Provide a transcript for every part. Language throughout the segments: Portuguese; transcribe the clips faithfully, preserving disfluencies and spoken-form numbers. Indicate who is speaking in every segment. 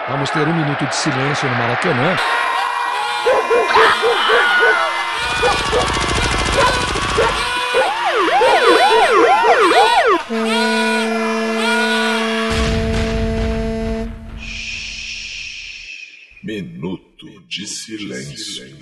Speaker 1: Vamos ter um minuto de silêncio no Maracanã.
Speaker 2: Minuto de silêncio.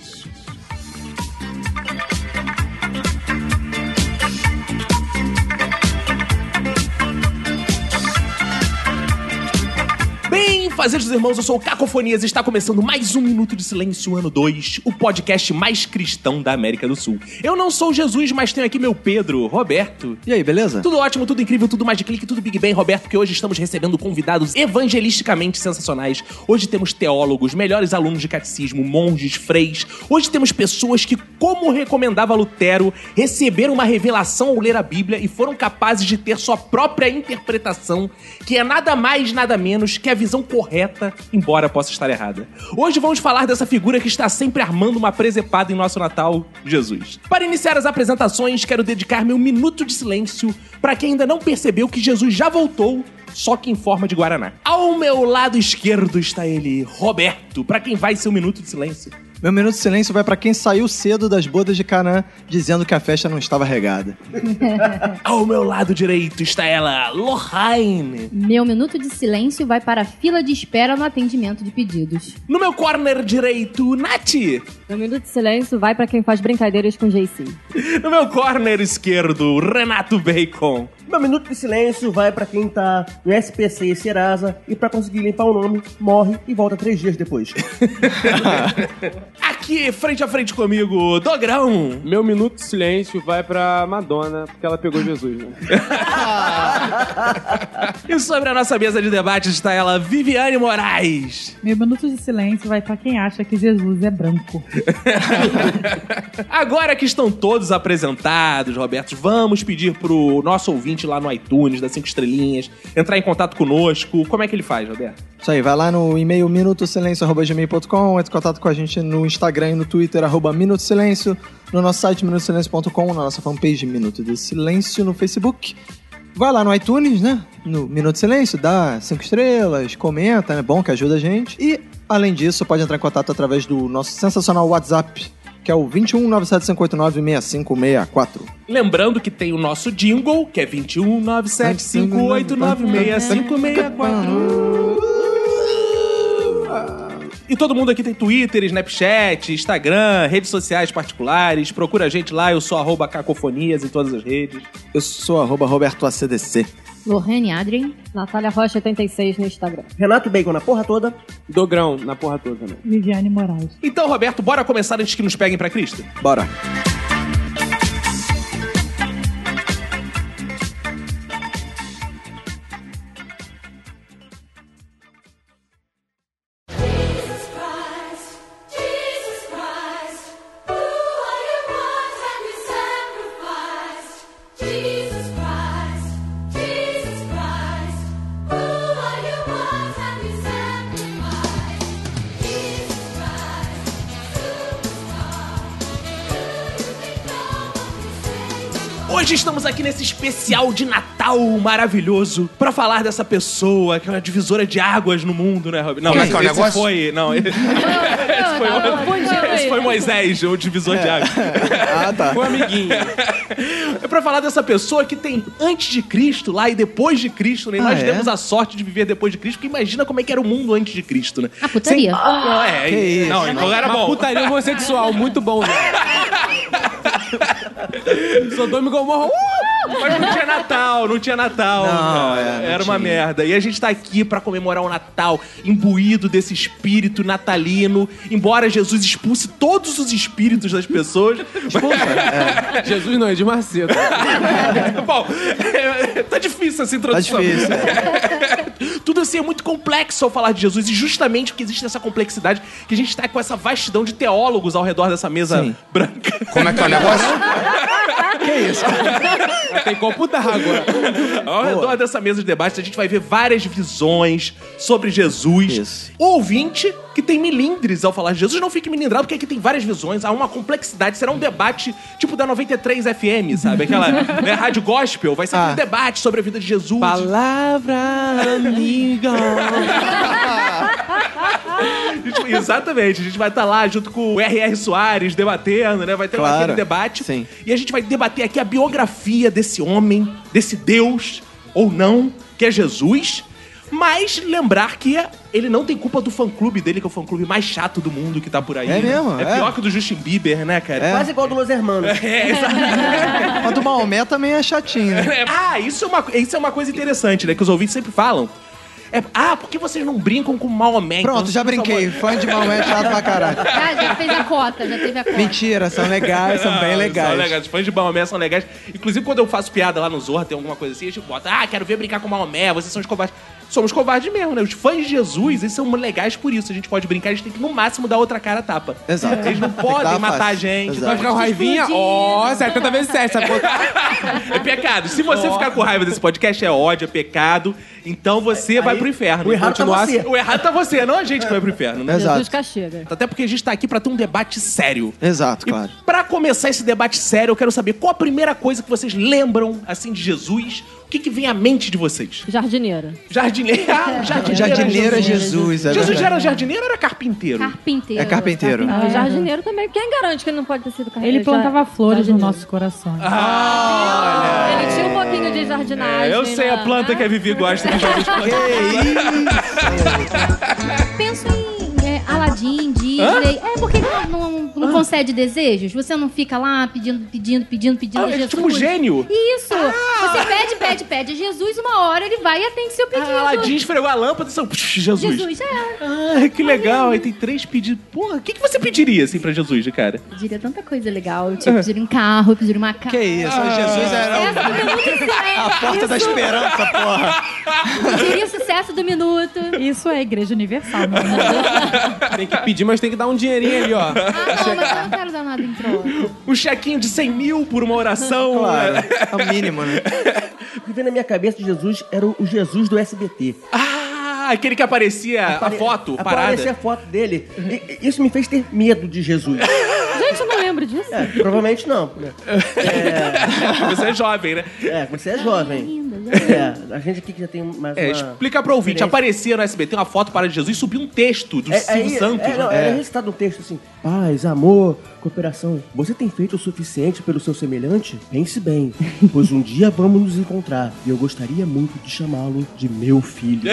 Speaker 3: Bem, fazejos irmãos, eu sou o Cacofonias e está começando mais um Minuto de Silêncio, ano dois, o podcast mais cristão da América do Sul. Eu não sou Jesus, mas tenho aqui meu Pedro, Roberto.
Speaker 4: E aí, beleza?
Speaker 3: Tudo ótimo, tudo incrível, tudo mais de clique, tudo Big Bang, Roberto, porque hoje estamos recebendo convidados evangelisticamente sensacionais. Hoje temos teólogos, melhores alunos de catecismo, monges, freis. Hoje temos pessoas que, como recomendava Lutero, receberam uma revelação ao ler a Bíblia e foram capazes de ter sua própria interpretação, que é nada mais, nada menos que a visão correta, embora possa estar errada. Hoje vamos falar dessa figura que está sempre armando uma presepada em nosso Natal, Jesus. Para iniciar as apresentações, quero dedicar meu minuto de silêncio para quem ainda não percebeu que Jesus já voltou, só que em forma de Guaraná. Ao meu lado esquerdo está ele, Roberto, para quem vai ser um minuto de silêncio.
Speaker 4: Meu minuto de silêncio vai pra quem saiu cedo das bodas de Canaã dizendo que a festa não estava regada.
Speaker 3: Ao meu lado direito está ela, Lohane.
Speaker 5: Meu minuto de silêncio vai para a fila de espera no atendimento de pedidos.
Speaker 3: No meu corner direito, Nath.
Speaker 6: Meu minuto de silêncio vai pra quem faz brincadeiras com J C.
Speaker 3: No meu corner esquerdo, Renato Bacon.
Speaker 7: Meu minuto de silêncio vai pra quem tá no S P C e Serasa e pra conseguir limpar o nome, morre e volta três dias depois.
Speaker 3: Aqui, frente a frente comigo, Dogrão.
Speaker 8: Meu minuto de silêncio vai pra Madonna, porque ela pegou Jesus, né?
Speaker 3: E sobre a nossa mesa de debates está ela, Viviane Moraes.
Speaker 9: Meu minuto de silêncio vai pra quem acha que Jesus é branco.
Speaker 3: Agora que estão todos apresentados, Roberto, vamos pedir pro nosso ouvinte lá no iTunes, das cinco estrelinhas, entrar em contato conosco. Como é que ele faz, Roberto?
Speaker 4: Isso aí, vai lá no e-mail minutosilencio arroba gmail ponto com, entre em contato com a gente no Instagram e no Twitter, arroba Minuto Silêncio, no nosso site minuto silêncio ponto com, na nossa fanpage Minuto de Silêncio no Facebook. Vai lá no iTunes, né? No Minuto Silêncio, dá cinco estrelas, comenta, é bom que ajuda a gente. E, além disso, pode entrar em contato através do nosso sensacional WhatsApp, que é o dois um nove sete cinco oito nove seis cinco seis quatro.
Speaker 3: Lembrando que tem o nosso jingle, que é dois um nove sete cinco oito nove seis cinco seis quatro. E todo mundo aqui tem Twitter, Snapchat, Instagram, redes sociais particulares. Procura a gente lá, eu sou arroba Cacofonias em todas as redes.
Speaker 4: Eu sou arroba Roberto A C D C.
Speaker 5: Lohane Adrien.
Speaker 6: Natália Rocha oitenta e seis no Instagram.
Speaker 7: Renato Bacon na porra toda.
Speaker 8: Dogrão na porra toda também.
Speaker 9: Viviane Moraes.
Speaker 3: Então, Roberto, bora começar antes que nos peguem pra Cristo?
Speaker 4: Bora.
Speaker 3: Hoje estamos aqui nesse especial de Natal maravilhoso pra falar dessa pessoa que é uma divisora de águas no mundo, né, Rob? Não,
Speaker 2: Como é
Speaker 3: esse,
Speaker 2: que é o
Speaker 3: esse
Speaker 2: negócio?
Speaker 3: foi... Não, esse foi, esse foi Moisés, o divisor de águas.
Speaker 4: Ah, tá.
Speaker 8: O amiguinho.
Speaker 3: É pra falar dessa pessoa que tem antes de Cristo lá e depois de Cristo, né? E
Speaker 4: Ah,
Speaker 3: nós
Speaker 4: é?
Speaker 3: temos a sorte de viver depois de Cristo, porque imagina como é que era o mundo antes de Cristo, né?
Speaker 5: A putaria.
Speaker 3: Sem... Não, é,
Speaker 4: Que isso?
Speaker 3: não, então era
Speaker 8: Uma
Speaker 3: bom.
Speaker 8: putaria homossexual, muito bom, né? Sodoma e Gomorra. Uh!
Speaker 3: Mas não tinha Natal, não tinha Natal.
Speaker 4: Não,
Speaker 3: cara.
Speaker 4: é, não
Speaker 3: Era uma
Speaker 4: tinha.
Speaker 3: merda. E a gente tá aqui pra comemorar o Natal, imbuído desse espírito natalino, embora Jesus expulse todos os espíritos das pessoas.
Speaker 8: Jesus não, é de Macedo.
Speaker 3: Bom, é, tá difícil essa
Speaker 4: Tá
Speaker 3: introdução.
Speaker 4: difícil.
Speaker 3: Tudo assim é muito complexo ao falar de Jesus, e justamente porque existe essa complexidade que a gente tá com essa vastidão de teólogos ao redor dessa mesa
Speaker 4: Sim.
Speaker 3: branca.
Speaker 2: Como é que é o negócio?
Speaker 4: Que isso?
Speaker 8: Tem que computar agora.
Speaker 3: Ao redor dessa mesa de debate, a gente vai ver várias visões sobre Jesus.
Speaker 4: Isso.
Speaker 3: O ouvinte que tem milindres ao falar de Jesus, não fique milindrado, porque aqui tem várias visões, há uma complexidade. Será um debate tipo da noventa e três F M, sabe? Aquela né, rádio gospel. Vai ser
Speaker 4: Ah.
Speaker 3: um debate sobre a vida de Jesus.
Speaker 8: Palavra amiga.
Speaker 3: gente, exatamente. A gente vai estar lá junto com o R R Soares debatendo, né? Vai ter
Speaker 4: Claro.
Speaker 3: lá aquele debate.
Speaker 4: Sim.
Speaker 3: E a gente vai debater aqui a biografia desse homem, desse Deus, ou não, que é Jesus. Mas lembrar que ele não tem culpa do fã-clube dele, que é o fã-clube mais chato do mundo que tá por aí.
Speaker 4: É mesmo?
Speaker 3: É,
Speaker 4: É.
Speaker 3: pior que o do Justin Bieber, né, cara?
Speaker 7: Quase igual do Los Hermanos.
Speaker 3: É, exatamente.
Speaker 4: Mas do Maomé também é chatinho, né?
Speaker 3: Ah, isso é, uma, isso é uma coisa interessante, né? Que os ouvintes sempre falam. É, ah, por que vocês não brincam com Maomé?
Speaker 4: Pronto,
Speaker 3: então,
Speaker 4: já
Speaker 3: vocês não são
Speaker 4: brinquei. Fã de Maomé é chato pra caralho.
Speaker 5: Já, já fez a cota, já teve a cota.
Speaker 4: Mentira, são legais, são bem
Speaker 3: Ah,
Speaker 4: legais.
Speaker 3: São legais. Os fãs de Maomé são legais. Inclusive, quando eu faço piada lá no Zorra, tem alguma coisa assim, a gente bota, ah, quero ver brincar com Maomé, vocês são os covardes. Somos covardes mesmo, né? Os fãs de Jesus, eles são legais por isso. A gente pode brincar, a gente tem que, no máximo, dar outra cara a tapa.
Speaker 4: Exato.
Speaker 3: Eles não
Speaker 4: Tem que
Speaker 3: podem
Speaker 4: dar
Speaker 3: matar
Speaker 4: face.
Speaker 3: a gente.
Speaker 4: Exato.
Speaker 8: Vai ficar com raivinha?
Speaker 5: Explodir.
Speaker 8: Ó, setenta vezes sete, sabe quanto?
Speaker 3: É pecado. Se você ficar com raiva desse podcast, é ódio, é pecado. Então você vai pro inferno.
Speaker 7: o errado tá
Speaker 3: Continuar-
Speaker 7: você.
Speaker 3: O errado tá você, não a gente que vai pro inferno. Né?
Speaker 4: Exato.
Speaker 6: Jesus castiga.
Speaker 3: Até porque a gente tá aqui pra ter um debate sério.
Speaker 4: Exato, claro.
Speaker 3: E pra começar esse debate sério, eu quero saber qual a primeira coisa que vocês lembram, assim, de Jesus. O que, que vem à mente de vocês?
Speaker 6: Jardineira.
Speaker 3: Jardineiro. Ah, jardineiro.
Speaker 4: Jardineiro é
Speaker 5: Jesus.
Speaker 4: Jesus, é
Speaker 3: Jesus já
Speaker 4: verdade.
Speaker 3: era jardineiro ou era carpinteiro?
Speaker 5: Carpinteiro.
Speaker 4: É carpinteiro.
Speaker 6: Ah, jardineiro também. Quem garante que ele não pode ter sido carreiro?
Speaker 9: Ele plantava flores nos
Speaker 6: jardineiro.
Speaker 9: nossos corações.
Speaker 3: Ah,
Speaker 6: Ele tinha um pouquinho de jardinagem.
Speaker 3: É, eu sei a
Speaker 6: né?
Speaker 3: planta que a Vivi gosta de jovens plantas.
Speaker 5: Penso em é, Aladdin, Disney. É porque não, não, não concede desejos. Você não fica lá pedindo, pedindo, pedindo, pedindo
Speaker 3: Ah,
Speaker 5: a
Speaker 3: é
Speaker 5: Jesus.
Speaker 3: tipo um gênio.
Speaker 5: Isso. Você pede, pede, pede a Jesus. Uma hora ele vai e atende seu pedido.
Speaker 3: Ah, Aladdin esfregou a lâmpada e são... Jesus.
Speaker 5: Jesus, é.
Speaker 3: Ah, que legal. Aí tem três pedidos. Porra, o que, que você pediria, assim, pra Jesus, de cara?
Speaker 5: Eu pediria tanta coisa legal. Eu tinha pedido um carro, eu pediria uma casa.
Speaker 4: Que isso, Jesus era
Speaker 5: Essa do minuto
Speaker 4: a porta da esperança, porra.
Speaker 5: Eu pediria o sucesso do minuto.
Speaker 9: Isso é Igreja Universal, né?
Speaker 8: Tem que pedir, mas tem que dar um dinheirinho ali, ó.
Speaker 5: Ah, não, mas eu não quero dar nada em troca.
Speaker 3: Um chequinho de cem mil por uma oração.
Speaker 4: Claro, é o mínimo, né?
Speaker 7: O que veio na minha cabeça de Jesus era o Jesus do S B T.
Speaker 3: Ah, aquele que aparecia a foto,
Speaker 7: Aparecia
Speaker 3: parada.
Speaker 7: a foto dele. E- isso me fez ter medo de Jesus.
Speaker 6: Gente, eu não lembro disso.
Speaker 7: É, provavelmente não.
Speaker 3: Você é jovem, né?
Speaker 7: É, você é jovem.
Speaker 5: Ainda, já.
Speaker 7: É, a gente aqui que já tem mais
Speaker 3: É,
Speaker 7: uma...
Speaker 3: explica pro ouvinte.
Speaker 7: experiência.
Speaker 3: Aparecia no S B T uma foto para Jesus e subia um texto do
Speaker 7: É,
Speaker 3: Silvio
Speaker 7: aí,
Speaker 3: Santos.
Speaker 7: é, não,
Speaker 3: né?
Speaker 7: era recitado um texto assim: paz, amor, cooperação. Você tem feito o suficiente pelo seu semelhante? Pense bem, pois um dia vamos nos encontrar e eu gostaria muito de chamá-lo de meu filho.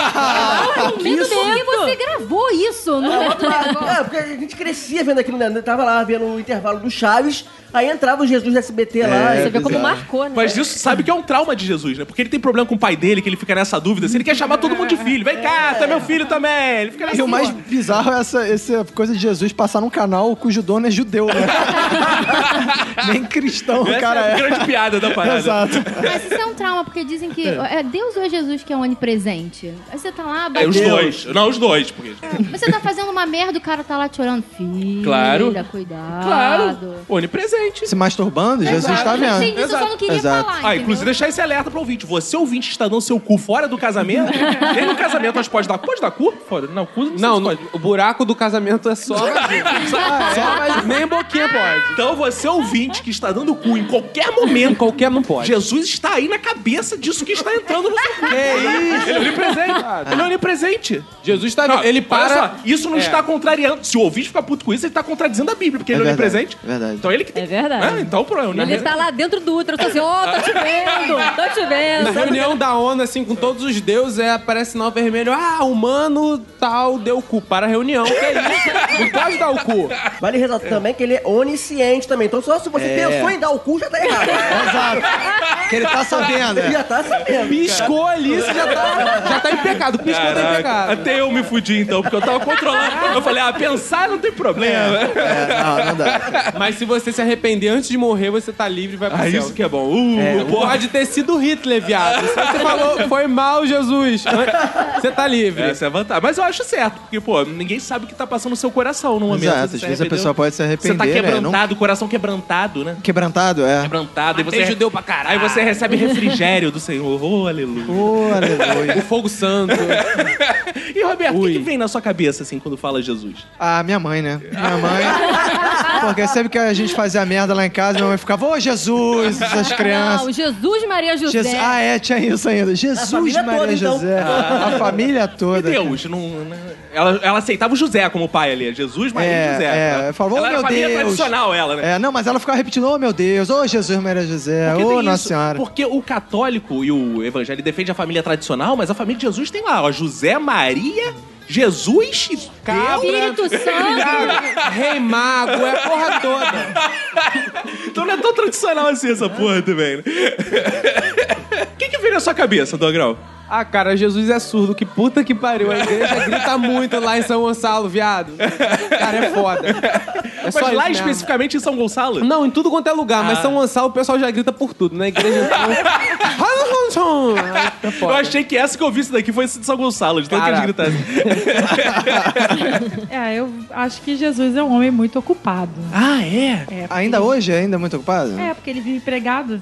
Speaker 5: Medo porque você gravou isso, não é?
Speaker 7: É, porque a gente crescia vendo aquilo, né? Tava lá vendo o intervalo do Chaves, aí entrava o Jesus do S B T lá.
Speaker 6: Você
Speaker 7: e...
Speaker 6: vê como
Speaker 4: bizarro.
Speaker 6: marcou, né?
Speaker 3: Mas isso sabe que é um trauma de Jesus, né? Porque ele tem problema com o pai dele, que ele fica nessa dúvida. Se ele quer chamar todo mundo de filho. Vem cá, tu é meu filho também. Ele fica nessa
Speaker 4: E o mais bizarro é essa, essa coisa de Jesus passar num canal cujo dono é judeu, né? Nem cristão o
Speaker 3: Essa
Speaker 4: cara
Speaker 3: é a
Speaker 4: é.
Speaker 3: grande piada da parada.
Speaker 4: Exato.
Speaker 5: Mas isso é um trauma, porque dizem que é Deus ou é Jesus que é onipresente? Aí você tá lá,
Speaker 3: É, os
Speaker 5: batendo-
Speaker 3: dois. Não, os dois. Porque...
Speaker 5: você tá fazendo uma merda, o cara tá lá te orando. Filha,
Speaker 3: Claro.
Speaker 5: cuidado.
Speaker 3: Claro. Onipresente.
Speaker 4: Se masturbando, Jesus tá vendo.
Speaker 5: Entendi, eu só não queria
Speaker 4: Exato.
Speaker 5: falar,
Speaker 3: Ah,
Speaker 5: entendeu?
Speaker 3: inclusive deixar esse alerta pro ouvinte. Você, ouvinte, está dando seu cu fora do casamento. Nem no casamento, mas pode dar. Pode dar cu? Fora. Não, cu não, sei
Speaker 8: Não,
Speaker 3: se
Speaker 8: no-
Speaker 3: pode.
Speaker 8: o buraco do casamento é só... só mas nem boquinha pode.
Speaker 3: Então você, ouvinte, que está dando cu em qualquer momento,
Speaker 8: Qualquer não pode.
Speaker 3: Jesus está aí na cabeça disso que está entrando no seu cu. Ele é onipresente. Ele é onipresente.
Speaker 8: Jesus tá...
Speaker 3: Não,
Speaker 8: ele
Speaker 3: olha
Speaker 8: para...
Speaker 3: só, isso não
Speaker 8: É.
Speaker 3: está contrariando. Se o ouvinte ficar puto com isso, ele está contradizendo a Bíblia, porque
Speaker 4: É
Speaker 3: ele é
Speaker 4: verdade,
Speaker 3: onipresente.
Speaker 4: verdade.
Speaker 3: Então ele que tem.
Speaker 6: É verdade.
Speaker 3: Né? Então, pronto. né?
Speaker 6: Ele tá lá dentro do útero, tá assim, ó, tô te vendo, tô te
Speaker 8: Na
Speaker 6: vendo.
Speaker 8: reunião da ONU, assim, com todos os deuses, é, aparece sinal vermelho. Ah, humano tal deu o cu. Para a reunião, que é isso? Não pode dar o cu.
Speaker 7: Vale ressaltar também que ele é onisciente também. Então só se você
Speaker 4: É.
Speaker 7: pensou em dar o cu, já tá errado.
Speaker 4: Exato. Que ele tá sabendo.
Speaker 7: Ele
Speaker 4: é.
Speaker 7: já tá sabendo.
Speaker 8: Piscou ali, você já tá, já tá em pecado. Piscou, tá em
Speaker 3: Caraca,
Speaker 8: pecado.
Speaker 3: até eu me fudi então, porque eu tava controlando. Eu falei, ah, pensar não tem problema.
Speaker 4: É, não, não dá.
Speaker 8: Mas se você se arrepender antes de morrer, você tá livre e vai pro
Speaker 3: Ah,
Speaker 8: céu.
Speaker 3: isso que é bom. Uh, porra.
Speaker 8: Pode ter sido Hitler, viado. Se você falou, foi mal, Jesus, você tá livre.
Speaker 3: Essa é a vantagem. Mas eu acho certo, porque, pô, ninguém sabe o que tá passando no seu coração. coração no momento.
Speaker 4: Exato,
Speaker 3: você
Speaker 4: às
Speaker 3: se
Speaker 4: vezes a
Speaker 3: arrependeu.
Speaker 4: pessoa pode se arrepender,
Speaker 3: Você tá
Speaker 4: né?
Speaker 3: quebrantado, coração quebrantado, né?
Speaker 4: Quebrantado, é.
Speaker 3: Quebrantado. E
Speaker 8: Tem
Speaker 3: você,
Speaker 8: judeu pra caralho.
Speaker 3: aí você recebe refrigério do Senhor. Oh, aleluia.
Speaker 4: Oh, aleluia.
Speaker 8: O fogo santo.
Speaker 3: E, Roberto, o que,
Speaker 8: Ui.
Speaker 3: que vem na sua cabeça, assim, quando fala Jesus?
Speaker 4: Ah, minha mãe, né? Minha mãe. Porque sempre que a gente fazia merda lá em casa, minha mãe ficava, ô Jesus, essas crianças.
Speaker 6: Não, Jesus Maria José.
Speaker 4: Jesus- Ah, é, tinha isso ainda. Jesus
Speaker 7: família
Speaker 4: Maria
Speaker 7: toda, então.
Speaker 4: José. A família toda.
Speaker 3: Deus, não, não- ela, ela aceitava o José como pai ali. Jesus, Maria
Speaker 4: É,
Speaker 3: e José.
Speaker 4: é,
Speaker 3: Ela,
Speaker 4: eu falava, oh,
Speaker 3: ela era
Speaker 4: meu
Speaker 3: família
Speaker 4: Deus.
Speaker 3: tradicional, ela, né?
Speaker 4: É, não, mas ela ficava repetindo, ô meu Deus, ô Jesus Maria José,
Speaker 3: Porque
Speaker 4: ô
Speaker 3: tem
Speaker 4: Nossa
Speaker 3: isso,
Speaker 4: Senhora.
Speaker 3: Porque o católico e o evangelho defende a família tradicional, mas a família de Jesus tem lá, ó, José, Maria, Jesus e
Speaker 8: Cabra.
Speaker 5: Espírito Santo.
Speaker 8: Rei Mago, é a porra toda.
Speaker 3: Então não é tão tradicional assim essa porra também, né? O que que vem na sua cabeça, Dogrão?
Speaker 8: Ah, cara, Jesus é surdo. Que puta que pariu. A igreja grita muito lá em São Gonçalo, viado. Cara, é foda. É
Speaker 3: Mas
Speaker 8: só
Speaker 3: lá
Speaker 8: isso mesmo.
Speaker 3: especificamente em São Gonçalo?
Speaker 8: Não, em tudo quanto é lugar. Mas
Speaker 3: Ah.
Speaker 8: São Gonçalo o pessoal já grita por tudo. Na igreja... é
Speaker 3: Eu
Speaker 8: foda.
Speaker 3: achei que essa que eu vi isso daqui foi esse de São Gonçalo, de tanto que eles
Speaker 8: Caraca.
Speaker 3: gritassem.
Speaker 9: É, eu acho que Jesus é um homem muito ocupado.
Speaker 3: Ah, é?
Speaker 9: É, porque-
Speaker 4: Ainda hoje, ainda muito ocupado?
Speaker 9: É, porque ele vive pregado.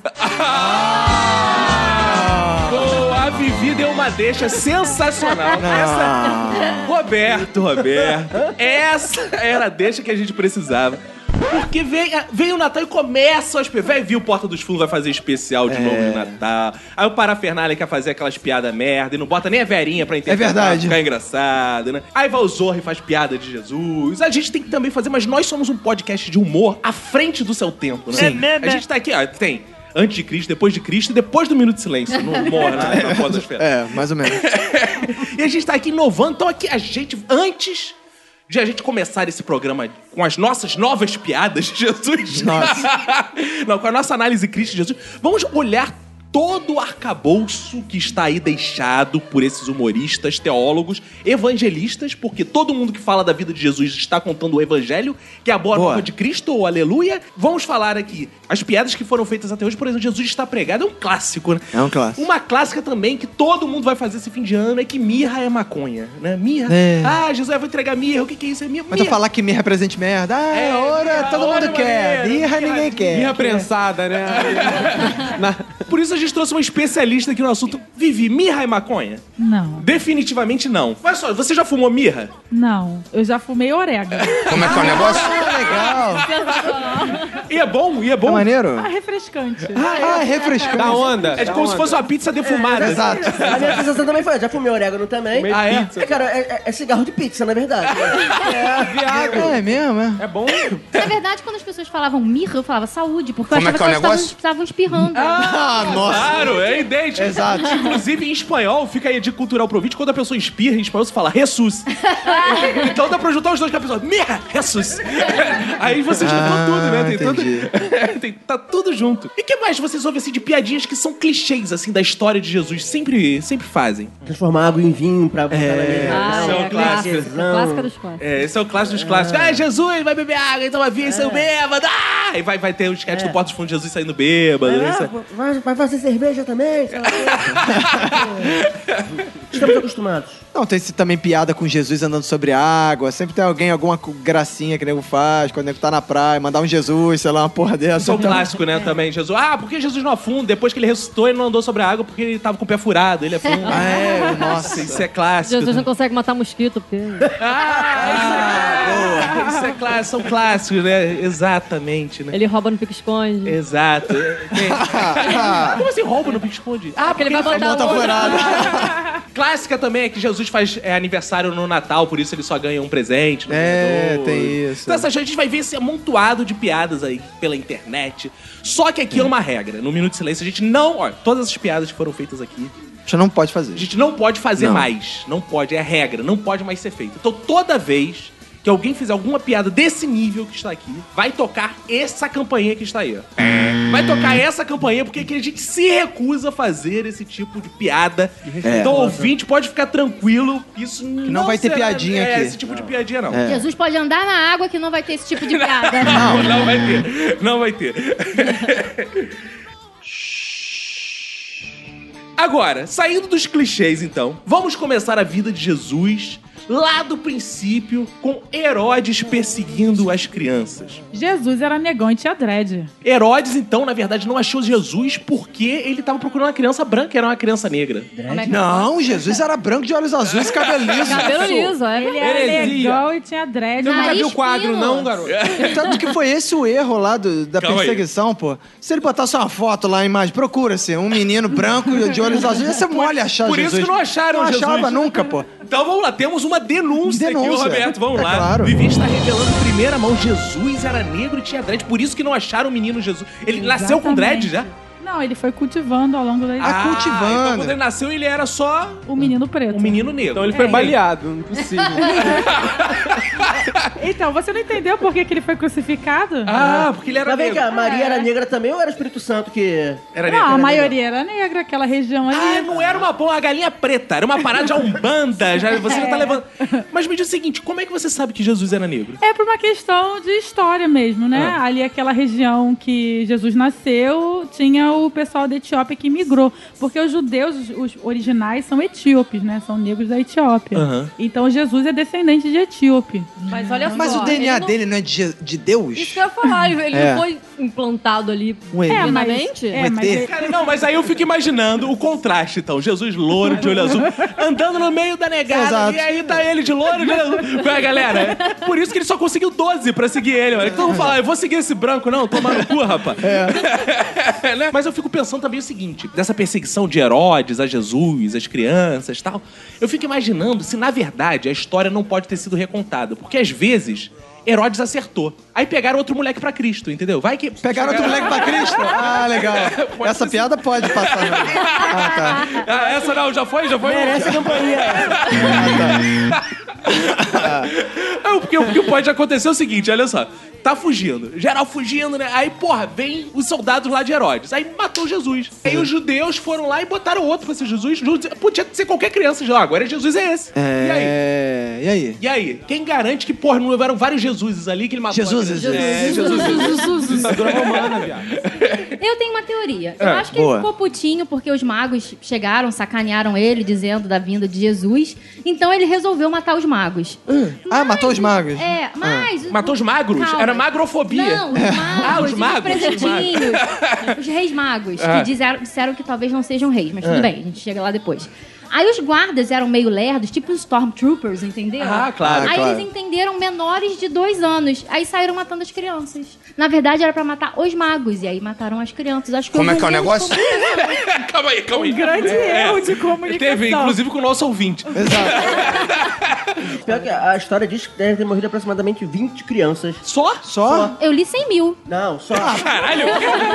Speaker 3: Pô, a Vivi deu uma deixa sensacional. Essa... Roberto, Roberto. Essa era a deixa que a gente precisava. Porque vem, vem o Natal e começa as... Vai vir o Porta dos Fundos, vai fazer especial de novo no Natal. Aí o Parafernália quer fazer aquelas piadas merda e não bota nem a Verinha pra interpretar,
Speaker 4: É verdade.
Speaker 3: ficar engraçado, né? Aí vai o Zorro e faz piada de Jesus. A gente tem que também fazer, mas nós somos um podcast de humor à frente do seu tempo, né?
Speaker 4: Sim.
Speaker 3: A gente tá aqui, ó, tem... Antes de Cristo, depois de Cristo e depois do Minuto de Silêncio, no humor, né? Na podosfera.
Speaker 4: É, mais ou menos.
Speaker 3: E a gente tá aqui inovando. Então aqui a gente, antes de a gente começar esse programa com as nossas novas piadas de Jesus...
Speaker 4: Nossa.
Speaker 3: Não, com a nossa análise crítica de Jesus, vamos olhar todo o arcabouço que está aí deixado por esses humoristas, teólogos, evangelistas, porque todo mundo que fala da vida de Jesus está contando o evangelho, que é a boa,
Speaker 4: Boa.
Speaker 3: nova de Cristo, ou aleluia. Vamos falar aqui as piadas que foram feitas até hoje. Por exemplo, Jesus está pregado, é um clássico, né?
Speaker 4: É um clássico.
Speaker 3: Uma clássica também que todo mundo vai fazer esse fim de ano é que mirra é maconha, né? Mirra.
Speaker 4: É.
Speaker 3: Ah, Jesus vai entregar mirra. O que que é isso? É mirra.
Speaker 4: Mas tu
Speaker 3: mirra.
Speaker 4: falar que mirra presente merda, ah,
Speaker 3: É,
Speaker 4: ora,
Speaker 3: mirra,
Speaker 4: todo
Speaker 3: ora
Speaker 4: mundo
Speaker 3: é
Speaker 4: quer.
Speaker 3: maneiro,
Speaker 4: Mirra
Speaker 3: mirra-
Speaker 4: ninguém quer.
Speaker 8: Mirra prensada, né? Na-
Speaker 3: Por isso a gente trouxe uma especialista aqui no assunto. Vivi, mirra é maconha?
Speaker 9: Não,
Speaker 3: Definitivamente não. Mas só, você já fumou mirra?
Speaker 9: não. Eu já fumei orégano.
Speaker 2: Como é que é o negócio?
Speaker 4: Ah, legal.
Speaker 3: E é bom, e é
Speaker 4: É
Speaker 3: bom.
Speaker 4: maneiro?
Speaker 9: Ah, refrescante.
Speaker 4: Ah, é refrescante.
Speaker 8: Da onda.
Speaker 3: É como se fosse uma pizza defumada.
Speaker 4: Exato.
Speaker 7: A minha sensação também foi, já fumei orégano também.
Speaker 8: Comer
Speaker 3: Ah, é?
Speaker 8: pizza.
Speaker 7: É, cara, é, é- é cigarro de pizza, na verdade. É,
Speaker 8: Viado.
Speaker 4: É mesmo, é?
Speaker 8: É bom?
Speaker 5: Na verdade, quando as pessoas falavam mirra, eu falava saúde, porque eu
Speaker 2: Como é
Speaker 5: achava
Speaker 2: que é o
Speaker 5: que elas
Speaker 2: negócio?
Speaker 5: estavam estavam espirrando.
Speaker 4: Ah, nossa.
Speaker 3: Claro, é idêntico.
Speaker 4: Exato.
Speaker 3: Inclusive, em espanhol, fica aí de cultural pro vídeo, quando a pessoa espirra, em espanhol, você fala Jesus. Então dá pra juntar os dois com a pessoa, mirra, Jesus. Aí você juntou
Speaker 4: Ah,
Speaker 3: tudo, né? Tem
Speaker 4: entendi.
Speaker 3: tudo. Tem- tá tudo junto. E que mais vocês ouvem assim de piadinhas que são clichês, assim, da história de Jesus? Sempre, sempre fazem.
Speaker 7: transformar água em vinho pra botar na mesa.
Speaker 6: Ah,
Speaker 3: Esse é
Speaker 6: é,
Speaker 3: um
Speaker 6: a
Speaker 3: clássico.
Speaker 6: clássica. Clássica dos clássicos.
Speaker 3: É, esse é o clássico dos clássicos. Ah, Jesus vai beber água, então vai vir seu bêbado. Ah! E vai, vai ter o sketch do Porta dos Fundos de Jesus saindo bêbado. né? Isso é-
Speaker 7: Ah, vai, vai fazer cerveja também? sei lá o quê. Estamos acostumados.
Speaker 4: Não, tem esse também piada com Jesus andando sobre água. Sempre tem alguém, alguma gracinha que o nego faz, quando o nego tá na praia, mandar um Jesus, sei lá, uma porra dessa.
Speaker 3: Isso é um
Speaker 4: Então-
Speaker 3: clássico, né, também. Jesus. Ah, por que Jesus não afunda? Depois que ele ressuscitou, ele não andou sobre a água porque ele tava com o pé furado. Ele afunda.
Speaker 4: Ah, é,
Speaker 3: Nossa, isso é clássico.
Speaker 6: Jesus não consegue matar mosquito, porque...
Speaker 3: Ah, isso é clássico. São clássicos, né? Exatamente, né?
Speaker 6: Ele rouba no pique-esconde.
Speaker 3: Exato. Como assim rouba no pique-esconde? Ah,
Speaker 6: Porque ele vai
Speaker 3: faz
Speaker 6: botar
Speaker 3: bota
Speaker 6: o-
Speaker 3: furado. Clássica também é que Jesus faz é, aniversário no Natal, por isso ele só ganha um presente. no
Speaker 4: É,
Speaker 3: ganhador.
Speaker 4: tem isso.
Speaker 3: Então essa gente a gente vai ver esse amontoado de piadas aí pela internet. Só que aqui é uma regra. No Minuto de Silêncio a gente não... Olha, todas as piadas que foram feitas aqui,
Speaker 4: Você não pode fazer.
Speaker 3: a gente não pode fazer
Speaker 4: Não.
Speaker 3: mais. Não pode, é regra. Não pode mais ser feito. Então toda vez que alguém fizer alguma piada desse nível que está aqui, vai tocar essa campainha que está aí, ó. Vai tocar essa campainha porque aqui a gente se recusa a fazer esse tipo de piada.
Speaker 4: É.
Speaker 3: Então, ouvinte, pode ficar tranquilo. Isso não,
Speaker 4: não vai ter
Speaker 3: será-
Speaker 4: piadinha
Speaker 3: é,
Speaker 4: aqui.
Speaker 3: esse tipo de piadinha, não.
Speaker 4: É.
Speaker 5: Jesus pode andar na água que não vai ter esse tipo de piada.
Speaker 3: Não, não vai ter. Não vai ter. Agora, saindo dos clichês, então, vamos começar a vida de Jesus lá do princípio, com Herodes perseguindo as crianças.
Speaker 9: Jesus era negão e tinha dread.
Speaker 3: Herodes, então, na verdade, não achou Jesus porque ele tava procurando uma criança branca, era uma criança negra.
Speaker 4: Não, Jesus era branco de olhos azuis e cabelo liso.
Speaker 6: Cabelo liso, é.
Speaker 9: Ele era
Speaker 8: Heresia.
Speaker 9: negão e tinha dread.
Speaker 8: Você nunca
Speaker 5: Nariz
Speaker 8: viu o quadro,
Speaker 5: fino.
Speaker 8: não, garoto?
Speaker 4: Tanto que foi esse o erro lá do- da
Speaker 3: Calma aí.
Speaker 4: perseguição, pô. Se ele botasse uma foto lá, a imagem, procura-se, um menino branco de olhos azuis, ia ser mole achar
Speaker 3: Por
Speaker 4: Jesus.
Speaker 3: isso que não acharam
Speaker 4: não
Speaker 3: Jesus.
Speaker 4: achava nunca, pô.
Speaker 3: Então vamos lá, temos uma denúncia, aqui,
Speaker 4: Denúncia.
Speaker 3: ô Roberto, vamos
Speaker 4: É
Speaker 3: lá.
Speaker 4: claro.
Speaker 3: Vivi está revelando em primeira mão, Jesus era negro e tinha dread, por isso que não acharam o menino Jesus. Ele nasceu com dread já?
Speaker 9: Não, ele foi cultivando ao longo da
Speaker 4: Ah,
Speaker 9: idade.
Speaker 4: cultivando.
Speaker 3: Então quando ele nasceu, ele era só
Speaker 9: O menino preto.
Speaker 3: um menino negro.
Speaker 8: Então ele foi
Speaker 9: É.
Speaker 8: baleado, impossível.
Speaker 9: Então, você não entendeu por que, que ele foi crucificado?
Speaker 3: Ah, porque ele era
Speaker 7: Mas vem
Speaker 3: negro.
Speaker 7: cá, Maria era negra também ou era Espírito Santo que...
Speaker 3: Era
Speaker 9: não,
Speaker 3: negro.
Speaker 9: a maioria era negra, aquela região ali.
Speaker 3: Ah, não era uma boa galinha preta, era uma parada de umbanda. Já, você já tá levando. Mas me diz o seguinte: como é que você sabe que Jesus era negro?
Speaker 9: É por uma questão de história mesmo, né?
Speaker 3: Ah.
Speaker 9: Ali, aquela região que Jesus nasceu, tinha o pessoal da Etiópia que migrou. Porque os judeus, os originais, são etíopes, né? São negros da Etiópia.
Speaker 3: Aham.
Speaker 9: Então, Jesus é descendente de etíope.
Speaker 6: Mas olha só.
Speaker 4: Mas o D N A
Speaker 6: ele não-
Speaker 4: dele não é de, de Deus?
Speaker 6: Isso que eu ia falar, ele ele
Speaker 4: É.
Speaker 6: não foi implantado ali
Speaker 4: Um E T.
Speaker 9: É, mas...
Speaker 6: plenamente?
Speaker 9: É, mas
Speaker 4: E T.
Speaker 9: ele-
Speaker 3: Cara, não, mas aí eu fico imaginando o contraste, então. Jesus louro, de olho azul, andando no meio da negada,
Speaker 4: Exato.
Speaker 3: e aí tá ele de louro, de olho azul. Ué, galera, por isso que ele só conseguiu doze pra seguir ele. Olha. Então vamos falar, eu vou seguir esse branco, não, tomar no cu, rapaz. É. Né? Mas eu fico pensando também o seguinte, dessa perseguição de Herodes a Jesus, as crianças e tal, eu fico imaginando se, na verdade, a história não pode ter sido recontada. Porque, às vezes, Herodes acertou. Aí pegaram outro moleque pra Cristo, entendeu? Vai que...
Speaker 4: Pegaram outro moleque pra Cristo? Ah, legal.
Speaker 3: Pode
Speaker 4: Essa
Speaker 3: ser.
Speaker 4: piada pode passar. Não. Ah, tá.
Speaker 3: Ah, essa não, já foi? Já foi?
Speaker 7: Merece a campanha.
Speaker 3: Não, porque o que pode acontecer é o seguinte, olha só. Tá fugindo, geral fugindo, né? Aí, porra, vem os soldados lá de Herodes. Aí matou Jesus. Aí os judeus foram lá e botaram outro pra ser Jesus. Podia ser qualquer criança já. Agora Jesus é esse. E aí?
Speaker 4: É... E aí?
Speaker 3: E aí? Quem garante que, porra, não houveram vários Jesuses ali que ele matou?
Speaker 4: Jesuses.
Speaker 3: a criança? É, Jesus.
Speaker 8: Ditadura romana, viado.
Speaker 5: Eu tenho uma teoria. Eu
Speaker 3: É,
Speaker 5: acho que
Speaker 4: boa.
Speaker 5: ele ficou putinho porque os magos chegaram, sacanearam ele, dizendo da vinda de Jesus. Então ele resolveu matar os magos.
Speaker 4: Ah, matou os magos?
Speaker 5: É, mas...
Speaker 3: Matou os magros?
Speaker 5: Calma.
Speaker 3: Era magrofobia.
Speaker 5: Não, os magos,
Speaker 3: Ah, os magos,
Speaker 5: os presentinhos. Os reis magos,
Speaker 3: Ah.
Speaker 5: que disseram, disseram que talvez não sejam reis, mas tudo bem, a gente chega lá depois. Aí os guardas eram meio lerdos, tipo os Stormtroopers, entendeu?
Speaker 3: Ah, claro.
Speaker 5: Aí
Speaker 4: claro.
Speaker 5: eles entenderam menores de dois anos. Aí saíram matando as crianças. Na verdade, era pra matar os magos. E aí mataram as crianças. Acho que
Speaker 2: Como
Speaker 5: os
Speaker 2: é que é o
Speaker 5: judeus
Speaker 2: negócio?
Speaker 5: foram-
Speaker 3: calma aí, calma aí.
Speaker 9: Grande
Speaker 3: É.
Speaker 9: erro de comunicação.
Speaker 3: Teve, inclusive, com o nosso ouvinte.
Speaker 7: Pior que a história diz que devem ter morrido aproximadamente vinte crianças.
Speaker 3: Só?
Speaker 4: Só?
Speaker 5: Eu li cem mil.
Speaker 7: Não, só...
Speaker 3: Caralho.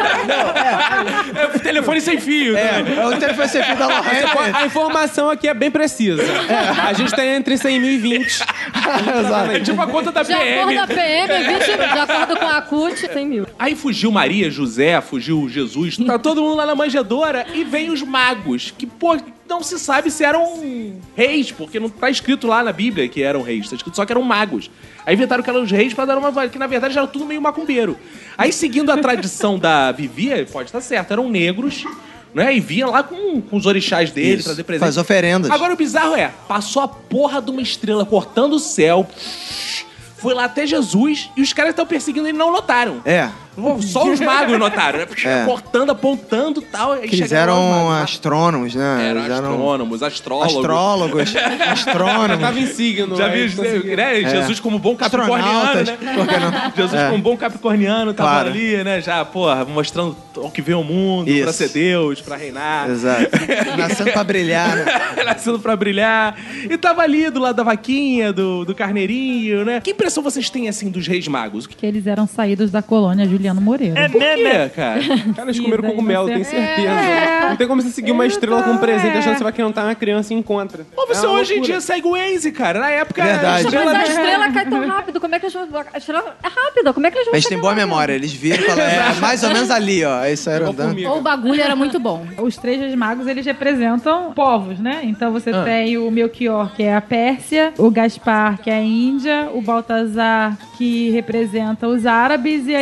Speaker 3: É o telefone sem fio. né?
Speaker 4: É, o telefone sem fio da Lorraine.
Speaker 8: A informação aqui é bem precisa. A gente tá entre cem mil e vinte.
Speaker 3: É tipo a conta da
Speaker 6: De acordo
Speaker 3: P M.
Speaker 6: com a P M, é vinte, de acordo com a C U T, cem mil.
Speaker 3: Aí fugiu Maria, José, fugiu Jesus, tá todo mundo lá na manjedoura e vem os magos, que, pô, não se sabe se eram reis, porque não tá escrito lá na Bíblia que eram reis, tá escrito só que eram magos. Aí inventaram que eram os reis pra dar uma... que na verdade era tudo meio macumbeiro. Aí, seguindo a tradição da Vivia, pode estar certo, eram negros, né, e vinha lá com, com os orixás dele,
Speaker 4: Isso,
Speaker 3: trazer presente.
Speaker 4: faz oferendas.
Speaker 3: Agora o bizarro é, passou a porra de uma estrela cortando o céu, foi lá até Jesus e os caras estão perseguindo ele e não notaram.
Speaker 4: É.
Speaker 3: Só os magos notaram, né?
Speaker 4: É.
Speaker 3: Cortando, apontando e tal. Aí
Speaker 4: Que eles
Speaker 3: chegaram lá os
Speaker 4: eram
Speaker 3: magos.
Speaker 4: astrônomos, né?
Speaker 3: Eram
Speaker 4: Eles
Speaker 3: astrônomos, astrólogos.
Speaker 4: astrólogos, astrônomos.
Speaker 8: Tava em signo.
Speaker 3: Já
Speaker 8: aí
Speaker 3: viu,
Speaker 8: conseguiu.
Speaker 3: né? Jesus como bom capricorniano,
Speaker 4: Astronautas.
Speaker 3: né?
Speaker 4: Por que não?
Speaker 3: Jesus
Speaker 4: É.
Speaker 3: como bom capricorniano tava
Speaker 4: Claro.
Speaker 3: ali, né? Já, porra, mostrando o que vê o mundo,
Speaker 4: Isso.
Speaker 3: pra ser Deus, pra reinar.
Speaker 4: Exato. Nascendo pra brilhar, né?
Speaker 3: Nascendo pra brilhar. E tava ali do lado da vaquinha, do, do carneirinho, né? Que impressão vocês têm, assim, dos reis magos?
Speaker 9: Que eles eram saídos da colônia Juliano Moreira.
Speaker 3: É, né, né, cara?
Speaker 8: Cara, eles comeram
Speaker 9: daí
Speaker 8: cogumelo,
Speaker 9: você-
Speaker 8: tenho certeza.
Speaker 9: É.
Speaker 8: Não tem como você seguir uma estrela com um presente achando que você vai cantar uma criança e encontra.
Speaker 3: Ou você
Speaker 8: É uma
Speaker 3: hoje em
Speaker 8: loucura.
Speaker 3: dia segue o Waze, cara. Na época...
Speaker 4: Verdade.
Speaker 3: a estrela-
Speaker 6: Mas a estrela cai tão rápido, como é que eles vão... A estrela é rápida, como é que eles vão
Speaker 4: Mas tem
Speaker 6: chegar
Speaker 4: boa
Speaker 6: lá?
Speaker 4: memória. Eles viram e falaram, é mais ou menos ali, ó. Aí saíram
Speaker 8: Igual
Speaker 4: andando.
Speaker 8: formiga.
Speaker 5: Ou o bagulho era muito bom.
Speaker 9: Os três reis magos, eles representam povos, né? Então você tem o Melchior, que é a Pérsia, o Gaspar, que é a Índia, o Baltazar, que representa os árabes, e aí eu gostaria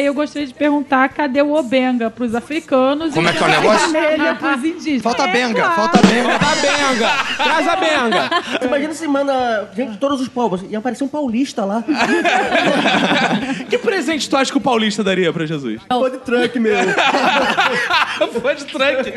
Speaker 9: de perguntar cadê o Obenga pros africanos.
Speaker 2: Como
Speaker 9: e
Speaker 2: é que é o
Speaker 9: o
Speaker 2: negócio?
Speaker 9: vermelho pros indígenas.
Speaker 4: Falta
Speaker 9: É,
Speaker 4: benga,
Speaker 9: claro.
Speaker 4: falta benga.
Speaker 8: A benga! Traz a benga!
Speaker 7: Você imagina se manda gente de todos os povos. E aparecer um paulista lá.
Speaker 3: Que presente tu acha que o paulista daria pra Jesus?
Speaker 7: Pô de truck, meu.
Speaker 3: Foi de tranque.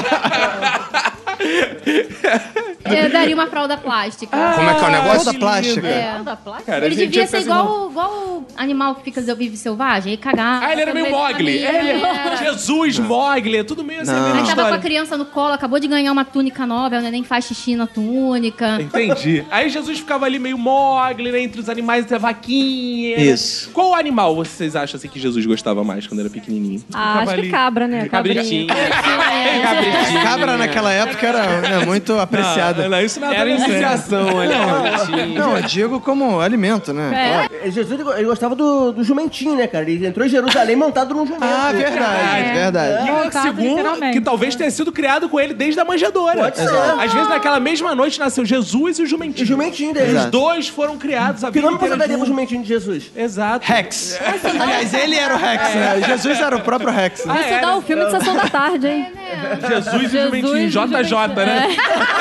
Speaker 5: Eu daria uma fralda plástica.
Speaker 2: Como é que é o negócio?
Speaker 4: Fralda plástica.
Speaker 5: É.
Speaker 3: Cara,
Speaker 5: Ele
Speaker 3: a gente
Speaker 5: devia
Speaker 3: ia
Speaker 5: ser
Speaker 3: pensar
Speaker 5: igual, igual o animal que fica vive selvagem, e cagar.
Speaker 3: Ah, ele era meio Mogli.
Speaker 5: Ele
Speaker 3: Ele- Jesus, Mogli, é tudo meio assim, a mesma
Speaker 5: Aí tava com a
Speaker 3: história.
Speaker 5: criança no colo, acabou de ganhar uma túnica nova, o neném faz xixi na túnica.
Speaker 3: Entendi. Aí Jesus ficava ali meio Mogli, né, entre os animais entre a vaquinha. né?
Speaker 4: Isso.
Speaker 3: Qual animal vocês acham assim, que Jesus gostava mais quando era pequenininho?
Speaker 6: Ah,
Speaker 3: Ficava
Speaker 6: acho que
Speaker 3: ali-
Speaker 6: cabra, né?
Speaker 8: Cabritinho.
Speaker 5: É.
Speaker 8: Cabritinho.
Speaker 4: Cabra naquela época era né, muito apreciada.
Speaker 3: Não, não, isso não é
Speaker 8: Era
Speaker 3: adolescente.
Speaker 8: iniciação ali. Cabritinho.
Speaker 4: Não, eu digo como alimento, né?
Speaker 6: É.
Speaker 7: Jesus ele, ele gostava do, do jumentinho, né, cara? Ele entrou em Jerusalém montado num jumento.
Speaker 4: Ah, verdade,
Speaker 5: É.
Speaker 4: verdade.
Speaker 3: E
Speaker 9: Montado,
Speaker 3: segundo,
Speaker 9: literalmente.
Speaker 3: que talvez tenha sido criado com ele desde a manjedoura.
Speaker 7: Pode ser.
Speaker 3: Exato. Às vezes, naquela mesma noite, nasceu Jesus e o jumentinho.
Speaker 7: E o jumentinho dele.
Speaker 3: Os
Speaker 4: Exato.
Speaker 3: dois foram criados a
Speaker 7: Que
Speaker 3: vida
Speaker 7: nome você
Speaker 3: inteira
Speaker 7: daria pro
Speaker 3: juntos.
Speaker 7: jumentinho de Jesus?
Speaker 3: Exato.
Speaker 4: Rex. Aliás, ele era o Rex, né? Jesus era o próprio Rex. né?
Speaker 3: Ah,
Speaker 6: Isso
Speaker 3: é,
Speaker 6: dá
Speaker 3: né?
Speaker 6: o filme de Sessão da Tarde, hein?
Speaker 3: Jesus e o
Speaker 6: Jesus
Speaker 3: jumentinho.
Speaker 6: e o
Speaker 3: J J,
Speaker 6: jumentinho.
Speaker 3: né?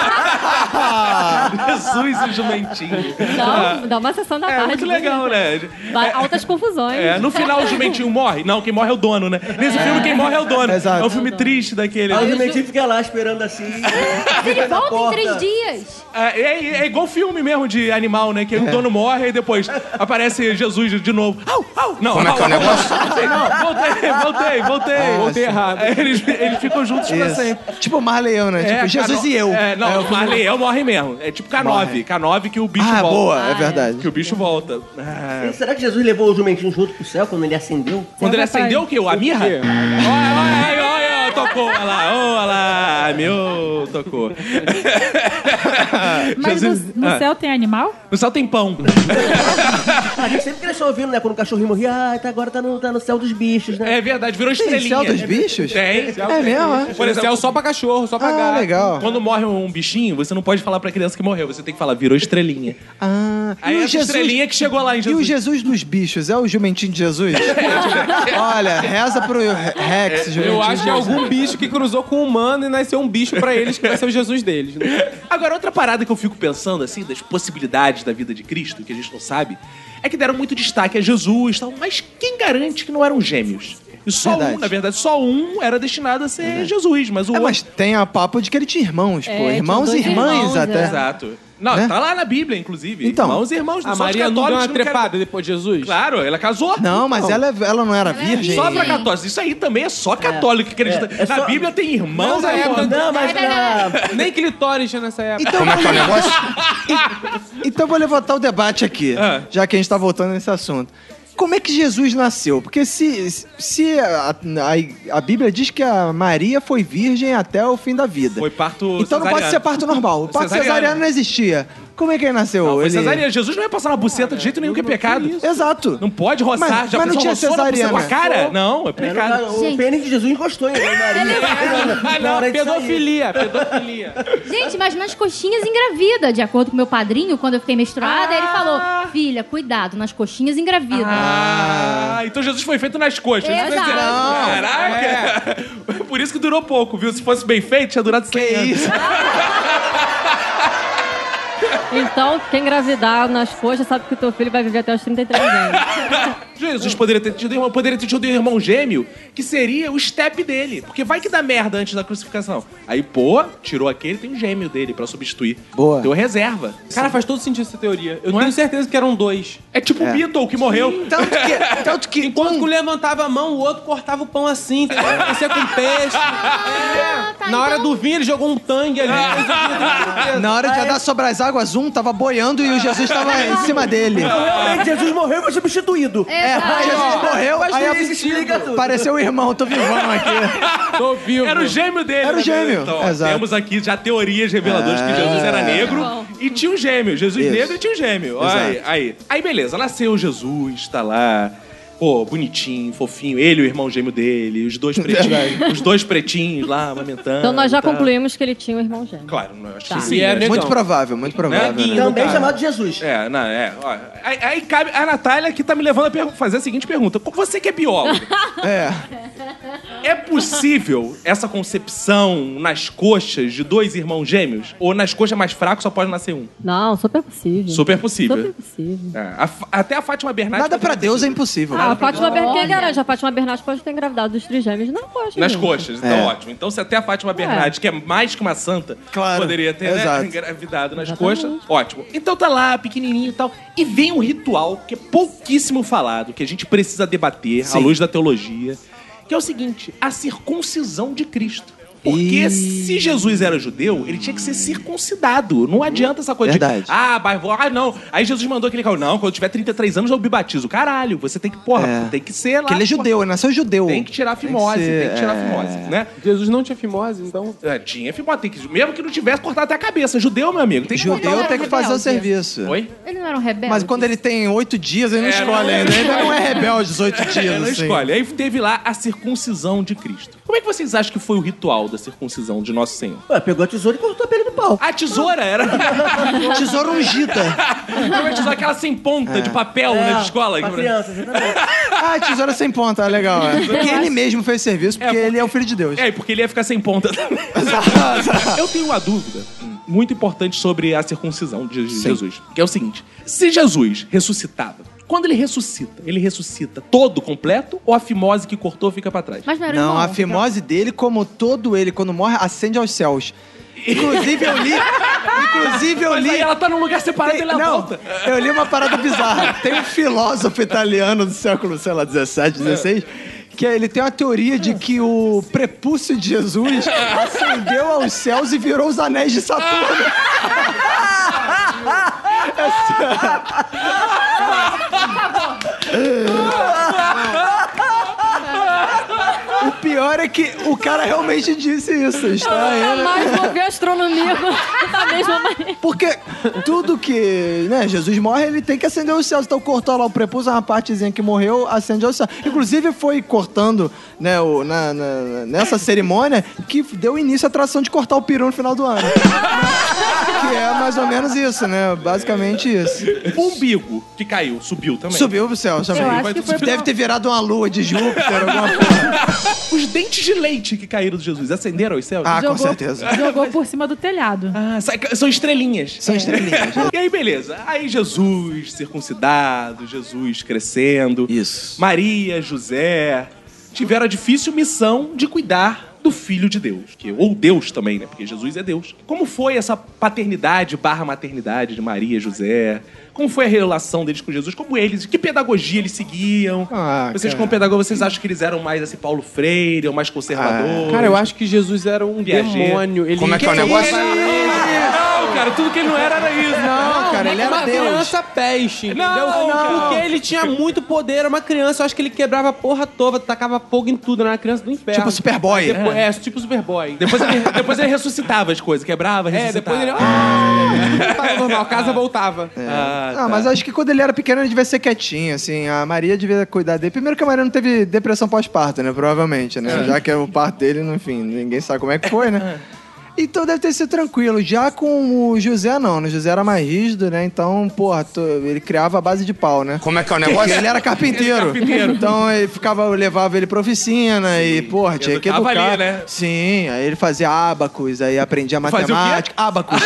Speaker 3: Jesus e o jumentinho.
Speaker 6: Dá, um- dá uma Sessão da
Speaker 3: É
Speaker 6: Tarde.
Speaker 3: muito legal, né?
Speaker 6: Vai- Altas confusões.
Speaker 3: É, no final o jumentinho morre? Não, quem morre é o dono, né? Nesse filme quem morre é o dono.
Speaker 4: Exato.
Speaker 3: É um filme triste daquele.
Speaker 7: Aí o jumentinho fica lá esperando assim.
Speaker 5: Ele volta em três dias.
Speaker 3: É, é, é igual filme mesmo de animal, né? Que o dono morre e depois aparece Jesus de novo. Au, au. Não,
Speaker 2: Como é que é o
Speaker 3: au, au.
Speaker 2: negócio?
Speaker 3: Não, voltei, voltei, voltei.
Speaker 4: Ah,
Speaker 3: voltei
Speaker 4: sim.
Speaker 3: errado. É, eles, eles ficam juntos pra
Speaker 4: Isso.
Speaker 3: sempre.
Speaker 4: Tipo Marley e eu, né? Tipo, Jesus
Speaker 3: Cano-
Speaker 4: e eu.
Speaker 3: É, não,
Speaker 4: É, o
Speaker 3: o
Speaker 4: filme-
Speaker 3: Marley e eu morre mesmo. É tipo K nove. K nove que o bicho
Speaker 4: Ah,
Speaker 3: volta.
Speaker 4: boa, é verdade.
Speaker 3: Que o bicho volta. Ah.
Speaker 7: Será que Jesus levou o jumentinho junto pro céu quando ele acendeu?
Speaker 3: Quando ele acendeu o quê? A mirra?
Speaker 8: quê?
Speaker 3: Olha, olha, olha, tocou. Olha lá, olha lá. Meu, tocou.
Speaker 9: Mas
Speaker 3: Jesus-
Speaker 9: no, no
Speaker 3: Ah.
Speaker 9: céu tem animal?
Speaker 3: No céu tem pão.
Speaker 7: A gente sempre cresceu ouvindo, né? Quando o cachorrinho morria, ah, tá, agora tá no, tá no céu dos bichos, né?
Speaker 3: É verdade, virou
Speaker 4: Tem
Speaker 3: estrelinha.
Speaker 4: céu dos bichos?
Speaker 3: Tem.
Speaker 4: É mesmo, é?
Speaker 3: Por exemplo,
Speaker 8: Céu só pra cachorro, só pra
Speaker 4: Ah,
Speaker 8: gato.
Speaker 4: legal.
Speaker 3: quando morre um bichinho, você não pode falar pra criança que morreu. Você tem que falar, virou estrelinha.
Speaker 4: Ah,
Speaker 3: Aí
Speaker 4: e o
Speaker 3: essa estrelinha que chegou lá em
Speaker 4: E o
Speaker 3: Jesus.
Speaker 4: Jesus dos bichos? É o jumentinho de Jesus? Olha, reza pro Rex, jumentinho
Speaker 8: Eu acho
Speaker 4: de
Speaker 8: que é
Speaker 4: Jesus.
Speaker 8: algum bicho que cruzou com um humano e nasceu um bicho pra eles, que vai ser o Jesus deles. Né?
Speaker 3: Agora, outra parada que eu fico pensando, assim, das possibilidades da vida de Cristo, que a gente não sabe, é que deram muito destaque a Jesus e tal, mas quem garante que não eram gêmeos? E só
Speaker 4: Verdade.
Speaker 3: um, na verdade, só um era destinado a ser Jesus, mas o
Speaker 4: É,
Speaker 3: outro...
Speaker 4: mas tem a papo de que ele tinha irmãos, pô.
Speaker 6: É,
Speaker 4: Irmãos
Speaker 6: tinha
Speaker 4: e
Speaker 6: dois
Speaker 4: irmãs
Speaker 6: irmãos,
Speaker 4: até.
Speaker 6: é.
Speaker 3: Exato. Não,
Speaker 4: Né?
Speaker 3: tá lá na Bíblia, inclusive.
Speaker 4: Então.
Speaker 3: Irmãos e irmãos,
Speaker 8: A
Speaker 3: só os
Speaker 8: Maria não deu
Speaker 3: católicos
Speaker 8: uma
Speaker 3: que não querem-
Speaker 8: trepada depois de Jesus?
Speaker 3: Claro, ela casou.
Speaker 4: Não, mas ela, ela não era virgem.
Speaker 3: Só pra católicos. Isso aí também é só católico que acredita.
Speaker 7: É, é
Speaker 3: Na
Speaker 7: só-
Speaker 3: Bíblia tem irmãos.
Speaker 8: Não,
Speaker 3: aí,
Speaker 8: é,
Speaker 3: pô.
Speaker 7: Não, mas na...
Speaker 8: Nem clitóris tinha nessa época.
Speaker 4: Então,
Speaker 2: Como é que é o negócio?
Speaker 4: então eu vou levantar o debate aqui,
Speaker 3: Ah.
Speaker 4: já que a gente tá voltando nesse assunto. Como é que Jesus nasceu? Porque se, se a, a, a Bíblia diz que a Maria foi virgem até o fim da vida.
Speaker 3: Foi parto
Speaker 4: Então não pode
Speaker 3: cesariano.
Speaker 4: ser parto normal. O parto
Speaker 3: Cesariano.
Speaker 4: cesariano não existia. Como é que ele nasceu?
Speaker 3: Não, foi
Speaker 4: ele...
Speaker 3: cesariana. Jesus não ia passar uma buceta de jeito nenhum, que é pecado.
Speaker 4: Exato.
Speaker 3: Não pode roçar.
Speaker 4: Mas-
Speaker 3: Já
Speaker 4: mas não
Speaker 3: pensou,
Speaker 4: tinha
Speaker 3: roçou na buceta com a
Speaker 4: cesariana.
Speaker 3: cara? Não, é
Speaker 7: É,
Speaker 3: pecado.
Speaker 7: no- o
Speaker 5: Gente.
Speaker 7: pênis de Jesus encostou em Maria.
Speaker 3: Ah,
Speaker 7: Na
Speaker 3: não,
Speaker 7: hora de sair.
Speaker 8: Pedofilia, pedofilia.
Speaker 5: Gente, mas nas coxinhas engravida, de acordo com meu padrinho, quando eu fiquei menstruada, ele falou: filha, cuidado, nas coxinhas engravida.
Speaker 3: Ah, então Jesus foi feito nas coxas.
Speaker 5: Exato.
Speaker 3: Quer dizer,
Speaker 4: Não.
Speaker 3: Caraca! Por isso que durou pouco, viu? Se fosse bem feito, tinha durado cem
Speaker 4: Que
Speaker 3: anos.
Speaker 4: isso?
Speaker 6: Então, quem engravidar nas coxas sabe que o teu filho vai viver até os trinta e três anos.
Speaker 3: Jesus poderia ter tido irmão, poderia ter tido um irmão gêmeo, que seria o step dele. Porque vai que dá merda antes da crucificação. Aí, pô, tirou aquele, tem um gêmeo dele pra substituir.
Speaker 4: Boa.
Speaker 3: Deu reserva.
Speaker 8: Cara, faz todo sentido essa teoria. Eu
Speaker 3: Não
Speaker 8: tenho
Speaker 3: é?
Speaker 8: certeza que eram dois.
Speaker 3: É tipo o Beatle que morreu.
Speaker 4: Tanto que, tanto que
Speaker 8: Enquanto
Speaker 4: um-
Speaker 8: que um levantava a mão, o outro cortava o pão assim, entendeu? Parecia com peixe.
Speaker 5: Ah, tá,
Speaker 8: Na hora
Speaker 5: então-
Speaker 8: do vinho, ele jogou um tangue ali. fez o vinho com certeza.
Speaker 4: na hora de andar sobre as águas, um tava boiando e o Jesus tava em cima dele.
Speaker 7: Então, realmente, Jesus morreu e foi substituído.
Speaker 4: É,
Speaker 5: Exato.
Speaker 4: Jesus morreu,
Speaker 7: Mas
Speaker 4: aí
Speaker 7: isso explica tudo.
Speaker 4: apareceu o irmão, tô vivão aqui.
Speaker 8: Tô vivo.
Speaker 3: Era o gêmeo dele.
Speaker 4: Era o
Speaker 3: né?
Speaker 4: gêmeo,
Speaker 3: Então, ó,
Speaker 4: exato.
Speaker 3: temos aqui já teorias reveladoras que Jesus era negro e tinha um gêmeo. Jesus
Speaker 4: Isso.
Speaker 3: negro e tinha um gêmeo.
Speaker 4: Exato.
Speaker 3: Aí, aí. Aí, beleza. Nasceu Jesus, tá lá. Pô, bonitinho, fofinho. Ele e o irmão gêmeo dele, os dois pretinhos, os dois pretinhos lá, amamentando.
Speaker 6: Então nós já
Speaker 3: tá.
Speaker 6: concluímos que ele tinha um irmão gêmeo.
Speaker 3: Claro, eu acho
Speaker 6: Tá.
Speaker 3: que sim.
Speaker 8: E é
Speaker 3: né?
Speaker 8: negão.
Speaker 4: Muito provável, muito provável.
Speaker 3: Né?
Speaker 4: né?
Speaker 7: Também
Speaker 3: cara.
Speaker 7: chamado de Jesus.
Speaker 3: É, não, é. Ó, aí, aí cabe a Natália que tá me levando a pergun- fazer a seguinte pergunta. Você que é biólogo,
Speaker 4: É.
Speaker 3: é possível essa concepção nas coxas de dois irmãos gêmeos? Ou nas coxas mais fracas só pode nascer um?
Speaker 6: Não, super possível.
Speaker 3: Super possível.
Speaker 6: Super possível.
Speaker 3: É, a F- até a Fátima Bernardes...
Speaker 4: Nada pra Deus é impossível.
Speaker 6: Ah, a Fátima Bernardes, quem
Speaker 5: Olha.
Speaker 6: garante? A Fátima Bernardes pode ter engravidado dos trigêmeos nas coxas.
Speaker 3: Nas
Speaker 6: gente.
Speaker 3: coxas, então
Speaker 4: É.
Speaker 3: ótimo. Então se até a Fátima Bernardes, que é mais que uma santa,
Speaker 4: Claro.
Speaker 3: poderia ter né,
Speaker 4: Exato.
Speaker 3: engravidado nas
Speaker 6: Exatamente.
Speaker 3: coxas, ótimo. Então tá lá, pequenininho e tal. E vem um ritual que é pouquíssimo falado, que a gente precisa debater à
Speaker 4: Sim.
Speaker 3: luz da teologia, que é o seguinte, a circuncisão de Cristo. Porque
Speaker 4: E-
Speaker 3: se Jesus era judeu, ele tinha que ser circuncidado. Não adianta essa coisa
Speaker 4: Verdade.
Speaker 3: de... Ah, mas... vou- Ah, não. Aí Jesus mandou aquele cara... Não, quando eu tiver trinta e três anos eu me batizo. Caralho, você tem que... Porra,
Speaker 4: É.
Speaker 3: tem que ser lá...
Speaker 4: Porque ele é judeu, ele nasceu judeu.
Speaker 3: Tem que tirar a fimose, tem que,
Speaker 4: ser,
Speaker 3: tirar a
Speaker 4: é.
Speaker 3: fimose, né?
Speaker 8: Jesus não tinha fimose, então...
Speaker 3: É, tinha fimose, tem que, mesmo que não tivesse, cortar até a cabeça. Judeu, meu amigo, tem que
Speaker 4: Judeu
Speaker 3: cortar.
Speaker 4: tem que fazer o
Speaker 5: rebelde.
Speaker 4: serviço.
Speaker 3: Oi?
Speaker 5: Ele não era um rebelde?
Speaker 4: Mas quando ele tem oito dias, ele não
Speaker 3: É,
Speaker 4: escolhe
Speaker 3: não-
Speaker 4: ainda. Ele ainda não é rebelde os oito dias.
Speaker 3: É, não
Speaker 4: assim.
Speaker 3: escolhe. Aí teve lá a circuncisão de Cristo. Como é que vocês acham que foi o ritual da circuncisão de Nosso Senhor?
Speaker 7: Ué, pegou a tesoura e cortou a pele do pau.
Speaker 3: A tesoura era...
Speaker 4: Tesoura ungida.
Speaker 3: Uma tesoura aquela sem ponta, de papel, né, de escola.
Speaker 7: Pra criança, exatamente.
Speaker 4: Ah, tesoura sem ponta, é legal. É. Porque ele mesmo fez serviço, porque,
Speaker 3: É, porque-
Speaker 4: ele é o filho de Deus.
Speaker 3: É, porque ele ia ficar sem ponta também. Eu tenho uma dúvida muito importante sobre a circuncisão de Jesus. Que é o seguinte: se Jesus ressuscitava, quando ele ressuscita, ele ressuscita todo completo ou a fimose que cortou fica pra trás?
Speaker 5: Mas não era
Speaker 4: Não,
Speaker 5: irmão.
Speaker 4: a fimose dele, como todo ele, quando morre, ascende aos céus. Inclusive, eu li... Inclusive, eu
Speaker 3: Mas
Speaker 4: li...
Speaker 3: aí ela tá num lugar separado e
Speaker 4: Tem-
Speaker 3: ele
Speaker 4: não,
Speaker 3: volta.
Speaker 4: eu li uma parada bizarra. Tem um filósofo italiano do século, sei lá, dezessete, dezesseis, que ele tem uma teoria de que o prepúcio de Jesus ascendeu aos céus e virou os anéis de Saturno. O pior é que o cara realmente disse isso. Está aí,
Speaker 6: Nunca
Speaker 4: né?
Speaker 6: mais vou ver astronomia da mesma maneira.
Speaker 4: Porque tudo que, né, Jesus morre, ele tem que acender os céus. Então cortou lá o prepúcio, uma partezinha que morreu, acende aos céus. Inclusive foi cortando, né, o, na, na- nessa cerimônia que deu início à tradição de cortar o peru no final do ano. Que é mais ou menos isso, né? Basicamente isso.
Speaker 3: O umbigo que caiu, subiu também.
Speaker 4: Subiu pro céu também.
Speaker 6: Eu acho que foi
Speaker 4: Deve ter virado uma lua de Júpiter, alguma coisa.
Speaker 3: Os dentes de leite que caíram de Jesus acenderam aos céus?
Speaker 4: Ah, com
Speaker 9: Jogou-
Speaker 4: certeza.
Speaker 9: Jogou por cima do telhado.
Speaker 3: Ah, sa- são estrelinhas.
Speaker 4: São estrelinhas.
Speaker 3: E aí, beleza. Aí Jesus circuncidado, Jesus crescendo.
Speaker 4: Isso.
Speaker 3: Maria, José tiveram a difícil missão de cuidar do Filho de Deus. Que, ou Deus também, né? Porque Jesus é Deus. Como foi essa paternidade barra maternidade de Maria e José? Como foi a relação deles com Jesus? Como eles? Que pedagogia eles seguiam?
Speaker 4: Ah,
Speaker 3: vocês,
Speaker 4: cara.
Speaker 3: como pedagogos, vocês acham que eles eram mais assim, Paulo Freire, ou mais conservadores?
Speaker 8: Cara, eu acho que Jesus era um
Speaker 3: Piaget.
Speaker 8: demônio. Ele
Speaker 4: Como é que é o negócio?
Speaker 3: Não, cara, tudo que ele não era era isso.
Speaker 4: Não, cara, ele era
Speaker 8: uma
Speaker 4: Deus.
Speaker 8: criança peste, entendeu?
Speaker 3: Não, não.
Speaker 8: Porque ele tinha muito poder, era uma criança. Eu acho que ele quebrava a porra toda, tacava fogo em tudo, era uma criança do inferno.
Speaker 4: Tipo Superboy.
Speaker 8: Depois, é. tipo Superboy.
Speaker 3: Depois ele, depois ele ressuscitava as coisas, quebrava,
Speaker 8: É,
Speaker 3: ressuscitava.
Speaker 8: depois ele... Ah, tava normal, a casa voltava.
Speaker 3: Ah,
Speaker 4: Ah,
Speaker 3: tá.
Speaker 4: mas acho que quando ele era pequeno ele devia ser quietinho, assim. A Maria devia cuidar dele. Primeiro que a Maria não teve depressão pós-parto, né? Provavelmente, né? Já que é o parto dele, enfim, ninguém sabe como é que foi, né? Então deve ter sido tranquilo. Já com o José, não. O José era mais rígido, né? Então, porra, to- ele criava a base de pau, né?
Speaker 2: Como é que é o
Speaker 4: Porque
Speaker 2: negócio?
Speaker 4: ele era carpinteiro.
Speaker 3: carpinteiro.
Speaker 4: Então ele ficava, eu levava ele pra oficina e, porra, tinha que
Speaker 3: educava
Speaker 4: educar.
Speaker 3: ali, né?
Speaker 4: Sim, aí ele fazia ábacos, aí aprendia
Speaker 3: Fazia o quê?
Speaker 4: matemática. Ábacos.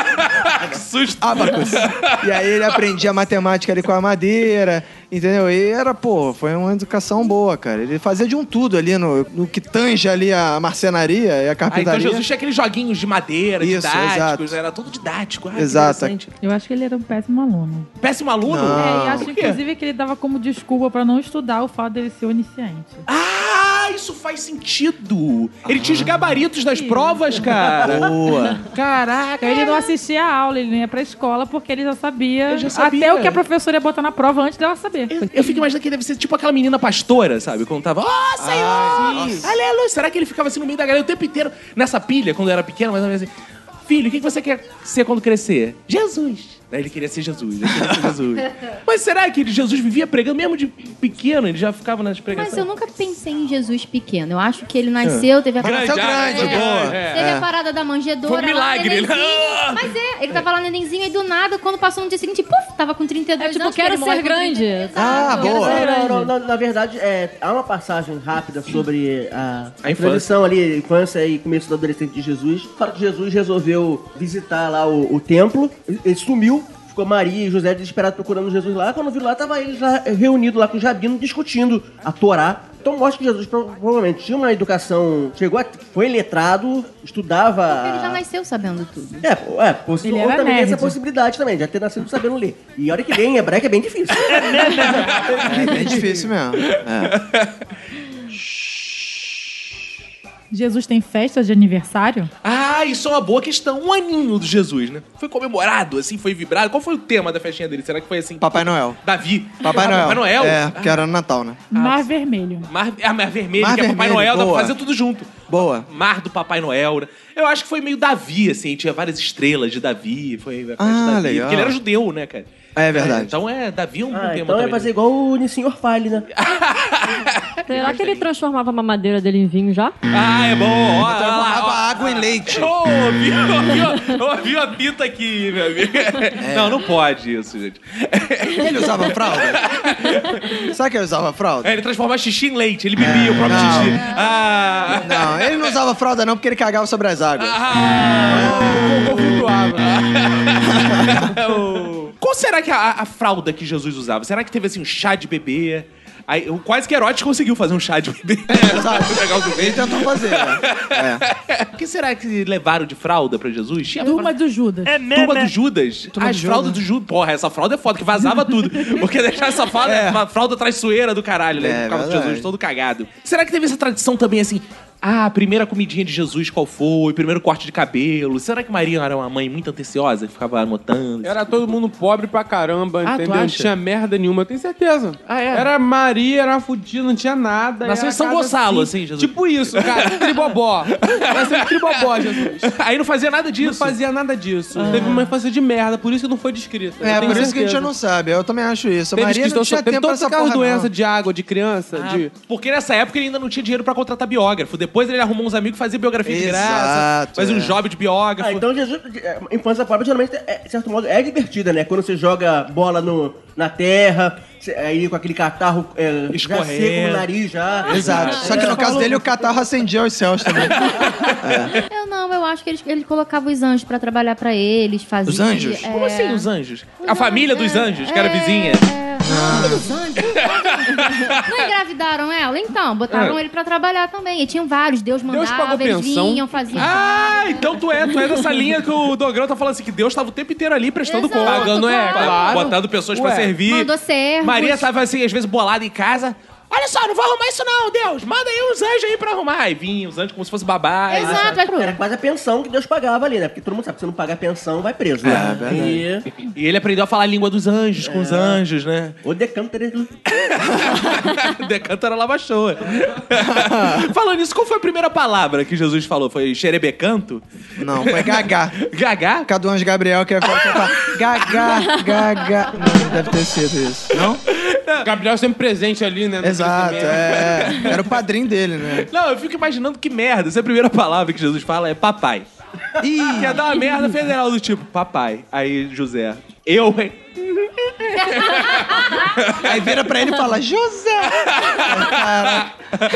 Speaker 3: Que susto.
Speaker 4: Ábacos. E aí ele aprendia matemática ali com a madeira, entendeu? E era, pô, foi uma educação boa, cara. Ele fazia de um tudo ali no, no que tange ali a marcenaria e a
Speaker 3: Ah, então
Speaker 4: carpintaria.
Speaker 3: Jesus tinha aqueles joguinhos de madeira,
Speaker 4: Isso,
Speaker 3: didáticos,
Speaker 4: exato.
Speaker 3: era tudo didático. Ah, que
Speaker 4: Exato.
Speaker 3: interessante.
Speaker 9: Eu acho que ele era um péssimo aluno.
Speaker 3: Péssimo aluno?
Speaker 4: Não.
Speaker 9: É, e acho
Speaker 3: Por quê?
Speaker 9: inclusive que ele dava como desculpa pra não estudar o fato dele ser onisciente.
Speaker 3: Ah, isso faz sentido. Ele tinha os gabaritos das provas, cara.
Speaker 4: Boa.
Speaker 3: Caraca.
Speaker 9: Ele não assistia a aula, ele não ia pra escola porque ele já sabia,
Speaker 3: Eu já sabia.
Speaker 9: até o que a professora ia botar na prova antes dela saber.
Speaker 3: Eu, eu fico imaginando que ele deve ser tipo aquela menina pastora, sabe? Quando tava, ó, Senhor! Aleluia! Será que ele ficava assim no meio da galera o tempo inteiro, nessa pilha, quando eu era pequeno, mais ou menos assim, filho, o que você quer ser quando crescer? Jesus. Daí ele queria ser Jesus, ele queria ser Jesus. Mas será que Jesus vivia pregando mesmo de pequeno? Ele já ficava nas pregações?
Speaker 5: Mas eu nunca pensei em Jesus pequeno. Eu acho que ele nasceu, teve a
Speaker 3: Grande,
Speaker 5: parada...
Speaker 3: grande,
Speaker 5: é,
Speaker 3: boa.
Speaker 5: Teve
Speaker 3: É.
Speaker 5: a parada da manjedoura.
Speaker 3: Foi um milagre,
Speaker 5: lá,
Speaker 3: ele-
Speaker 5: nenenzinho. Mas é, ele tava lá nenenzinho e do nada, quando passou no dia seguinte, puf, tava com trinta e dois
Speaker 6: É tipo,
Speaker 5: anos.
Speaker 6: quero
Speaker 5: ele morre
Speaker 6: ser
Speaker 5: com trinta.
Speaker 6: grande.
Speaker 5: Exato.
Speaker 4: Ah,
Speaker 6: Quero
Speaker 4: boa.
Speaker 6: ser
Speaker 7: Não,
Speaker 6: grande.
Speaker 7: não, não, na verdade, é, há uma passagem rápida sobre a,
Speaker 3: A infância.
Speaker 7: transição ali, infância e começo da adolescente de Jesus. Fala que Jesus resolveu visitar lá o, o templo, ele, ele sumiu, ficou Maria e José desesperados procurando Jesus lá. Quando viu lá, tava ele já reunido lá com o Jabino, discutindo a Torá. Então mostra que Jesus provavelmente tinha uma educação, chegou a, foi letrado, estudava...
Speaker 5: Porque ele já nasceu sabendo tudo.
Speaker 7: É, pô, é possi-
Speaker 9: Ele
Speaker 7: ou
Speaker 9: era
Speaker 7: também tem essa
Speaker 9: nerd.
Speaker 7: possibilidade também, já ter nascido sabendo ler. E a hora que lê em hebraico é bem difícil.
Speaker 4: É bem difícil mesmo. É.
Speaker 9: Jesus tem festa de aniversário?
Speaker 3: Ah, isso é uma boa questão. Um aninho do Jesus, né? Foi comemorado, assim, foi vibrado. Qual foi o tema da festinha dele? Será que foi assim?
Speaker 4: Papai Noel.
Speaker 3: Davi.
Speaker 4: Papai
Speaker 3: Ah,
Speaker 4: Noel.
Speaker 3: Papai Noel?
Speaker 4: É, porque era no Natal, né?
Speaker 9: Mar Vermelho.
Speaker 3: Mar, ah, Mar Vermelho,
Speaker 4: Mar
Speaker 3: que é Papai
Speaker 4: Vermelho,
Speaker 3: Noel, dá pra
Speaker 4: boa.
Speaker 3: fazer tudo junto.
Speaker 4: Boa.
Speaker 3: Mar do Papai Noel, né? Eu acho que foi meio Davi, assim, tinha várias estrelas de Davi. Foi a festa
Speaker 4: Ah,
Speaker 3: de Davi.
Speaker 4: legal.
Speaker 3: Porque ele era judeu, né, cara?
Speaker 4: É verdade.
Speaker 3: É, então é, Davi é um
Speaker 7: Ah,
Speaker 3: tema
Speaker 7: então é
Speaker 3: também.
Speaker 7: fazer igual o Nissin Orfale, né?
Speaker 6: Será que ele transformava a mamadeira dele em vinho já?
Speaker 3: Ah, é bom. Ó, ó,
Speaker 4: Tomava
Speaker 3: ó, ó.
Speaker 4: água em leite.
Speaker 3: Ô, ouvi, ouvi, ouvi a pita aqui, meu amigo. Não, não pode isso, gente.
Speaker 4: Ele usava fralda? Sabe que ele usava fralda?
Speaker 3: É, ele transformava xixi em leite, ele bebia o próprio
Speaker 4: não.
Speaker 3: xixi. Ah,
Speaker 4: Não, ele não usava fralda não porque ele cagava sobre as águas.
Speaker 3: ah,
Speaker 8: flutuava.
Speaker 3: o- Qual será que é a, a fralda que Jesus usava? Será que teve assim um chá de bebê? Aí, o- quase que Herodes conseguiu fazer um chá de bebê.
Speaker 4: É, exato. Ele tentou fazer, né? É.
Speaker 3: O que será que levaram de fralda pra Jesus? Tinha
Speaker 9: Turma do Judas.
Speaker 3: Turma do Judas?
Speaker 4: Turma
Speaker 3: Ah,
Speaker 4: do
Speaker 3: as fraldas do Judas. Porra, essa fralda é foda, que vazava tudo. Porque deixar essa fralda,
Speaker 4: É.
Speaker 3: uma fralda traiçoeira do caralho, né?
Speaker 4: É,
Speaker 3: Por causa de
Speaker 4: verdade.
Speaker 3: Jesus todo cagado. Será que teve essa tradição também assim? Ah, a primeira comidinha de Jesus qual foi? Primeiro corte de cabelo. Será que Maria era uma mãe muito atenciosa? Que ficava anotando?
Speaker 8: Era todo mundo pobre pra caramba,
Speaker 3: Ah, tu
Speaker 8: entendeu? Não
Speaker 3: acha?
Speaker 8: tinha merda nenhuma, eu tenho certeza.
Speaker 3: Ah, é?
Speaker 8: Era Maria, era fudida, não tinha nada.
Speaker 3: Nasceu
Speaker 8: era
Speaker 3: em São
Speaker 8: casa
Speaker 3: Gonçalo, assim, Jesus.
Speaker 8: Tipo isso, cara, tribobó. Nasceu em tribobó, Jesus.
Speaker 3: Aí não fazia nada disso.
Speaker 8: Não fazia nada disso. Teve uma infância de merda, por isso que não foi descrita. Eu
Speaker 4: É,
Speaker 8: tenho
Speaker 4: por isso que a gente
Speaker 8: certeza.
Speaker 4: não sabe. Eu também acho isso. A
Speaker 8: Teve,
Speaker 4: Maria não
Speaker 8: descrição,
Speaker 4: tinha
Speaker 8: teve
Speaker 4: tempo pra
Speaker 8: todas
Speaker 4: essa
Speaker 8: aquelas
Speaker 4: porra,
Speaker 8: doenças
Speaker 4: não.
Speaker 8: de água, de criança,
Speaker 3: Ah,
Speaker 8: de...
Speaker 3: porque nessa época ele ainda não tinha dinheiro pra contratar biógrafo. Depois ele arrumou uns amigos que faziam biografia de graça.
Speaker 4: Exato,
Speaker 3: Fazia um
Speaker 4: é.
Speaker 3: job de biógrafo.
Speaker 7: Ah, então Jesus, é, infância pobre geralmente, é, de certo modo, é divertida, né? Quando você joga bola no, na terra, cê- aí com aquele catarro é, já
Speaker 3: Escorrendo.
Speaker 7: seco no nariz já.
Speaker 4: Exato. Só que no caso dele, o catarro acendia aos céus também.
Speaker 5: Eu não, eu acho que ele, ele colocava os anjos pra trabalhar pra eles, fazia...
Speaker 4: Os anjos?
Speaker 5: é,
Speaker 3: Como assim, os anjos?
Speaker 5: os
Speaker 3: A família
Speaker 5: anjos,
Speaker 3: dos
Speaker 5: é,
Speaker 3: anjos, que era
Speaker 5: é,
Speaker 3: vizinha.
Speaker 5: É, não, os anjos. Não engravidaram ela? Então, botaram
Speaker 3: É.
Speaker 5: ele pra trabalhar também. E tinham vários, Deus mandava,
Speaker 8: pagou
Speaker 5: eles
Speaker 8: pensão.
Speaker 5: vinham, faziam...
Speaker 3: Ah, então tu é, tu é dessa linha que o Dogrão tá falando assim, que Deus tava o tempo inteiro ali prestando
Speaker 5: Exato,
Speaker 3: conta.
Speaker 8: Pagando, é,
Speaker 5: claro.
Speaker 8: claro.
Speaker 3: Botando pessoas
Speaker 8: Ué,
Speaker 3: pra servir.
Speaker 5: Mandou servos.
Speaker 3: Maria tava assim, às vezes bolada em casa. Olha só, não vou arrumar isso não, Deus. Manda aí uns anjos aí pra arrumar. Aí vinha os anjos como se fosse babá. e-
Speaker 5: Exato, vai pro...
Speaker 7: Era quase a pensão que Deus pagava ali, né? Porque todo mundo sabe que se não pagar pensão, vai preso, né?
Speaker 4: É, verdade.
Speaker 7: E
Speaker 3: E ele aprendeu a falar a língua dos anjos, com os anjos, né?
Speaker 7: o decanto teria...
Speaker 3: Decanto era lava show. Falando nisso, qual foi a primeira palavra que Jesus falou? Foi xerebecanto?
Speaker 4: Não, foi gagá.
Speaker 3: Gagá?
Speaker 4: Cadu Anjo Gabriel que ia falar gagá, gagá. Não, deve ter sido isso. Não?
Speaker 8: Gabriel sempre presente ali, né? no
Speaker 4: Exato,
Speaker 8: crescimento.
Speaker 4: é. Era o padrinho dele, né?
Speaker 3: Não, eu fico imaginando que merda. Se a primeira palavra que Jesus fala é papai.
Speaker 4: Ih,
Speaker 3: Quer dar uma merda federal do tipo, papai. Aí, José, eu, hein?
Speaker 4: aí vira pra ele e fala, José! Ai, cara,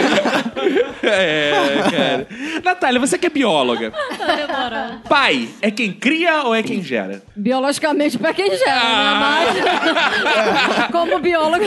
Speaker 3: É, cara. Natália, você que é bióloga. Pai é quem cria ou é quem gera?
Speaker 6: Biologicamente, pra quem gera,
Speaker 3: Ah.
Speaker 6: né? Mas, como biólogo,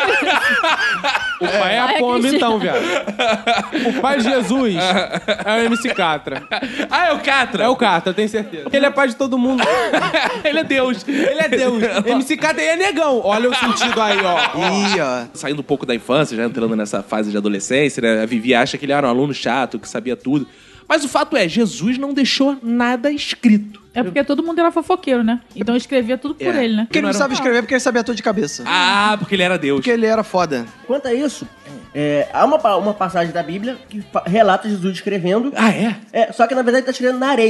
Speaker 8: O pai é a
Speaker 6: Pai é
Speaker 8: pomba,
Speaker 6: Cristina.
Speaker 8: então, viado. O pai de Jesus é o M C Catra.
Speaker 3: Ah, é o Catra?
Speaker 8: É o Catra, eu tenho certeza. Ele é pai de todo mundo.
Speaker 3: Ele é Deus.
Speaker 8: Ele é Deus. M C Catra é negão. Olha o sentido aí, ó.
Speaker 4: ih, ó.
Speaker 3: Saindo um pouco da infância, já entrando nessa fase de adolescência, né? A Vivi acha que ele era um aluno chato, que sabia tudo. Mas o fato é, Jesus não deixou nada escrito.
Speaker 9: É porque todo mundo era fofoqueiro, né? Então escrevia tudo por
Speaker 3: É.
Speaker 9: ele, né?
Speaker 4: Porque ele não sabe escrever porque ele sabia tudo de cabeça.
Speaker 3: Ah, porque ele era Deus.
Speaker 4: Porque ele era foda.
Speaker 7: Quanto a isso, é, há uma, pa- uma passagem da Bíblia que fa- relata Jesus escrevendo.
Speaker 3: Ah, é?
Speaker 7: É, só que na verdade tá escrevendo na areia.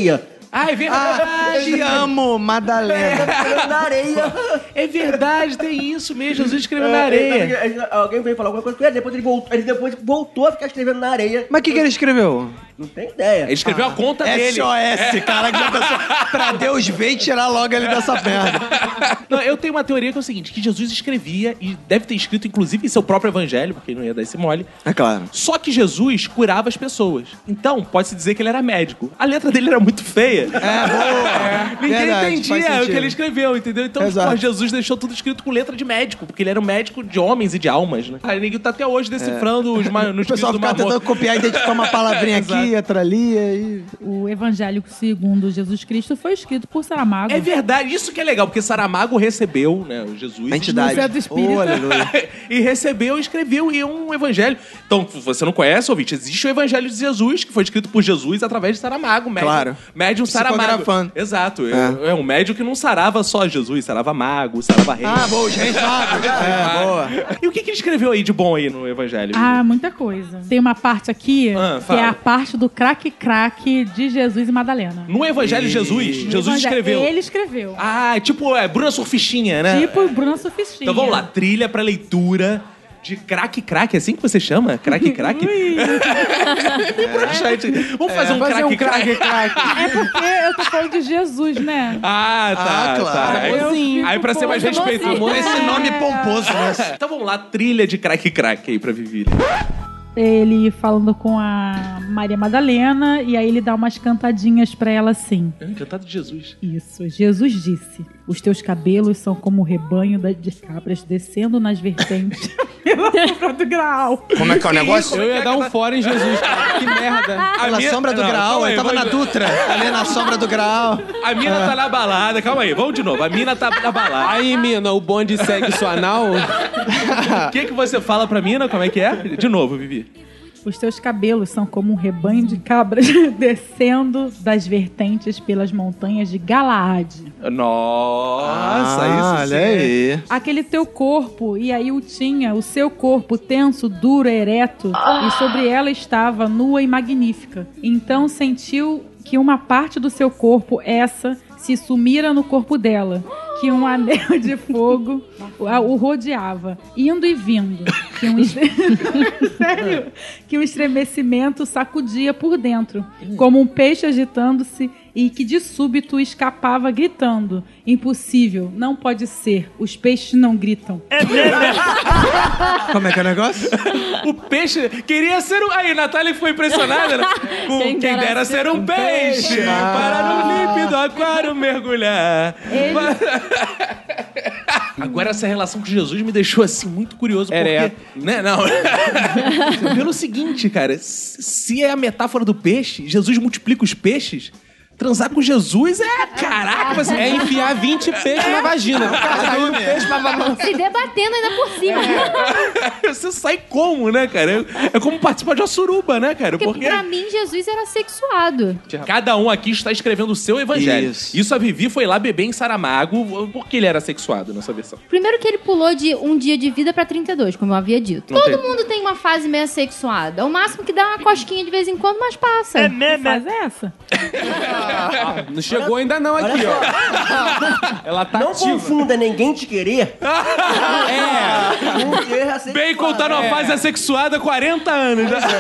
Speaker 3: Ah, é verdade.
Speaker 4: Te amo, Madalena.
Speaker 7: Na areia.
Speaker 3: É verdade, tem isso mesmo. Jesus escreveu na
Speaker 7: É,
Speaker 3: areia.
Speaker 7: ele- Alguém veio falar alguma coisa com ele, depois ele voltou, ele depois voltou a ficar escrevendo na areia.
Speaker 4: Mas o que, que ele escreveu?
Speaker 7: Não tem ideia.
Speaker 3: Ele escreveu a conta dele.
Speaker 4: S O S, cara. Que já pensou, pra Deus ver e tirar logo ele dessa merda.
Speaker 3: Não, eu tenho uma teoria que é o seguinte, que Jesus escrevia, e deve ter escrito, inclusive, em seu próprio evangelho, porque ele não ia dar esse mole.
Speaker 4: É claro.
Speaker 3: Só que Jesus curava as pessoas. Então, pode-se dizer que ele era médico. A letra dele era muito feia.
Speaker 4: É, boa.
Speaker 3: Ninguém
Speaker 4: Verdade, faz
Speaker 3: entendia o
Speaker 4: sentido.
Speaker 3: que ele escreveu, entendeu? Então,
Speaker 4: Exato.
Speaker 3: pô, Jesus deixou tudo escrito com letra de médico, porque ele era um médico de homens e de almas, né? Aí ninguém tá até hoje decifrando os ma- nos
Speaker 4: O pessoal
Speaker 3: escritos do
Speaker 4: fica
Speaker 3: Mar
Speaker 4: tentando copiar e identificar uma palavrinha aqui, outra ali, aí...
Speaker 9: O Evangelho segundo Jesus Cristo foi escrito por Saramago.
Speaker 3: É verdade, isso que é legal, porque Saramago recebeu, né, o Jesus.
Speaker 4: A entidade.
Speaker 9: Centro Espírita.
Speaker 4: Oh, aleluia.
Speaker 3: E recebeu e escreveu e é um evangelho. Então, você não conhece, ouvinte, existe o evangelho de Jesus, que foi escrito por Jesus através de Saramago. Médium,
Speaker 4: Claro.
Speaker 3: Médium Saramago.
Speaker 4: Psicografando.
Speaker 3: Exato. É. é um médium que não sarava só Jesus, sarava mago, sarava rei.
Speaker 4: Ah, boa, gente, mago. É, boa.
Speaker 3: E o que, que ele escreveu aí de bom aí no evangelho?
Speaker 9: Ah, muita coisa. Tem uma parte aqui
Speaker 3: Ah,
Speaker 9: que
Speaker 3: fala.
Speaker 9: é a parte do craque-craque de Jesus e Madalena.
Speaker 3: No evangelho de Jesus,
Speaker 9: No
Speaker 3: Jesus
Speaker 9: Evangelho-
Speaker 3: escreveu.
Speaker 9: Ele escreveu.
Speaker 3: Ah, tipo, é Bruna Surfistinha, né?
Speaker 9: Tipo Bruno Sofistinha.
Speaker 3: Então vamos lá, trilha pra leitura de craque craque, é assim que você chama? Craque craque? Vamos fazer um craque craque.
Speaker 9: É porque eu tô falando de Jesus, né?
Speaker 3: Ah, tá,
Speaker 4: Ah, claro.
Speaker 3: tá. Aí,
Speaker 9: Eu fico,
Speaker 3: aí pra ser mais
Speaker 9: pô,
Speaker 3: respeitoso.
Speaker 9: famosinho.
Speaker 4: Esse nome pomposo, né?
Speaker 3: Então vamos lá, trilha de craque craque aí pra Vivi.
Speaker 9: Ele falando com a Maria Madalena e aí ele dá umas cantadinhas pra ela assim.
Speaker 3: Cantado de Jesus.
Speaker 9: Isso, Jesus disse: os teus cabelos são como o rebanho da- de cabras descendo nas vertentes pela sombra do Graal.
Speaker 4: Como é que é o negócio?
Speaker 8: Eu ia dar um fora em Jesus, cara. Que merda.
Speaker 4: Pela
Speaker 3: minha-
Speaker 4: sombra do
Speaker 3: não,
Speaker 4: Graal,
Speaker 3: calma aí,
Speaker 4: ele tava na
Speaker 3: vamos-
Speaker 4: Dutra, ali na sombra do Graal.
Speaker 3: A mina tá na balada, calma aí, vamos de novo. A mina tá na balada.
Speaker 8: Aí, mina, o bonde segue sua anal.
Speaker 3: O que que você fala pra mina? Como é que é? De novo, Vivi.
Speaker 9: Os teus cabelos são como um rebanho de cabras descendo das vertentes pelas montanhas de Galaade.
Speaker 3: Nossa,
Speaker 4: Ah,
Speaker 3: isso
Speaker 4: olha
Speaker 3: sim.
Speaker 4: aí.
Speaker 9: Aquele teu corpo, e aí o tinha, o seu corpo tenso, duro, ereto, e sobre ela estava nua e magnífica. Então sentiu que uma parte do seu corpo, essa, se sumira no corpo dela, que um anel de fogo o o rodeava, indo e vindo, que um, estre... Sério? Que um estremecimento sacudia por dentro, como um peixe agitando-se e que de súbito escapava gritando: impossível, não pode ser, os peixes não gritam.
Speaker 4: Como é que é o negócio?
Speaker 3: O peixe queria ser um... Aí, Natália ficou impressionada, né? Com quem,
Speaker 6: Quem
Speaker 3: dera,
Speaker 6: dera
Speaker 3: ser um peixe,
Speaker 4: peixe.
Speaker 3: para no límpido aquário mergulhar.
Speaker 9: Ele-
Speaker 3: Agora essa relação com Jesus me deixou assim muito curioso porque,
Speaker 8: Ereto.
Speaker 3: né? Não. Pelo seguinte, cara, se é a metáfora do peixe, Jesus multiplica os peixes. Transar com Jesus é, caraca, você
Speaker 8: É enfiar vinte peixes na vagina.
Speaker 5: Se debatendo ainda por cima.
Speaker 3: você sai como, né, cara? É como participar de uma suruba, né, cara?
Speaker 5: Porque pra mim, Jesus era sexuado.
Speaker 3: Cada um aqui está escrevendo o seu evangelho.
Speaker 4: Isso.
Speaker 3: Isso a Vivi foi lá beber em Saramago, porque ele era sexuado nessa versão.
Speaker 5: Primeiro que ele pulou de um dia de vida pra trinta e dois, como eu havia dito.
Speaker 3: Não
Speaker 5: Todo
Speaker 3: tem-
Speaker 5: mundo tem uma fase meio sexuada. O máximo que dá uma cosquinha de vez em quando, mas passa.
Speaker 9: Que faz é essa?
Speaker 8: Não chegou ainda não aqui, ó. Ela tá
Speaker 7: Não
Speaker 8: ativa.
Speaker 7: confunda ninguém te querer.
Speaker 8: É.
Speaker 7: Com guerra sexual.
Speaker 3: Bacon tá numa
Speaker 8: É.
Speaker 3: fase assexuada há quarenta anos. Já.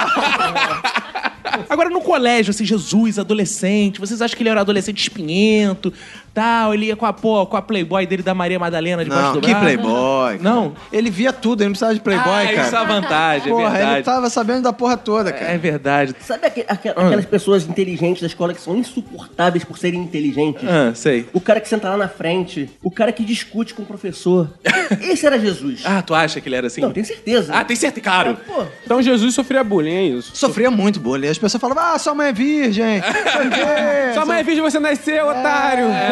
Speaker 3: Agora, no colégio, assim, Jesus, adolescente, vocês acham que ele era um adolescente espinhento, tal, ele ia com a, pô, com a Playboy dele da Maria Madalena debaixo
Speaker 4: Não,
Speaker 3: do
Speaker 4: que
Speaker 3: braço?
Speaker 4: Playboy. cara.
Speaker 3: Não?
Speaker 4: Ele via tudo, ele não precisava de Playboy,
Speaker 3: ah,
Speaker 4: cara.
Speaker 3: isso é a vantagem,
Speaker 4: Porra,
Speaker 3: é verdade.
Speaker 4: ele tava sabendo da porra toda, cara.
Speaker 3: É verdade.
Speaker 7: Sabe aque- aque- aquelas pessoas inteligentes da escola que são insuportáveis por serem inteligentes?
Speaker 3: Ah, sei.
Speaker 7: O cara que senta lá na frente, o cara que discute com o professor. Esse era Jesus.
Speaker 3: Ah, tu acha que ele era assim?
Speaker 7: Não, tenho certeza.
Speaker 3: Ah, tem certeza, claro.
Speaker 7: Pô,
Speaker 8: Então Jesus sofria bullying, é isso.
Speaker 4: Sofria muito bullying. As pessoas falavam, ah, sua mãe é virgem. Não sei o quê.
Speaker 8: Sua mãe é virgem, você nasceu, otário.
Speaker 3: É,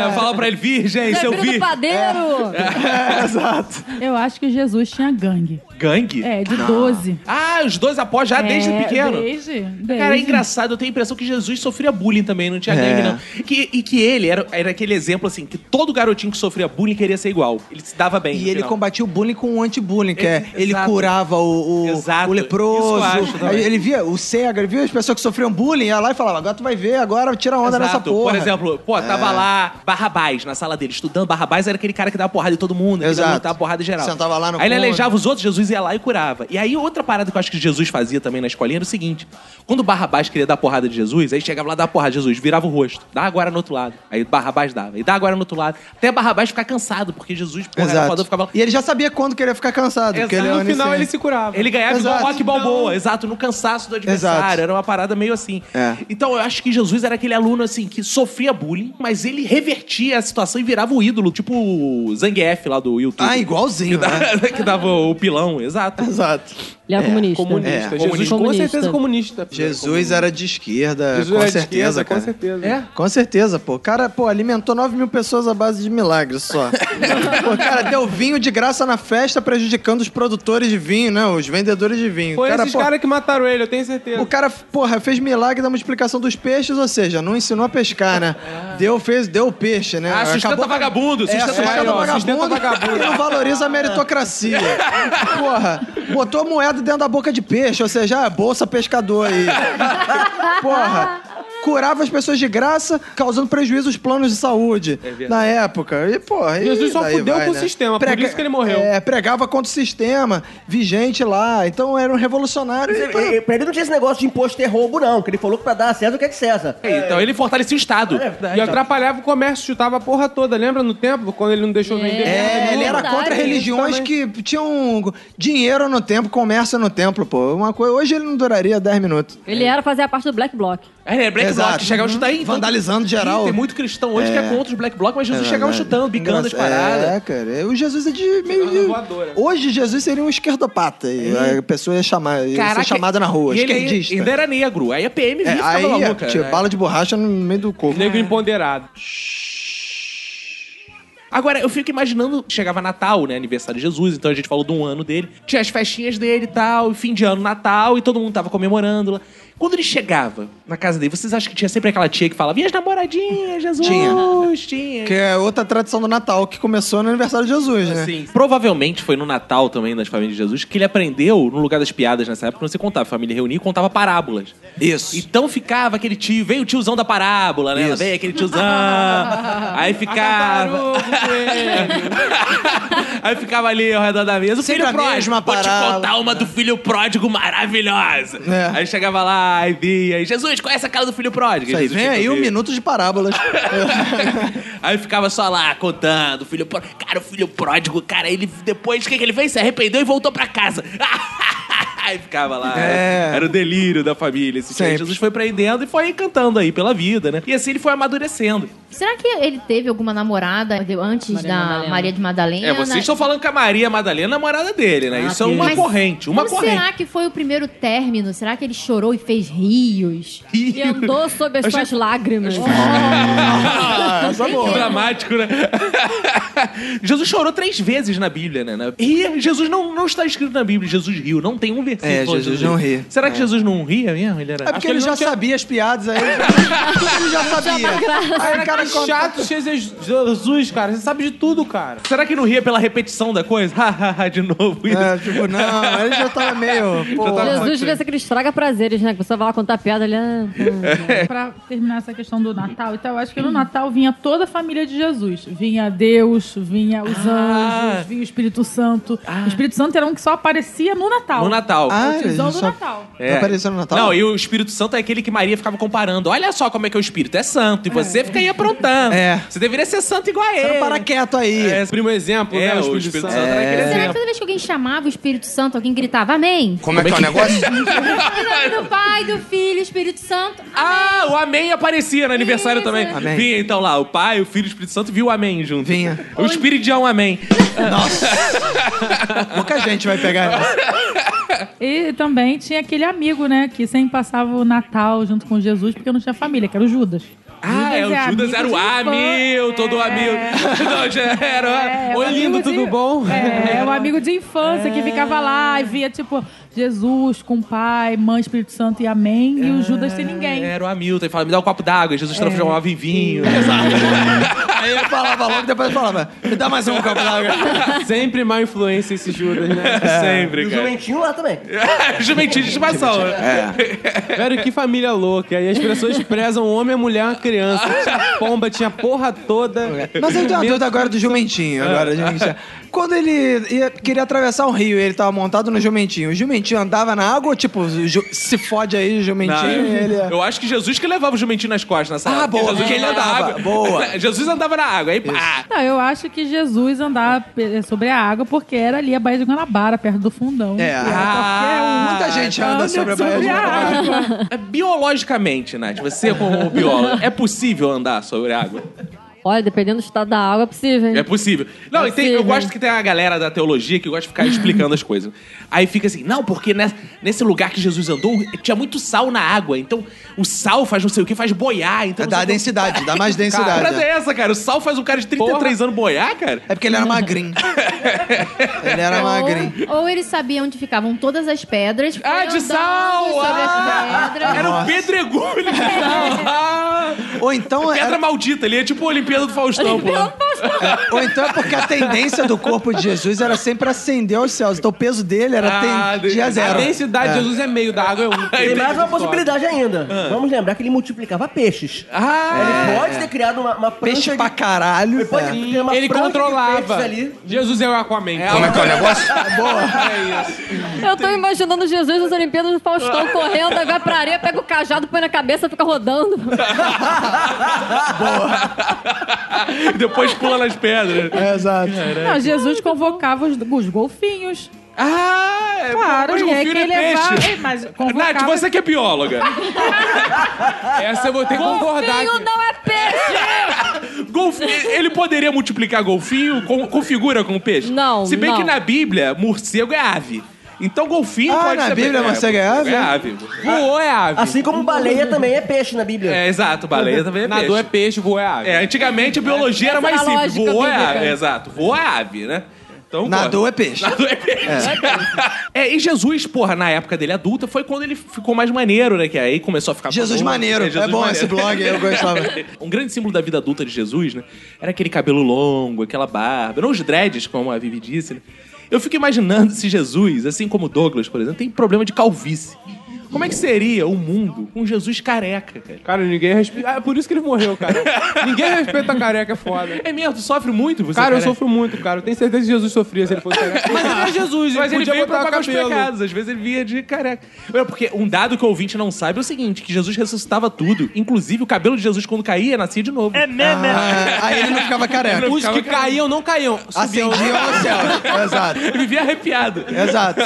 Speaker 3: É, fala pra ele, virgem,
Speaker 6: Você é
Speaker 3: seu
Speaker 6: filho do
Speaker 3: virgem.
Speaker 6: padeiro!
Speaker 4: É, exato.
Speaker 9: Eu acho que Jesus tinha gangue.
Speaker 3: Gangue?
Speaker 9: É, de doze.
Speaker 3: Ah, os dois após já desde
Speaker 9: É,
Speaker 3: pequeno?
Speaker 9: Desde, desde.
Speaker 3: Cara, é engraçado, eu tenho a impressão que Jesus sofria bullying também, não tinha
Speaker 4: É.
Speaker 3: gangue, não. Que, e que ele era, era aquele exemplo, assim, que todo garotinho que sofria bullying queria ser igual. Ele se dava bem.
Speaker 4: E
Speaker 3: no
Speaker 4: ele
Speaker 3: final.
Speaker 4: combatia o bullying com o anti-bullying, que é,
Speaker 3: Ex-
Speaker 4: ele
Speaker 3: exato.
Speaker 4: curava o, o,
Speaker 3: Exato.
Speaker 4: o leproso.
Speaker 3: Isso eu acho também.
Speaker 4: Aí ele via o cego, ele via as pessoas que sofriam bullying, ia lá e falava, agora tu vai ver, agora tira onda
Speaker 3: Exato.
Speaker 4: nessa porra.
Speaker 3: Por exemplo, pô, tava
Speaker 4: É.
Speaker 3: lá Barrabás na sala dele, estudando. Barrabás era aquele cara que dava porrada em todo mundo, que
Speaker 4: Exato.
Speaker 3: dava porrada em geral.
Speaker 4: Sentava lá no
Speaker 3: Aí ele
Speaker 4: fundo.
Speaker 3: aleijava os outros, Jesus ia lá e curava. E aí outra parada que eu acho que Jesus fazia também na escolinha era o seguinte: quando o Barrabás queria dar porrada de Jesus, aí chegava lá, dava porrada de Jesus, virava o rosto, dá agora no outro lado. Aí Barrabás dava, e dá agora no outro lado. Até Barrabás ficar cansado, porque Jesus, porra, era
Speaker 4: Exato.
Speaker 3: foda, ficava lá.
Speaker 4: E ele já sabia quando que ele ia ficar cansado. Porque ele é
Speaker 8: No final
Speaker 4: onisciente.
Speaker 8: ele se curava.
Speaker 3: Ele ganhava igual
Speaker 4: Exato.
Speaker 3: Rock Balboa, exato, no cansaço do adversário.
Speaker 4: Exato.
Speaker 3: Era uma parada meio assim.
Speaker 4: É.
Speaker 3: Então eu acho que Jesus era aquele aluno, assim, que sofria bullying, mas ele revertia a situação e virava o ídolo, tipo o Zangief lá do YouTube.
Speaker 4: Ah, igualzinho,
Speaker 3: que, dá-
Speaker 4: né?
Speaker 3: que dava o pilão, exato.
Speaker 4: Exato.
Speaker 6: Ele é, comunista.
Speaker 8: Comunista.
Speaker 4: É.
Speaker 8: Jesus
Speaker 6: Comunista.
Speaker 8: com certeza comunista.
Speaker 4: Jesus era de esquerda,
Speaker 8: Jesus
Speaker 4: com
Speaker 8: era de
Speaker 4: certeza,
Speaker 8: esquerda,
Speaker 4: cara.
Speaker 8: com certeza.
Speaker 3: É?
Speaker 4: Com certeza, pô. O cara, pô, alimentou nove mil pessoas à base de milagres só. Pô, cara, deu vinho de graça na festa, prejudicando os produtores de vinho, né? Os vendedores de vinho.
Speaker 8: Foi
Speaker 4: cara,
Speaker 8: esses
Speaker 4: pô,
Speaker 8: caras que mataram ele, eu tenho certeza.
Speaker 4: O cara, porra, fez milagre da multiplicação dos peixes, ou seja, não ensinou a pescar, né? Deu, fez, deu o peixe, né?
Speaker 3: Ah, sustenta
Speaker 4: Acabou-
Speaker 3: vagabundo,
Speaker 4: É,
Speaker 3: sustenta
Speaker 4: sustenta
Speaker 8: aí, ó,
Speaker 4: vagabundo,
Speaker 8: sustenta vagabundo.
Speaker 4: e não valoriza a meritocracia. Porra, botou moeda dentro da boca de peixe, ou seja, ah, bolsa pescador aí. Porra, curava as pessoas de graça, causando prejuízo aos planos de saúde na época. E, porra, e
Speaker 8: Jesus só
Speaker 4: daí
Speaker 8: fudeu
Speaker 4: vai,
Speaker 8: com o
Speaker 4: né?
Speaker 8: sistema, por isso que ele morreu.
Speaker 4: É, pregava contra o sistema, vigente lá. Então era um revolucionário. e, pô,
Speaker 7: E- Pra ele não tinha esse negócio de imposto e roubo, não. Que ele falou que pra dar a César o que é de César.
Speaker 3: Então ele fortalecia o Estado.
Speaker 8: E atrapalhava o comércio, chutava a porra toda. Lembra no templo, quando ele não deixou vender?
Speaker 4: É, ele era
Speaker 6: verdade,
Speaker 4: contra religiões que tinham dinheiro no templo, comércio no templo, pô. Uma coisa, hoje ele não duraria dez minutos.
Speaker 6: Ele era fazer a parte do Black Bloc.
Speaker 3: É, é Black
Speaker 4: Exato.
Speaker 3: Bloc, chegava a chutar aí. então-
Speaker 4: Vandalizando geral.
Speaker 3: Ih, tem muito cristão hoje que é contra os Black Bloc, mas Jesus chegava chutando, bicando as paradas.
Speaker 4: É, cara. O Jesus é de meio de...
Speaker 8: voadora.
Speaker 4: Hoje Jesus seria um esquerdopata. E a pessoa ia chamar, ia ser chamada na rua,
Speaker 3: e ele
Speaker 4: esquerdista.
Speaker 3: ainda era negro. Aí a P M
Speaker 4: É,
Speaker 3: vinha e ficava
Speaker 4: aí
Speaker 3: maluca.
Speaker 4: tinha
Speaker 3: É.
Speaker 4: bala de borracha no meio do corpo.
Speaker 8: Negro empoderado.
Speaker 3: Agora, eu fico imaginando, chegava Natal, né, aniversário de Jesus, então a gente falou de um ano dele, tinha as festinhas dele e tal, e fim de ano, Natal, e todo mundo tava comemorando lá. Quando ele chegava na casa dele, vocês acham que tinha sempre aquela tia que falava, e as namoradinhas, Jesus?
Speaker 4: Tinha.
Speaker 3: Tinha.
Speaker 4: Que é outra tradição do Natal, que começou no aniversário de Jesus, né?
Speaker 3: Sim. Provavelmente foi no Natal também das famílias de Jesus que ele aprendeu, no lugar das piadas nessa época, não se contava, a família reunia e contava parábolas.
Speaker 4: Isso.
Speaker 3: Então ficava aquele tio, veio o tiozão da parábola, né?
Speaker 4: Isso.
Speaker 3: Veio aquele tiozão. Aí ficava. Aí ficava ali ao redor da mesa. O
Speaker 4: Sempre
Speaker 3: filho
Speaker 4: a
Speaker 3: pródigo.
Speaker 4: mesma
Speaker 3: Vou te
Speaker 4: parábola.
Speaker 3: contar uma do filho pródigo maravilhosa.
Speaker 4: É.
Speaker 3: Aí chegava lá e via. E Jesus, conhece a cara do filho pródigo?
Speaker 4: Isso aí,
Speaker 3: Jesus
Speaker 4: vem
Speaker 3: tinha que
Speaker 4: aí um
Speaker 3: ouvir.
Speaker 4: minuto de parábolas.
Speaker 3: Aí ficava só lá contando, o filho pródigo. Cara, o filho pródigo, cara, ele depois, o que, que ele fez? Se arrependeu e voltou pra casa. Aí ficava lá.
Speaker 4: É.
Speaker 3: Era o delírio da família. Esse
Speaker 4: Sempre.
Speaker 3: aí Jesus foi prendendo e foi cantando aí pela vida, né? E assim ele foi amadurecendo.
Speaker 5: Será que ele teve alguma namorada antes
Speaker 6: Maria
Speaker 5: da
Speaker 6: Madalena.
Speaker 5: Maria de Madalena?
Speaker 3: É, vocês estão falando que a Maria Madalena é a namorada dele, né?
Speaker 7: Ah,
Speaker 3: Isso é
Speaker 7: que
Speaker 3: uma
Speaker 5: Mas
Speaker 3: corrente, uma
Speaker 5: como
Speaker 3: corrente.
Speaker 5: será que foi o primeiro término? Será que ele chorou e fez rios?
Speaker 6: E andou sob as suas lágrimas.
Speaker 4: Ah, essa boa.
Speaker 3: Dramático, né? Jesus chorou três vezes na Bíblia, né? E Jesus não, não está escrito na Bíblia. Jesus riu. Não tem um versículo.
Speaker 4: É,
Speaker 3: falando
Speaker 4: Jesus
Speaker 3: de
Speaker 4: não ri.
Speaker 3: Será que
Speaker 4: É.
Speaker 3: Jesus não ria mesmo? Ele era...
Speaker 4: É
Speaker 8: Acho
Speaker 4: porque
Speaker 8: que
Speaker 4: ele
Speaker 8: ele
Speaker 4: já
Speaker 8: não tinha-
Speaker 4: sabia as piadas aí. Tudo ele já sabia. Aí o cara conta-
Speaker 8: Chato, Jesus, cara. Você sabe de tudo, cara.
Speaker 3: Será que não ria pela repetição da coisa? Hahaha, de novo.
Speaker 4: É, tipo, não, ele já tava meio. Pô,
Speaker 6: Jesus devia ser aqueles traga-prazeres, né? Que a pessoa vai lá contar piada ali. Ah, ah.
Speaker 9: Pra terminar essa questão do Natal e tal, eu acho que no Natal vinha toda a família de Jesus. Vinha Deus, vinha os
Speaker 3: Ah.
Speaker 9: anjos, vinha o Espírito Santo. O Espírito Santo era um que só aparecia no Natal.
Speaker 3: No Natal.
Speaker 4: Ah,
Speaker 9: O tiozão
Speaker 4: ele
Speaker 9: do
Speaker 4: só-
Speaker 9: Natal.
Speaker 3: É.
Speaker 4: Apareceu no Natal?
Speaker 3: Não, e o Espírito Santo é aquele que Maria ficava comparando. Olha só como é que é o Espírito. É santo. E você fica aí aprontando.
Speaker 4: É.
Speaker 3: Você deveria ser santo igual a ele.
Speaker 4: Você não para quieto aí.
Speaker 3: É,
Speaker 8: Primo exemplo,
Speaker 3: É,
Speaker 8: né?
Speaker 3: o
Speaker 8: O Espírito,
Speaker 3: Espírito
Speaker 8: Santo.
Speaker 3: Santo era aquele
Speaker 5: Será que
Speaker 3: exemplo.
Speaker 5: toda vez que alguém chamava o Espírito Santo, alguém gritava amém?
Speaker 2: Como é que é o negócio?
Speaker 5: Em nome do Pai, do Filho, Espírito Santo.
Speaker 3: Ah, o Amém aparecia no aniversário
Speaker 5: Isso.
Speaker 3: também.
Speaker 4: Amém.
Speaker 3: Vinha então lá, o Pai, o Filho e o Espírito Santo viu o Amém junto.
Speaker 4: Vinha.
Speaker 3: O Espiridião Amém.
Speaker 4: Pouca gente vai pegar essa.
Speaker 9: E também tinha aquele amigo, né? Que sempre passava o Natal junto com Jesus porque não tinha família, que era o Judas.
Speaker 3: Ah, é, o
Speaker 9: é
Speaker 3: Judas
Speaker 9: amigo
Speaker 3: era o
Speaker 9: de
Speaker 3: Hamilton do
Speaker 9: infância.
Speaker 3: Hamilton. Não, já era.
Speaker 9: É,
Speaker 8: Oi,
Speaker 9: um
Speaker 8: lindo,
Speaker 9: amigo de-
Speaker 8: tudo bom?
Speaker 9: É, é um amigo de infância que ficava lá e via, tipo, Jesus com Pai, Mãe, Espírito Santo e Amém. E o Judas sem ninguém.
Speaker 3: Era o Hamilton. Ele fala, me dá um copo d'água. E Jesus transformava em vinho.
Speaker 4: Aí ele falava logo, depois ele falava, me dá mais um copo d'água.
Speaker 8: Sempre má influência esse Judas, né?
Speaker 3: Sempre,
Speaker 7: E o
Speaker 3: cara.
Speaker 7: jumentinho lá também.
Speaker 3: Jumentinho de estimação. né?
Speaker 8: Velho, que família louca. E as pessoas prezam o homem, a mulher, a criança. Tinha pomba, tinha porra toda.
Speaker 4: Mas eu tenho uma dúvida agora do jumentinho. Agora, jumentinho. Quando ele ia, queria atravessar um rio e ele tava montado no jumentinho, o jumentinho andava na água ou, tipo, ju- se fode aí o jumentinho
Speaker 3: Não,
Speaker 4: e ele...
Speaker 3: eu acho que Jesus que levava o jumentinho nas costas nessa
Speaker 4: Ah,
Speaker 3: época.
Speaker 4: boa,
Speaker 3: Jesus
Speaker 4: porque ele
Speaker 3: andava na
Speaker 4: andava.
Speaker 3: água.
Speaker 4: Boa.
Speaker 3: Jesus andava na água. Aí, pá.
Speaker 9: Não, eu acho que Jesus andava pe- sobre a água porque era ali a Baía de Guanabara, perto do fundão.
Speaker 4: É,
Speaker 9: E era
Speaker 3: ah,
Speaker 4: muita gente anda
Speaker 9: anda
Speaker 4: sobre a Baía de
Speaker 9: sobre a
Speaker 4: Guanabara.
Speaker 9: água.
Speaker 3: É, biologicamente, Nath, você como biólogo, é possível andar sobre água?
Speaker 6: Olha, dependendo do estado da água, é possível, hein?
Speaker 3: É possível. Não,
Speaker 6: É
Speaker 3: e tem- eu
Speaker 6: possível.
Speaker 3: gosto que tem a galera da teologia que gosta de ficar explicando as coisas. Aí fica assim, não, porque nessa- nesse lugar que Jesus andou, tinha muito sal na água. Então, o sal faz não sei o que, faz boiar. Então não
Speaker 4: Dá
Speaker 3: sei o que.
Speaker 4: densidade, dá mais
Speaker 3: Cara,
Speaker 4: densidade.
Speaker 3: parada é essa, cara? O sal faz um cara de trinta e três anos boiar, cara?
Speaker 4: É porque ele era magrinho. Ele era magrinho.
Speaker 5: Ou, ou eles sabiam onde ficavam todas as pedras. foi
Speaker 3: Ah, de
Speaker 5: andando
Speaker 3: sal!
Speaker 5: Sobre
Speaker 3: Ah!
Speaker 5: as pedras.
Speaker 3: Era o pedregulho de sal. Ah!
Speaker 4: Ou então
Speaker 3: Pedra
Speaker 4: era...
Speaker 3: maldita, ele é tipo a Olimpíada do Faustão, pô.
Speaker 4: Ou então é porque a tendência do corpo de Jesus era sempre ascender aos céus. Então o peso dele era
Speaker 3: Ah,
Speaker 4: ten... dia
Speaker 8: A
Speaker 4: zero.
Speaker 8: densidade de Jesus é meio, da água é um.
Speaker 7: Tem mais uma possibilidade ainda. Vamos lembrar que ele multiplicava peixes.
Speaker 3: Ah,
Speaker 7: Ele pode ter criado uma, uma prancha
Speaker 4: Peixe
Speaker 7: de...
Speaker 4: pra caralho.
Speaker 7: Ele pode
Speaker 4: É.
Speaker 7: ter criado uma
Speaker 8: Ele
Speaker 7: prancha de
Speaker 8: controlava.
Speaker 7: peixes ali.
Speaker 8: Jesus é o Aquaman.
Speaker 2: Como é que é o negócio?
Speaker 6: Eu tô imaginando Jesus nas Olimpíadas do Faustão correndo, aí vai pra areia, pega o cajado, põe na cabeça, fica rodando.
Speaker 3: depois pula nas pedras.
Speaker 4: É, exato.
Speaker 9: Não, Jesus convocava os, os golfinhos.
Speaker 3: Ah, é
Speaker 9: Claro,
Speaker 3: mas
Speaker 9: e aí
Speaker 3: golfinho
Speaker 9: quem
Speaker 3: não é
Speaker 9: levava...
Speaker 3: peixe.
Speaker 9: Ei, Mas convocava...
Speaker 3: Nath, você que é bióloga.
Speaker 8: Essa eu vou ter que concordar.
Speaker 6: Golfinho
Speaker 8: aqui.
Speaker 6: não é peixe!
Speaker 3: Golfinho, ele poderia multiplicar golfinho? Com- configura com peixe?
Speaker 6: Não,
Speaker 3: Se bem
Speaker 6: não.
Speaker 3: que na Bíblia, morcego é ave. Então golfinho
Speaker 4: Ah,
Speaker 3: pode
Speaker 4: na
Speaker 3: ser...
Speaker 4: Bíblia, morcego é ave?
Speaker 3: É ave.
Speaker 8: Voou é ave.
Speaker 7: Assim como baleia também é peixe na Bíblia.
Speaker 3: É, exato, baleia também é
Speaker 8: Nadou é
Speaker 3: peixe.
Speaker 8: peixe, voou é ave.
Speaker 3: É, antigamente a biologia era
Speaker 6: Essa
Speaker 3: mais
Speaker 6: era a
Speaker 3: simples.
Speaker 6: lógica
Speaker 3: Voou é
Speaker 6: bíblica.
Speaker 3: ave, exato. Voou é ave, né? Então,
Speaker 4: Nadou é peixe.
Speaker 3: Nadou é peixe. É. E Jesus, porra, na época dele adulta, foi quando ele ficou mais maneiro, né? Que aí começou a ficar...
Speaker 4: Jesus
Speaker 3: famoso.
Speaker 4: maneiro. É,
Speaker 3: Jesus
Speaker 4: bom
Speaker 3: maneiro.
Speaker 4: esse blog, eu gostava.
Speaker 3: Um grande símbolo da vida adulta de Jesus, né? Era aquele cabelo longo, aquela barba. Não os dreads, como a Vivi disse, né? Eu fico imaginando se Jesus, assim como Douglas, por exemplo, tem problema de calvície. Como é que seria o mundo com Jesus careca, cara?
Speaker 8: Cara, ninguém respeita. Ah, é por isso que ele morreu, cara. Ninguém respeita a careca, é foda.
Speaker 3: É mesmo, tu sofre muito, você
Speaker 8: Cara, eu
Speaker 3: careca?
Speaker 8: sofro muito, cara. Eu tenho certeza que Jesus sofria se ele fosse careca. Mas ele é Jesus,
Speaker 3: Mas ele
Speaker 8: podia
Speaker 3: veio pra
Speaker 8: botar
Speaker 3: pagar os
Speaker 8: cabelo.
Speaker 3: pecados. Às vezes ele via de careca. É, porque um dado que o ouvinte não sabe é o seguinte, que Jesus ressuscitava tudo. Inclusive, o cabelo de Jesus, quando caía, nascia de novo. É mesmo?
Speaker 4: Ah, aí ele não ficava careca.
Speaker 8: Os que caíam não caíam. Subiam.
Speaker 4: Acendiam ao céu. Exato.
Speaker 3: Ele vivia arrepiado.
Speaker 4: Exato.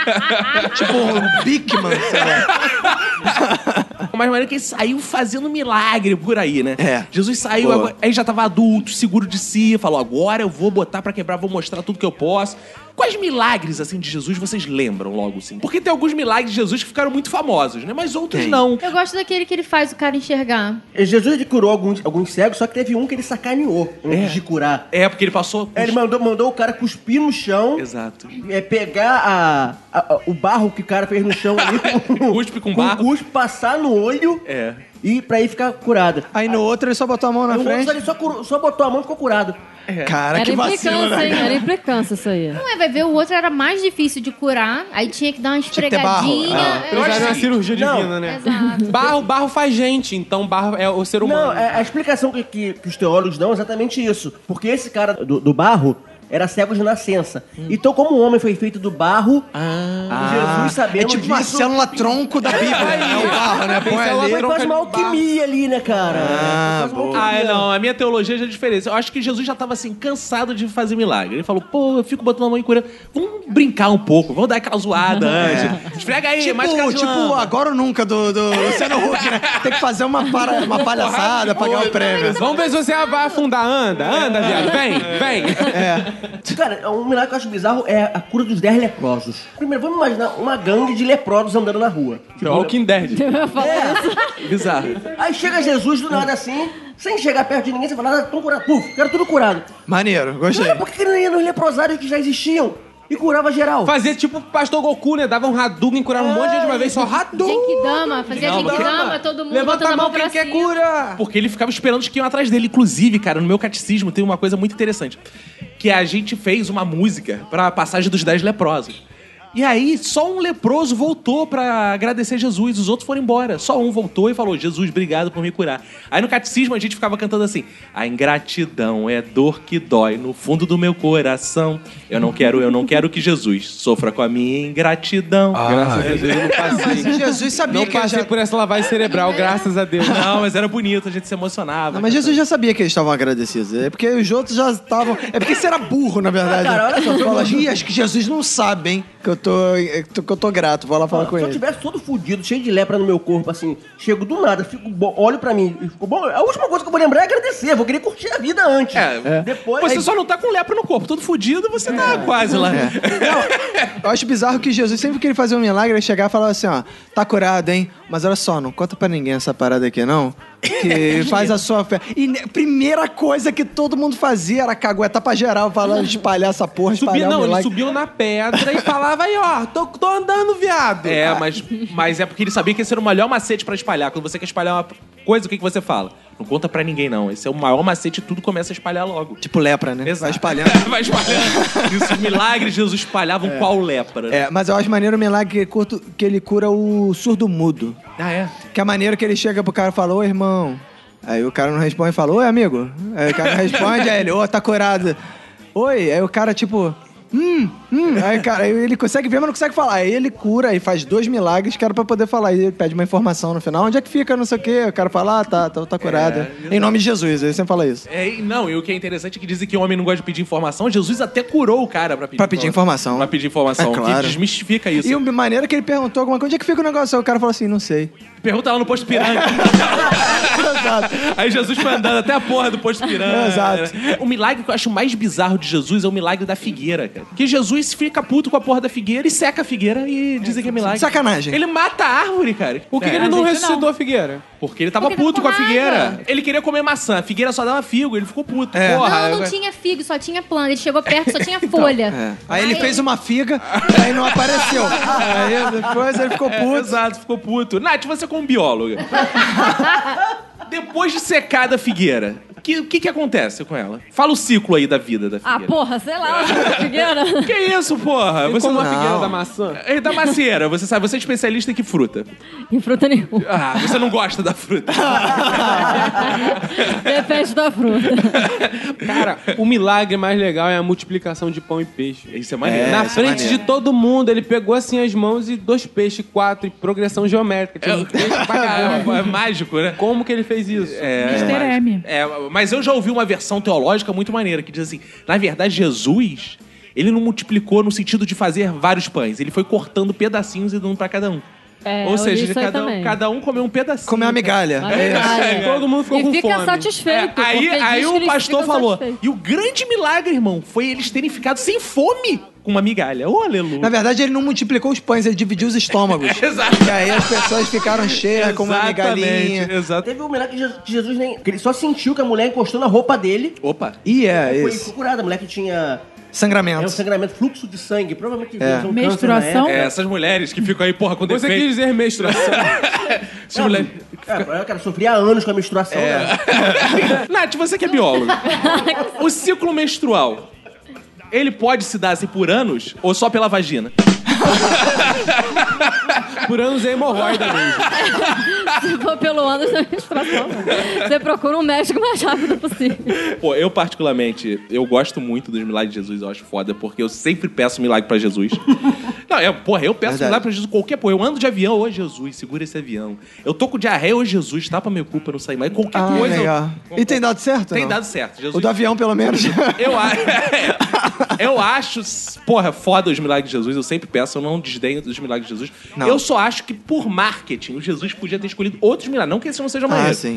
Speaker 4: Tipo um Bigman, sei lá.
Speaker 3: Mas maneiro que ele saiu fazendo milagre por aí, né?
Speaker 4: É.
Speaker 3: Jesus saiu,
Speaker 4: Boa.
Speaker 3: agora, aí já tava adulto, seguro de si, falou, agora eu vou botar pra quebrar, vou mostrar tudo que eu posso. Quais milagres, assim, de Jesus vocês lembram logo, assim? Porque tem alguns milagres de Jesus que ficaram muito famosos, né? Mas outros
Speaker 4: Tem.
Speaker 3: não.
Speaker 5: Eu gosto daquele que ele faz o cara enxergar.
Speaker 7: Jesus ele curou alguns, alguns cegos, só que teve um que ele sacaneou antes de curar.
Speaker 3: É, porque ele passou...
Speaker 7: Ele mandou, mandou o cara cuspir no chão,
Speaker 3: Exato.
Speaker 7: é, pegar a, a- a- o barro que o cara fez no chão ali, com,
Speaker 3: Cuspe com barro.
Speaker 7: cuspe, passar no olho
Speaker 3: É.
Speaker 7: e pra aí ficar curado.
Speaker 4: Aí no outro ele só botou a mão na
Speaker 7: Aí o outro
Speaker 4: frente.
Speaker 7: ele só, curou- só botou a mão e ficou curado.
Speaker 4: Cara,
Speaker 6: Era
Speaker 4: que vacilo,
Speaker 6: implicância,
Speaker 4: né?
Speaker 6: hein? Era implicância isso aí.
Speaker 5: Não é, vai ver, o outro era mais difícil de curar, aí tinha que dar uma
Speaker 4: Tinha que ter barro.
Speaker 5: esfregadinha.
Speaker 4: Ah.
Speaker 5: é.
Speaker 8: Eu acho uma cirurgia
Speaker 7: Não.
Speaker 8: divina, né?
Speaker 5: Exato.
Speaker 8: Barro, barro faz gente, então barro é o ser humano.
Speaker 7: Não, é, a explicação que, que- que os teólogos dão é exatamente isso. Porque esse cara do, do barro era cego de nascença. Então, como o homem foi feito do barro, Jesus, sabendo
Speaker 4: É tipo uma
Speaker 7: disso,
Speaker 4: célula tronco da Bíblia. É o barro, né? Põe
Speaker 8: célula
Speaker 4: ali.
Speaker 7: foi quase uma alquimia ali, né, cara?
Speaker 4: Ah,
Speaker 7: Foi quase uma
Speaker 4: boa.
Speaker 3: Ah,
Speaker 7: alquimia.
Speaker 3: é, não, a minha teologia já é diferente. Eu acho que Jesus já tava assim, cansado de fazer milagre. Ele falou, pô, eu fico botando a mão em cura. Vamos brincar um pouco, vamos dar aquela zoada antes. Esfrega aí, mais
Speaker 4: Tipo,
Speaker 3: casual.
Speaker 4: tipo, agora ou nunca do, do Luciano Huck, né? Tem que fazer uma, para, uma palhaçada pra ganhar o prêmio.
Speaker 8: Vamos ver se você vai afundar. Anda, anda, viado. Vem, vem.
Speaker 7: Cara, um milagre que eu acho bizarro é a cura dos dez leprosos. Primeiro, vamos imaginar uma gangue de leprosos andando na rua.
Speaker 8: The Walking Dead.
Speaker 7: É.
Speaker 3: Bizarro.
Speaker 7: Aí chega Jesus do nada assim, sem chegar perto de ninguém, você fala, ah, tão curado. Puf, quero tudo curado.
Speaker 4: Maneiro, gostei.
Speaker 7: Não, por que ele não ia nos leprosários que já existiam e curava geral?
Speaker 8: Fazia tipo o Pastor Goku, né? Dava um Hadouken, curava um monte de gente de uma vez, só Hadouken.
Speaker 5: Genkidama, fazia
Speaker 3: Não,
Speaker 5: Genkidama, todo mundo
Speaker 8: Levanta
Speaker 5: botando
Speaker 8: a mão
Speaker 5: pra
Speaker 8: quem quer
Speaker 5: cima.
Speaker 8: cura.
Speaker 3: Porque ele ficava esperando os que iam atrás dele. Inclusive, cara, no meu catecismo tem uma coisa muito interessante. Que a gente fez uma música pra passagem dos dez leprosos. E aí, só um leproso voltou pra agradecer Jesus, os outros foram embora. Só um voltou e falou, Jesus, obrigado por me curar. Aí no catecismo a gente ficava cantando assim, a ingratidão é dor que dói no fundo do meu coração. Eu não quero, eu não quero que Jesus sofra com a minha ingratidão.
Speaker 8: Graças a Deus, eu não passei.
Speaker 4: Jesus sabia
Speaker 8: Não
Speaker 4: que ele
Speaker 8: passei
Speaker 4: já...
Speaker 8: por essa lavagem cerebral, graças a Deus.
Speaker 3: Não, mas era bonito, a gente se emocionava.
Speaker 4: Não, mas Jesus já sabia que eles estavam agradecidos. É porque os outros já estavam... É porque você era burro, na verdade.
Speaker 7: Ah, cara, olha só,
Speaker 4: Você fala, Ih, acho que Jesus não sabe, hein? Que eu tô, que eu tô grato. Vou lá falar com
Speaker 7: Se eu
Speaker 4: ele.
Speaker 7: tivesse todo fudido, cheio de lepra no meu corpo, assim, chego do nada, fico bom, olho pra mim e fico bom. A última coisa que eu vou lembrar é agradecer. Vou querer curtir a vida antes.
Speaker 3: É.
Speaker 7: Depois.
Speaker 3: Você
Speaker 7: aí-
Speaker 3: só não tá com lepra no corpo, todo fudido, você tá quase lá.
Speaker 4: Eu acho bizarro que Jesus, sempre que ele fazia um milagre, ele chegava e falava assim, ó, tá curado, hein? Mas olha só, não conta pra ninguém essa parada aqui, não. Que faz a sua fé. E ne- primeira coisa que todo mundo fazia era caguetar pra geral, falando, espalhar essa porra,
Speaker 8: Subia,
Speaker 4: espalhar o
Speaker 8: não, ele
Speaker 4: milagre.
Speaker 8: subiu na pedra e falava aí, ó, tô, tô andando, viado.
Speaker 3: É, mas, mas é porque ele sabia que esse era o melhor macete pra espalhar. Quando você quer espalhar uma coisa, o que, que você fala? Não conta pra ninguém, não. Esse é o maior macete e tudo começa a espalhar logo.
Speaker 4: Tipo lepra, né?
Speaker 3: Exato.
Speaker 4: Vai espalhando.
Speaker 3: Vai espalhando. Isso, os milagres Jesus espalhavam qual lepra.
Speaker 4: É, mas eu acho maneiro o milagre que ele, curto- que ele cura o surdo-mudo.
Speaker 3: Ah, é?
Speaker 4: Que é maneiro que ele chega pro cara e fala, ô, irmão. Aí o cara não responde e fala, oi, amigo. Aí o cara não responde, aí ele, ô, tá curado. Oi, aí o cara, tipo, hum, hum. Aí, cara, aí ele consegue ver, mas não consegue falar. Aí ele cura e faz dois milagres que era pra poder falar. Aí ele pede uma informação no final, onde é que fica, não sei o quê. O cara fala, ah, tá, tá, tá curado. Em nome de Jesus, ele sempre fala isso.
Speaker 3: É, e não, e o que é interessante é que dizem que o homem não gosta de pedir informação. Jesus até curou o cara pra pedir
Speaker 4: Pra pedir informação.
Speaker 3: Pra pedir informação,
Speaker 4: É claro.
Speaker 3: que desmistifica isso.
Speaker 4: E o maneiro é que ele perguntou alguma coisa, onde é que fica o negócio? Aí o cara falou assim, não sei.
Speaker 3: Pergunta lá no posto piranga.
Speaker 4: Exato.
Speaker 3: Aí Jesus foi andando até a porra do posto piranga.
Speaker 4: Exato.
Speaker 3: O milagre que eu acho mais bizarro de Jesus é o milagre da figueira, cara. Que Jesus fica puto com a porra da figueira e seca a figueira e dizem que é milagre.
Speaker 4: Sacanagem.
Speaker 3: Ele mata a árvore, cara.
Speaker 8: Por que,
Speaker 3: É.
Speaker 8: que ele não
Speaker 9: A gente
Speaker 8: ressuscitou
Speaker 9: não.
Speaker 8: a figueira?
Speaker 3: Porque ele tava
Speaker 5: Porque
Speaker 3: puto
Speaker 5: ele
Speaker 3: com a
Speaker 5: ficou
Speaker 3: figueira.
Speaker 5: raiva.
Speaker 3: Ele queria comer maçã. A figueira só dava figo. Ele ficou puto.
Speaker 4: É.
Speaker 3: Porra.
Speaker 5: Não, não tinha figo, só tinha planta. Ele chegou perto, só tinha folha.
Speaker 4: É. Aí ele fez uma figa, aí não apareceu. Aí depois ele ficou puto.
Speaker 3: Exato, ficou puto. Nath, você como bióloga. Depois de secada a figueira, o que, que, que acontece com ela? Fala o ciclo aí da vida da
Speaker 6: Ah,
Speaker 3: figueira.
Speaker 6: porra, sei lá, figueira.
Speaker 3: Que isso, porra?
Speaker 8: Ele
Speaker 3: Você
Speaker 8: como
Speaker 3: não...
Speaker 8: a figueira
Speaker 4: Não.
Speaker 8: da maçã.
Speaker 3: É da macieira, você sabe, você é especialista em que fruta?
Speaker 6: Em fruta nenhuma.
Speaker 3: Ah, você não gosta da fruta.
Speaker 6: Depende da fruta.
Speaker 8: Cara, o milagre mais legal é a multiplicação de pão e peixe.
Speaker 3: Isso é maneiro.
Speaker 8: Na
Speaker 3: Isso é
Speaker 8: frente
Speaker 3: maneiro.
Speaker 8: de todo mundo, ele pegou assim as mãos e dois peixes, quatro, e progressão geométrica. Tinha muito peixe pra caramba.
Speaker 3: É, é mágico, né?
Speaker 8: Como que ele fez isso?
Speaker 3: É,
Speaker 9: mister
Speaker 3: é,
Speaker 9: M.
Speaker 3: é, mas eu já ouvi uma versão teológica muito maneira, que diz assim, na verdade, Jesus, ele não multiplicou no sentido de fazer vários pães, ele foi cortando pedacinhos e dando pra cada um.
Speaker 6: É,
Speaker 3: Ou
Speaker 6: eu
Speaker 3: seja,
Speaker 6: li isso aí
Speaker 3: cada, um,
Speaker 6: também.
Speaker 3: cada um comeu um pedacinho.
Speaker 4: Comeu uma migalha.
Speaker 6: Uma
Speaker 4: É.
Speaker 6: migalha.
Speaker 8: Todo mundo ficou
Speaker 6: e
Speaker 8: com
Speaker 6: fica
Speaker 8: fome.
Speaker 6: satisfeito.
Speaker 3: É, aí
Speaker 6: porque
Speaker 3: aí
Speaker 6: diz que
Speaker 3: o
Speaker 6: ele
Speaker 3: pastor
Speaker 6: fica
Speaker 3: falou,
Speaker 6: satisfeito.
Speaker 3: e o grande milagre, irmão, foi eles terem ficado sem fome com uma migalha. Ô, aleluia.
Speaker 4: Na verdade, ele não multiplicou os pães, ele dividiu os estômagos.
Speaker 3: Exato.
Speaker 4: E aí as pessoas ficaram cheias com uma migalhinha.
Speaker 3: Exato.
Speaker 7: Teve um milagre que Jesus- que Jesus nem. Que ele só sentiu que a mulher encostou na roupa dele.
Speaker 3: Opa.
Speaker 4: E é
Speaker 7: E foi,
Speaker 4: isso.
Speaker 7: ficou curada. A mulher que tinha. É um
Speaker 4: Sangramento.
Speaker 7: sangramento, fluxo de sangue. Provavelmente
Speaker 4: É.
Speaker 7: um câncer
Speaker 9: Menstruação?
Speaker 7: na
Speaker 3: É,
Speaker 7: época.
Speaker 3: essas mulheres que ficam aí, porra, com
Speaker 8: Você
Speaker 3: defeito.
Speaker 8: quis dizer menstruação.
Speaker 3: Essas mulheres...
Speaker 7: É, cara, sofria há anos com a menstruação, né?
Speaker 3: Nath, você que é biólogo. O ciclo menstrual, ele pode se dar assim por anos ou só pela vagina?
Speaker 8: Por anos é hemorroida mesmo.
Speaker 6: Se for pelo ânus da menstruação, você procura um médico o mais rápido possível.
Speaker 3: Pô, eu particularmente, eu gosto muito dos milagres de Jesus, eu acho foda, porque eu sempre peço milagre pra Jesus. Não, é, porra, eu peço
Speaker 4: Verdade.
Speaker 3: milagre pra Jesus qualquer, pô, eu ando de avião, ô Jesus, segura esse avião. Eu tô com diarreia, ô Jesus, tapa meu cu pra não sair mais, qualquer
Speaker 4: Ah,
Speaker 3: coisa. eu-
Speaker 4: legal. E tem dado certo?
Speaker 3: Tem
Speaker 4: não?
Speaker 3: dado certo, Jesus.
Speaker 4: O do avião, pelo menos.
Speaker 3: Eu, a... eu acho, porra, foda os milagres de Jesus. Eu sempre peço, eu não desdenho dos milagres de Jesus.
Speaker 4: Não.
Speaker 3: Eu só acho que por marketing o Jesus podia ter escolhido outros milagres. Não que esse não seja maneiro.
Speaker 4: Ah, sim.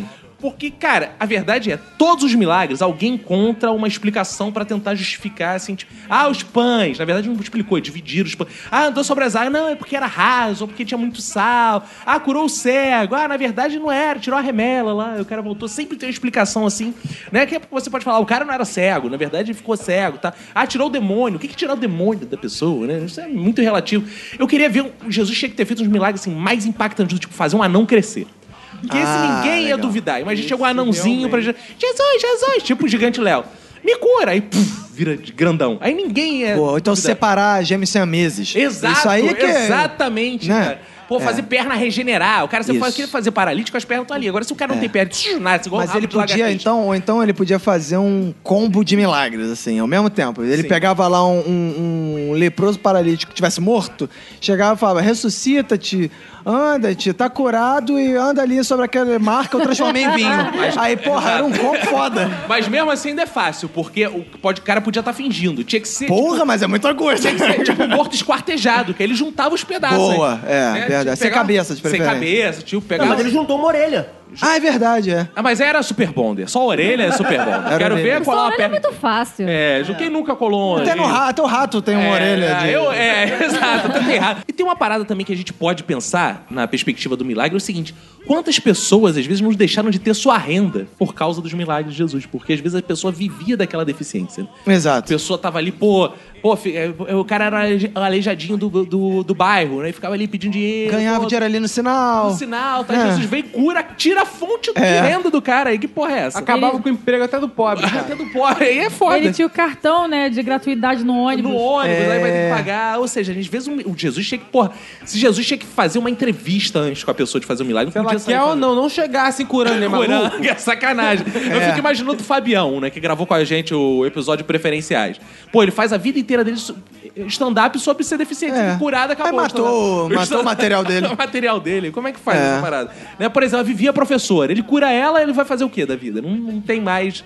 Speaker 3: Porque, cara, a verdade é, todos os milagres, alguém encontra uma explicação pra tentar justificar, assim, tipo, ah, os pães, na verdade não explicou, dividiram os pães. Ah, andou sobre as águas, não, é porque era raso, ou porque tinha muito sal. Ah, curou o cego. Ah, na verdade não era, tirou a remela lá, o cara voltou. Sempre tem uma explicação assim, né? Que você pode falar, o cara não era cego, na verdade ele ficou cego, tá? Ah, tirou o demônio. O que que tirar o demônio da pessoa, né? Isso é muito relativo. Eu queria ver, um, Jesus tinha que ter feito uns milagres, assim, mais impactantes, tipo, fazer um anão crescer. Porque esse
Speaker 4: Ah,
Speaker 3: ninguém ia
Speaker 4: legal.
Speaker 3: duvidar. Imagina, chega um anãozinho pra Jesus, Jesus, Jesus, tipo o gigante Léo. Me cura! Aí, puf, vira de grandão. Aí ninguém ia
Speaker 4: Pô, então
Speaker 3: duvidar.
Speaker 4: separar gêmeos siameses.
Speaker 3: Exato,
Speaker 4: Isso aí é que é-
Speaker 3: exatamente,
Speaker 4: né?
Speaker 3: cara. Pô, fazer
Speaker 4: É.
Speaker 3: perna regenerar. O cara, você
Speaker 4: Isso.
Speaker 3: faz, queria fazer paralítico, as pernas estão ali. Agora, se o cara não tem perna, tch, nasce igual
Speaker 4: Mas
Speaker 3: rabo
Speaker 4: ele
Speaker 3: de
Speaker 4: podia,
Speaker 3: lagartixa.
Speaker 4: então, ou então ele podia fazer um combo de milagres, assim, ao mesmo tempo. Ele
Speaker 3: Sim.
Speaker 4: pegava lá um, um- um leproso paralítico que tivesse morto, chegava e falava, ressuscita-te, anda-te, tá curado e anda ali sobre aquela marca, eu transformei em vinho. Aí, porra, era um combo foda.
Speaker 3: Mas mesmo assim ainda é fácil, porque o, pode, o cara podia estar fingindo. Tinha que ser...
Speaker 4: Porra, mas é muita coisa.
Speaker 3: Tinha que ser tipo um morto esquartejado, que aí ele juntava os pedaços.
Speaker 4: Boa,
Speaker 3: aí,
Speaker 4: é,
Speaker 3: né?
Speaker 4: verdade.
Speaker 3: Tipo,
Speaker 4: Sem
Speaker 3: pegava-
Speaker 4: cabeça, de
Speaker 3: Sem
Speaker 4: preferência.
Speaker 3: cabeça, tipo,
Speaker 7: Não,
Speaker 3: pegava...
Speaker 7: mas ele juntou uma orelha.
Speaker 4: Ah, é verdade, é.
Speaker 3: Ah, mas era Super Bonder. Só a orelha é Super Bonder.
Speaker 4: Era
Speaker 3: Quero
Speaker 4: orelha.
Speaker 3: ver colar uma
Speaker 6: Olha, é
Speaker 3: perna...
Speaker 6: muito fácil.
Speaker 3: É, quem nunca colou...
Speaker 4: Até, no rato, até o rato tem uma
Speaker 3: É,
Speaker 4: orelha de...
Speaker 3: eu- é, exato, até tem errado. E tem uma parada também que a gente pode pensar, na perspectiva do milagre, é o seguinte: quantas pessoas, às vezes, não deixaram de ter sua renda por causa dos milagres de Jesus? Porque, às vezes, a pessoa vivia daquela deficiência. A
Speaker 4: Exato.
Speaker 3: pessoa tava ali, pô, pô, fi- é, o cara era aleijadinho do, do, do bairro, né? E ficava ali pedindo dinheiro.
Speaker 4: Ganhava
Speaker 3: pô,
Speaker 4: dinheiro ali no sinal.
Speaker 3: no sinal, tá?
Speaker 4: É.
Speaker 3: Jesus vem, cura, tira a fonte
Speaker 4: É.
Speaker 3: de renda do cara aí. Que porra é essa?
Speaker 8: Acabava com o emprego até do pobre, cara.
Speaker 3: Até do pobre. Aí é foda.
Speaker 9: Ele tinha o cartão, né, de gratuidade no ônibus.
Speaker 3: No ônibus, aí vai ter
Speaker 4: É.
Speaker 3: que pagar. Ou seja, às vezes o Jesus tinha que, porra, se Jesus tinha que fazer uma entrevista antes com a pessoa de fazer o milagre,
Speaker 8: Se
Speaker 3: não
Speaker 8: ela
Speaker 3: podia sair
Speaker 8: quer ou
Speaker 3: fazendo.
Speaker 8: não, não chegar assim curando, né, maluco?
Speaker 3: Curando, é sacanagem. Eu
Speaker 4: É.
Speaker 3: fico imaginando o Fabião, né, que gravou com a gente o episódio Preferenciais. Pô, ele faz a vida inteira dele so- stand-up sobre ser deficiente.
Speaker 4: É.
Speaker 3: É. Curado, acabou.
Speaker 4: Aí matou-
Speaker 3: stand-up.
Speaker 4: matou o material dele.
Speaker 3: o material dele. Como é que faz
Speaker 4: É.
Speaker 3: essa parada? Né, por exemplo, a Vivi é professora. Ele cura ela, ele vai fazer o quê da vida? Não, não tem mais...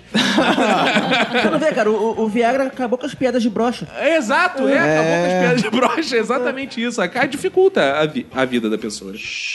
Speaker 7: Você não vê, cara, o, o Viagra acabou com as piadas de brocha.
Speaker 3: Exato, é. Acabou com as piadas de brocha. É exatamente isso. A cara dificulta a, vi- a vida da pessoa.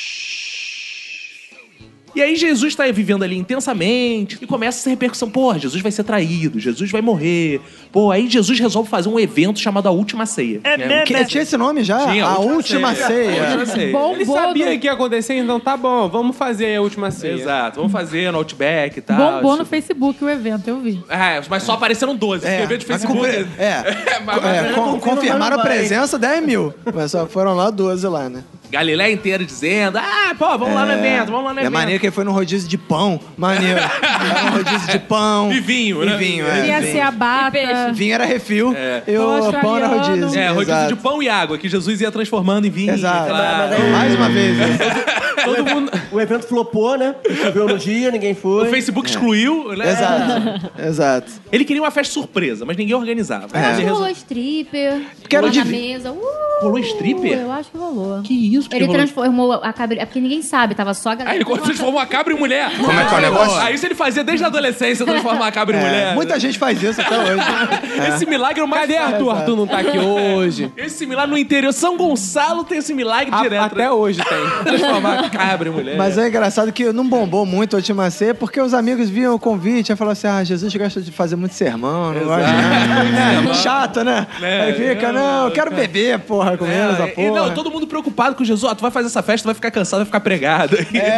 Speaker 3: E aí Jesus tá vivendo ali intensamente e começa essa repercussão. Pô, Jesus vai ser traído, Jesus vai morrer. Pô, aí Jesus resolve fazer um evento chamado A Última Ceia. É,
Speaker 4: Que, tinha esse nome já?
Speaker 3: Tinha,
Speaker 4: a última ceia.
Speaker 3: A Última Ceia.
Speaker 9: Bom,
Speaker 8: Ele
Speaker 9: Bombou
Speaker 8: sabia
Speaker 9: no-
Speaker 8: que ia acontecer, então tá bom, vamos fazer a última ceia.
Speaker 3: Exato, vamos fazer no Outback e tal.
Speaker 9: Bombou
Speaker 3: Isso-
Speaker 9: no Facebook o evento, eu vi.
Speaker 3: É, mas só apareceram doze.
Speaker 4: É,
Speaker 3: porque evento de
Speaker 4: mas
Speaker 3: Facebook...
Speaker 4: cumpri- é,
Speaker 3: mas- mas-
Speaker 4: é, con- confirmaram a
Speaker 7: vai.
Speaker 4: presença dez mil. Mas só foram lá doze lá, né?
Speaker 3: Galileia inteira dizendo, ah, pô, vamos lá no evento, vamos lá no
Speaker 4: É
Speaker 3: evento.
Speaker 4: maneiro que ele foi no rodízio de pão. Maneiro. Era um rodízio de pão.
Speaker 3: E vinho, né?
Speaker 4: E vinho, é.
Speaker 9: Ia
Speaker 4: vinho.
Speaker 9: ser a bata.
Speaker 6: E peixe.
Speaker 4: Vinho era refil e o
Speaker 9: Pão
Speaker 4: pão era
Speaker 9: australiano.
Speaker 4: rodízio.
Speaker 3: É, rodízio
Speaker 4: Exato.
Speaker 3: de pão e água, que Jesus ia transformando em vinho.
Speaker 4: Exato.
Speaker 3: Claro.
Speaker 4: Mais uma vez. né?
Speaker 7: Todo mundo... O evento flopou, né? Choveu no dia, ninguém foi.
Speaker 3: O Facebook excluiu, né?
Speaker 4: Exato. Exato.
Speaker 3: Ele queria uma festa surpresa, mas ninguém organizava.
Speaker 5: Eu
Speaker 3: Ele
Speaker 5: acho que
Speaker 3: resol-
Speaker 5: rolou stripper.
Speaker 4: Porque era
Speaker 5: lá
Speaker 4: de
Speaker 5: na
Speaker 4: vi-
Speaker 5: mesa. Uh,
Speaker 3: Rolou stripper?
Speaker 5: Eu acho que rolou.
Speaker 3: Que isso que
Speaker 5: Ele
Speaker 3: rolou?
Speaker 5: transformou a cabra... É porque ninguém sabe, tava só a galera...
Speaker 3: Aí ele transformou a cabra em mulher.
Speaker 4: Como é que é o negócio?
Speaker 3: Aí isso ele fazia desde a adolescência, transformar a cabra em
Speaker 4: É,
Speaker 3: mulher.
Speaker 4: muita gente faz isso até hoje.
Speaker 3: Esse milagre é o mais
Speaker 8: Cadê Arthur? Arthur não tá aqui hoje.
Speaker 3: Esse milagre no interior. São Gonçalo tem esse milagre
Speaker 8: A-
Speaker 3: direto.
Speaker 8: até hoje tem.
Speaker 3: Transformar a cabra em mulher.
Speaker 4: Mas é engraçado que não bombou muito a última ceia porque os amigos viam o convite e falaram assim: ah, Jesus gosta de fazer muito sermão, não gosta de é, chato, né?
Speaker 3: É,
Speaker 4: Aí fica, não, eu quero beber, porra, com menos a
Speaker 3: É, e
Speaker 4: porra.
Speaker 3: não, todo mundo preocupado com Jesus. Ó, tu vai fazer essa festa, tu vai ficar cansado, vai ficar pregado.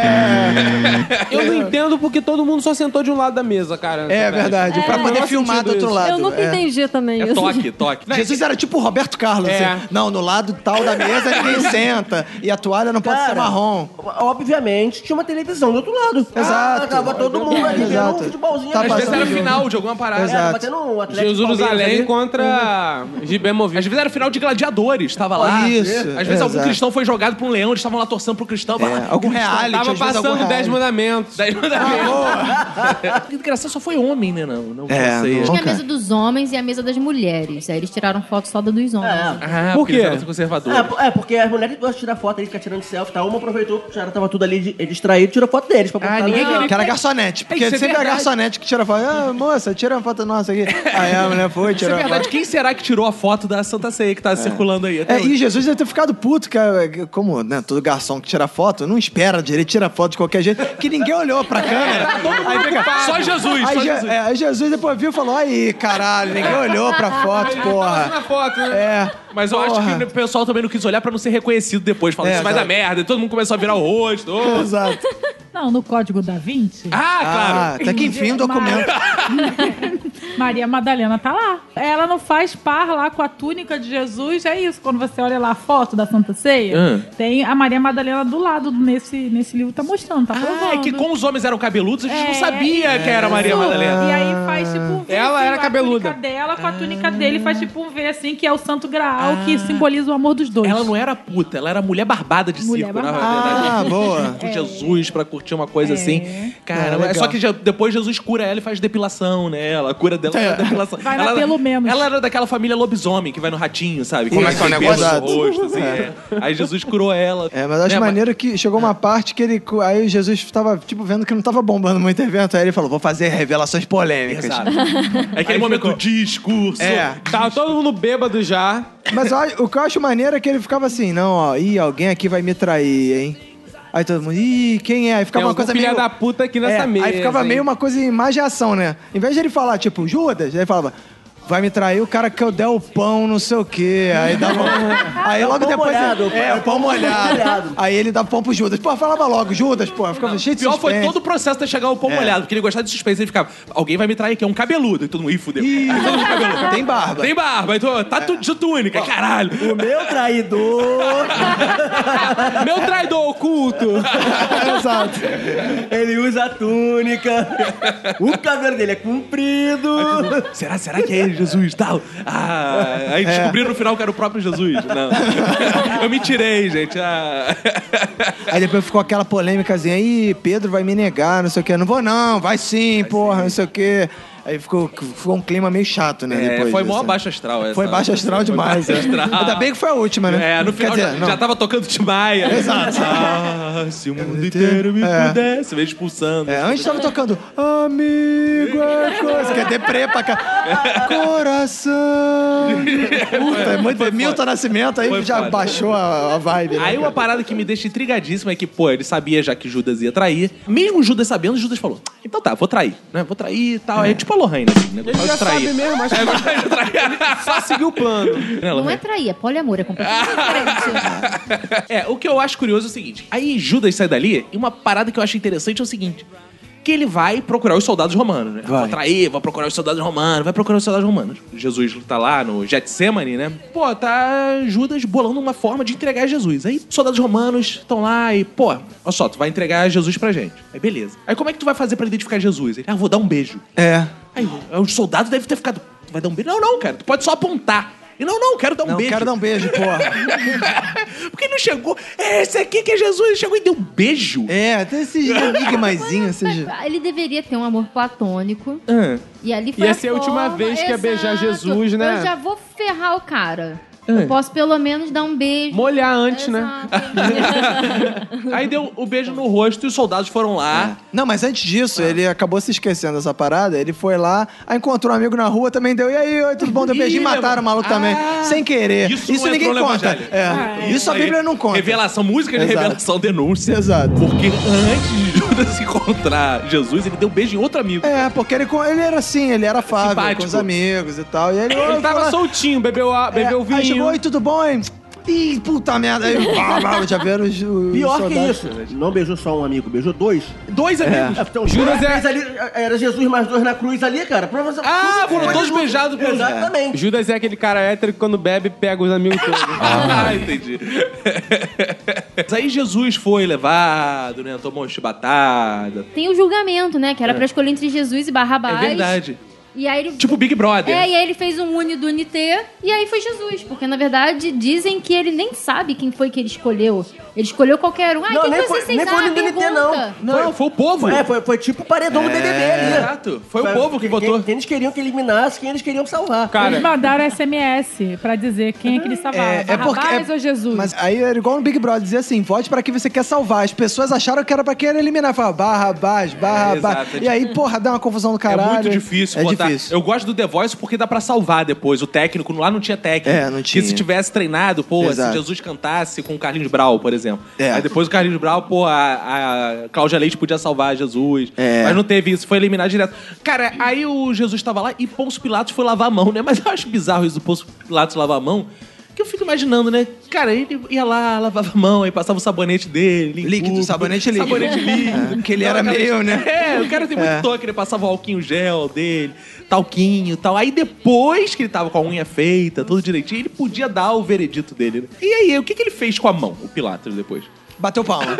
Speaker 8: Eu não entendo porque todo mundo só sentou de um lado da mesa, cara.
Speaker 4: É verdade, pra
Speaker 8: Não
Speaker 4: poder
Speaker 8: faz
Speaker 4: filmar
Speaker 8: sentido
Speaker 4: do outro
Speaker 8: isso.
Speaker 4: lado.
Speaker 6: Eu nunca
Speaker 4: é.
Speaker 6: entendi também
Speaker 3: É
Speaker 6: isso.
Speaker 3: toque, toque.
Speaker 4: Jesus era tipo o Roberto Carlos.
Speaker 8: É.
Speaker 4: assim. Não, no lado tal da mesa ninguém senta. E a toalha não pode ser
Speaker 7: Cara,
Speaker 4: marrom.
Speaker 7: Obviamente, tinha uma televisão do outro lado.
Speaker 4: Exato.
Speaker 7: Ah, tava todo mundo ali vendo
Speaker 4: Exato.
Speaker 7: um futebolzinho.
Speaker 4: Tá
Speaker 3: Às vezes
Speaker 4: passando
Speaker 3: era
Speaker 4: jogo.
Speaker 3: final de alguma parada.
Speaker 7: É,
Speaker 4: Exato.
Speaker 7: tava tendo um Atlético
Speaker 8: Jerusalém
Speaker 7: Palmeiras ali.
Speaker 8: contra Gibemovic.
Speaker 3: Às vezes era final de gladiadores, tava lá.
Speaker 4: Isso,
Speaker 3: Às vezes algum
Speaker 4: exato.
Speaker 3: cristão foi jogado pra um leão, eles estavam lá torcendo pro cristão.
Speaker 4: É, algum reality.
Speaker 8: Tava
Speaker 4: às vezes algum
Speaker 8: passando Dez
Speaker 4: reality.
Speaker 8: Mandamentos.
Speaker 3: Dez mandamentos. Que engraçado, só foi homem, né? Não, não
Speaker 4: É,
Speaker 3: sei.
Speaker 4: não.
Speaker 5: Tinha a
Speaker 4: cara.
Speaker 5: mesa dos homens e a mesa das mulheres. Aí eles tiraram foto só da dos homens.
Speaker 7: É.
Speaker 3: Ah,
Speaker 8: Por
Speaker 3: porque
Speaker 8: quê?
Speaker 3: eles eram conservadores.
Speaker 7: É, po- é, porque as mulheres gostam de tirar foto ali, ficar tirando selfie e tal. Uma aproveitou que já tava tudo ali de- distraído, tirou foto deles pra botar
Speaker 3: Ah,
Speaker 7: no
Speaker 3: ninguém
Speaker 7: legal.
Speaker 4: Que era garçonete. Porque
Speaker 3: isso é
Speaker 4: sempre é a
Speaker 3: verdade.
Speaker 4: garçonete que tira foto. Ah, moça, tira uma foto nossa aqui. Aí a mulher foi,
Speaker 3: Isso
Speaker 4: tirou
Speaker 3: é
Speaker 4: a
Speaker 3: verdade.
Speaker 4: foto.
Speaker 3: Quem será que tirou a foto da Santa Ceia que tá circulando aí? Até
Speaker 4: É, e
Speaker 3: hoje?
Speaker 4: Jesus deve ter ficado puto, cara, como, né, todo garçom que tira foto, não espera direito, tira foto de qualquer jeito, que ninguém olhou pra câmera. Aí fica,
Speaker 3: Só Jesus,
Speaker 4: aí,
Speaker 3: só
Speaker 4: Je-
Speaker 3: Jesus.
Speaker 4: é, aí Jesus depois viu e falou, aí, caralho, ninguém olhou pra foto, porra.
Speaker 8: Na foto, né?
Speaker 4: É.
Speaker 3: Mas eu
Speaker 4: porra.
Speaker 3: acho que o pessoal também não quis olhar pra não ser reconhecido depois. Falando,
Speaker 4: É,
Speaker 3: isso vai
Speaker 4: exato.
Speaker 3: dar merda. E todo mundo começou a virar o rosto. Ô.
Speaker 4: Exato.
Speaker 9: Não, no Código da Vinci,
Speaker 3: Ah, claro.
Speaker 4: Ah, até que enfim o documento.
Speaker 9: Maria Madalena tá lá. Ela não faz par lá com a túnica de Jesus. É isso, quando você olha lá a foto da Santa Ceia,
Speaker 3: Ah.
Speaker 9: tem a Maria Madalena do lado nesse, nesse livro, tá mostrando, tá
Speaker 3: Ah,
Speaker 9: provando.
Speaker 3: é que como os homens eram cabeludos, a gente não
Speaker 9: É,
Speaker 3: sabia que era Maria
Speaker 9: Isso.
Speaker 3: Madalena.
Speaker 9: E aí faz tipo um V.
Speaker 8: Ela
Speaker 9: assim,
Speaker 8: era
Speaker 9: a
Speaker 8: cabeluda.
Speaker 9: túnica dela com a túnica dele faz tipo um V assim, que é o Santo Graal, que simboliza o amor dos dois.
Speaker 3: Ela não era puta, ela era mulher barbada de
Speaker 9: Mulher
Speaker 3: circo, na
Speaker 9: barbada.
Speaker 3: verdade.
Speaker 4: Ah, boa.
Speaker 3: Com Jesus pra curtir uma coisa
Speaker 9: É.
Speaker 3: assim. Caramba,
Speaker 4: É,
Speaker 3: é
Speaker 4: legal.
Speaker 3: só que já- depois Jesus cura ela e faz depilação nela. A cura dela é, depilação.
Speaker 9: Vai
Speaker 3: ela,
Speaker 9: lá pelo menos.
Speaker 3: Ela era daquela família lobisomem que vai no ratinho, sabe?
Speaker 4: Como
Speaker 3: vai
Speaker 4: é que é o
Speaker 3: ter
Speaker 4: negócio?
Speaker 3: pelo no rosto, assim, é. Aí Jesus curou ela.
Speaker 4: É, mas eu acho
Speaker 3: Né,
Speaker 4: maneiro que chegou uma parte que ele. Aí Jesus tava, tipo, vendo que não tava bombando muito evento. Aí ele falou: vou fazer revelações polêmicas.
Speaker 3: Exato. É aquele momento do discurso.
Speaker 4: É.
Speaker 8: Tava todo mundo bêbado já.
Speaker 4: Mas ó, o que eu acho maneiro é que ele ficava assim: não, ó, ih, alguém aqui vai me trair, hein? Aí todo mundo, ih, quem é? Aí ficava
Speaker 8: Tem
Speaker 4: uma
Speaker 8: algum
Speaker 4: coisa
Speaker 8: filha
Speaker 4: meio.
Speaker 8: da puta aqui nessa
Speaker 4: É,
Speaker 8: mesa.
Speaker 4: aí ficava
Speaker 8: hein?
Speaker 4: meio uma coisa em imagem e ação, né? Em vez de ele falar, tipo, Judas, ele falava, vai me trair o cara que eu der o pão, não sei o quê. Aí dava. Aí logo
Speaker 7: pão
Speaker 4: depois.
Speaker 7: molhado,
Speaker 4: é, o pão molhado.
Speaker 7: molhado.
Speaker 4: Aí ele dava pão pro Judas. Pô, falava logo, Judas, pô. Ficava cheio
Speaker 3: O
Speaker 4: de
Speaker 3: pior foi
Speaker 4: suspense.
Speaker 3: todo o processo até chegar ao pão
Speaker 4: É.
Speaker 3: molhado, porque ele gostava de suspense. Ele ficava, alguém vai me trair aqui, é um cabeludo. E todo mundo, ih, fudeu.
Speaker 4: Ih,
Speaker 3: Aí todo mundo cabeludo.
Speaker 4: tem barba.
Speaker 3: Tem barba. Aí tu, tá tudo de túnica, caralho.
Speaker 7: O meu traidor,
Speaker 8: Meu traidor oculto.
Speaker 4: Exato.
Speaker 7: ele usa a túnica. O cabelo dele é comprido.
Speaker 3: Será, será que é ele, Jesus? Tal. Ah, aí descobriram no final que era o próprio Jesus. Não. Eu me tirei, gente. Ah.
Speaker 4: Aí depois ficou aquela polêmicazinha, aí Pedro vai me negar, não sei o quê. Não vou não, vai sim, porra, não sei o quê. Aí ficou, ficou um clima meio chato, né?
Speaker 3: É,
Speaker 4: depois
Speaker 3: foi
Speaker 4: disso.
Speaker 3: mó baixo astral essa.
Speaker 4: Foi baixo astral demais.
Speaker 3: Foi baixo
Speaker 4: é.
Speaker 3: astral.
Speaker 4: Ainda bem que foi a última, né?
Speaker 3: É, no final
Speaker 4: Quer dizer,
Speaker 3: já,
Speaker 4: não.
Speaker 3: já tava tocando Tim Maia.
Speaker 4: Exato.
Speaker 3: Ah, se o mundo inteiro me
Speaker 4: É.
Speaker 3: pudesse. Veio expulsando.
Speaker 4: É, antes tava tocando Amigo é coisa, que é deprê pra cá. Coração. Puta, é muito... Milton Nascimento aí
Speaker 3: Foi
Speaker 4: já
Speaker 3: foda.
Speaker 4: baixou a, a vibe, né?
Speaker 3: Aí uma parada que me deixa intrigadíssima é que, pô, ele sabia já que Judas ia trair. Mesmo Judas sabendo, Judas falou, então tá, vou trair, né? Vou trair e tal. É tipo a Lohane, assim, né?
Speaker 8: Ele já sabe mesmo, mas só seguiu o plano.
Speaker 5: Não é trair, é poliamor, é completamente diferente.
Speaker 3: É, o que eu acho curioso é o seguinte. Aí Judas sai dali e uma parada que eu acho interessante é o seguinte. Que ele vai procurar os soldados romanos, né?
Speaker 4: Vai.
Speaker 3: Vou trair, vou procurar os soldados romanos, vai procurar os soldados romanos. Jesus tá lá no Getsemane, né? Pô, tá Judas bolando uma forma de entregar Jesus. Aí os soldados romanos estão lá e, pô, olha só, tu vai entregar Jesus pra gente. Aí beleza. Aí como é que tu vai fazer pra identificar Jesus? Ele, ah, vou dar um beijo.
Speaker 4: É.
Speaker 3: Aí os soldados devem ter ficado, tu vai dar um beijo? Não, não, cara, tu pode só apontar. E não, não, quero dar um
Speaker 4: Não,
Speaker 3: beijo.
Speaker 4: quero dar um beijo, porra.
Speaker 3: Porque ele não chegou. É esse aqui que é Jesus. Ele chegou e deu um beijo.
Speaker 4: É, tem esses enigmazinhos, esses...
Speaker 5: Ele deveria ter um amor platônico.
Speaker 3: Ah.
Speaker 5: E ali foi
Speaker 8: Ia
Speaker 5: a
Speaker 8: ser a última
Speaker 5: forma-
Speaker 8: vez que ia beijar
Speaker 5: Exato.
Speaker 8: Jesus, né?
Speaker 5: Eu já vou ferrar o cara. Eu posso pelo menos dar um beijo.
Speaker 8: Molhar antes, né?
Speaker 5: Exato.
Speaker 3: Aí deu o beijo no rosto e os soldados foram lá.
Speaker 4: Não, mas antes disso, ele acabou se esquecendo dessa parada. Ele foi lá, aí encontrou um amigo na rua, também deu. E aí, oi, tudo bom? Deu beijinho e
Speaker 3: Ih,
Speaker 4: mataram o maluco
Speaker 3: ah,
Speaker 4: também. Sem querer.
Speaker 3: isso
Speaker 4: Isso,
Speaker 3: não
Speaker 4: ninguém
Speaker 3: entrou no
Speaker 4: conta.
Speaker 3: evangelho.
Speaker 4: É. Isso a Bíblia não conta.
Speaker 3: Revelação, música de
Speaker 4: Exato.
Speaker 3: revelação, denúncia.
Speaker 4: Exato.
Speaker 3: Porque antes de Judas encontrar Jesus, ele deu um beijo em outro amigo.
Speaker 4: É, porque ele, ele era assim, ele era afável
Speaker 3: Simpático.
Speaker 4: com os amigos e tal. E aí ele,
Speaker 8: Ele tava
Speaker 4: falou-
Speaker 8: soltinho, bebeu, a, bebeu
Speaker 4: é,
Speaker 8: vinho.
Speaker 4: Aí chegou, oi, tudo bom, hein? Ih, puta merda. Aí, blá, blá, já viram os, os
Speaker 7: Pior que
Speaker 4: soldados.
Speaker 7: isso. Não beijou só um amigo, beijou dois.
Speaker 3: Dois amigos.
Speaker 7: Então,
Speaker 8: Judas
Speaker 7: Judas
Speaker 8: é-
Speaker 7: ali, era Jesus mais dois na cruz ali, cara. Pra você-
Speaker 3: Ah,
Speaker 7: tudo
Speaker 3: foram
Speaker 7: foi
Speaker 3: todos
Speaker 7: Jesus.
Speaker 3: beijados pelos-
Speaker 7: Exatamente.
Speaker 8: Judas é aquele cara hétero que quando bebe, pega os amigos todos.
Speaker 3: Ah, entendi. Mas aí Jesus foi levado, né? Tomou uma chibatada.
Speaker 5: Tem o julgamento, né? Que era pra escolher entre Jesus e Barrabás.
Speaker 3: É verdade.
Speaker 5: E aí ele...
Speaker 3: Tipo Big Brother.
Speaker 5: É, e aí ele fez um uni do Unité e aí foi Jesus. Porque, na verdade, dizem que ele nem sabe quem foi que ele escolheu. Ele escolheu qualquer um. Ai,
Speaker 7: Não,
Speaker 5: quem
Speaker 7: nem
Speaker 5: foi,
Speaker 7: foi-
Speaker 5: vocês
Speaker 7: nem foi
Speaker 5: sabem?
Speaker 7: no Unité,
Speaker 5: Pergunta.
Speaker 3: Não, foi o povo.
Speaker 7: É, foi, foi tipo o paredão do B B B ali.
Speaker 3: Exato. Foi o povo que
Speaker 7: quem,
Speaker 3: votou.
Speaker 7: Quem eles queriam que eliminasse, quem eles queriam salvar.
Speaker 8: Cara,
Speaker 9: Eles mandaram S M S pra dizer quem é que ele salvava.
Speaker 4: É, é porque-
Speaker 9: Barrabás
Speaker 4: é-
Speaker 9: ou Jesus?
Speaker 4: Mas aí era igual no Big Brother, dizia assim, vote pra quem você quer salvar. As pessoas acharam que era pra quem era eliminar. Falavam, Barrabás, Barrabás.
Speaker 3: exato.
Speaker 4: E aí, porra, dá uma confusão do caralho.
Speaker 3: É muito difícil
Speaker 4: É
Speaker 3: votar
Speaker 4: difícil.
Speaker 3: Eu gosto do The Voice porque dá pra salvar depois. O técnico, lá não tinha técnico.
Speaker 4: É, não tinha.
Speaker 3: Que se tivesse treinado, pô,
Speaker 4: Exato.
Speaker 3: se Jesus cantasse com o Carlinhos Brau, por exemplo.
Speaker 4: É.
Speaker 3: Aí depois o Carlinhos Brau, pô, a, a Cláudia Leite podia salvar Jesus.
Speaker 4: É.
Speaker 3: Mas não teve isso, foi eliminado direto. Cara, aí o Jesus tava lá e Pôncio Pilatos foi lavar a mão, né? Mas eu acho bizarro isso do Pôncio Pilatos lavar a mão. Que eu fico imaginando, né? Cara, ele ia lá, lavava a mão, aí passava o sabonete dele.
Speaker 4: Líquido, sabonete líquido.
Speaker 3: Sabonete líquido.
Speaker 4: É, porque ele era meio, né?
Speaker 3: É, o cara tem muito
Speaker 4: É.
Speaker 3: toque, ele passava o alquinho gel dele, talquinho e tal. Aí depois que ele tava com a unha feita, tudo direitinho, ele podia dar o veredito dele, né? E aí, o que, que ele fez com a mão, o Pilatos, depois?
Speaker 4: Bateu palma.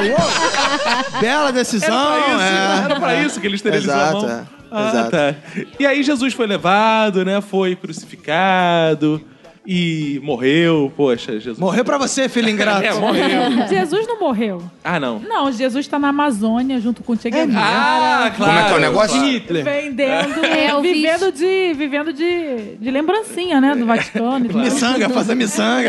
Speaker 4: Bela decisão.
Speaker 3: Era pra isso,
Speaker 4: é.
Speaker 3: era pra isso que ele esterilizou
Speaker 4: Exato,
Speaker 3: a mão.
Speaker 4: é.
Speaker 3: Ah,
Speaker 4: Exato.
Speaker 3: tá. E aí Jesus foi levado, né? Foi crucificado e morreu. Poxa, Jesus.
Speaker 4: Morreu pra você, filho ingrato.
Speaker 3: É, morreu.
Speaker 9: Jesus não morreu.
Speaker 3: Ah, não.
Speaker 9: Não, Jesus tá na Amazônia junto com o Che Guevara.
Speaker 3: Ah, claro.
Speaker 2: Como é que é o negócio?
Speaker 3: claro.
Speaker 8: Hitler.
Speaker 9: Vendendo,
Speaker 5: Elvis.
Speaker 9: vivendo de, vivendo de, de lembrancinha, né, do Vaticano. e tudo.
Speaker 4: Miçanga, fazer miçanga.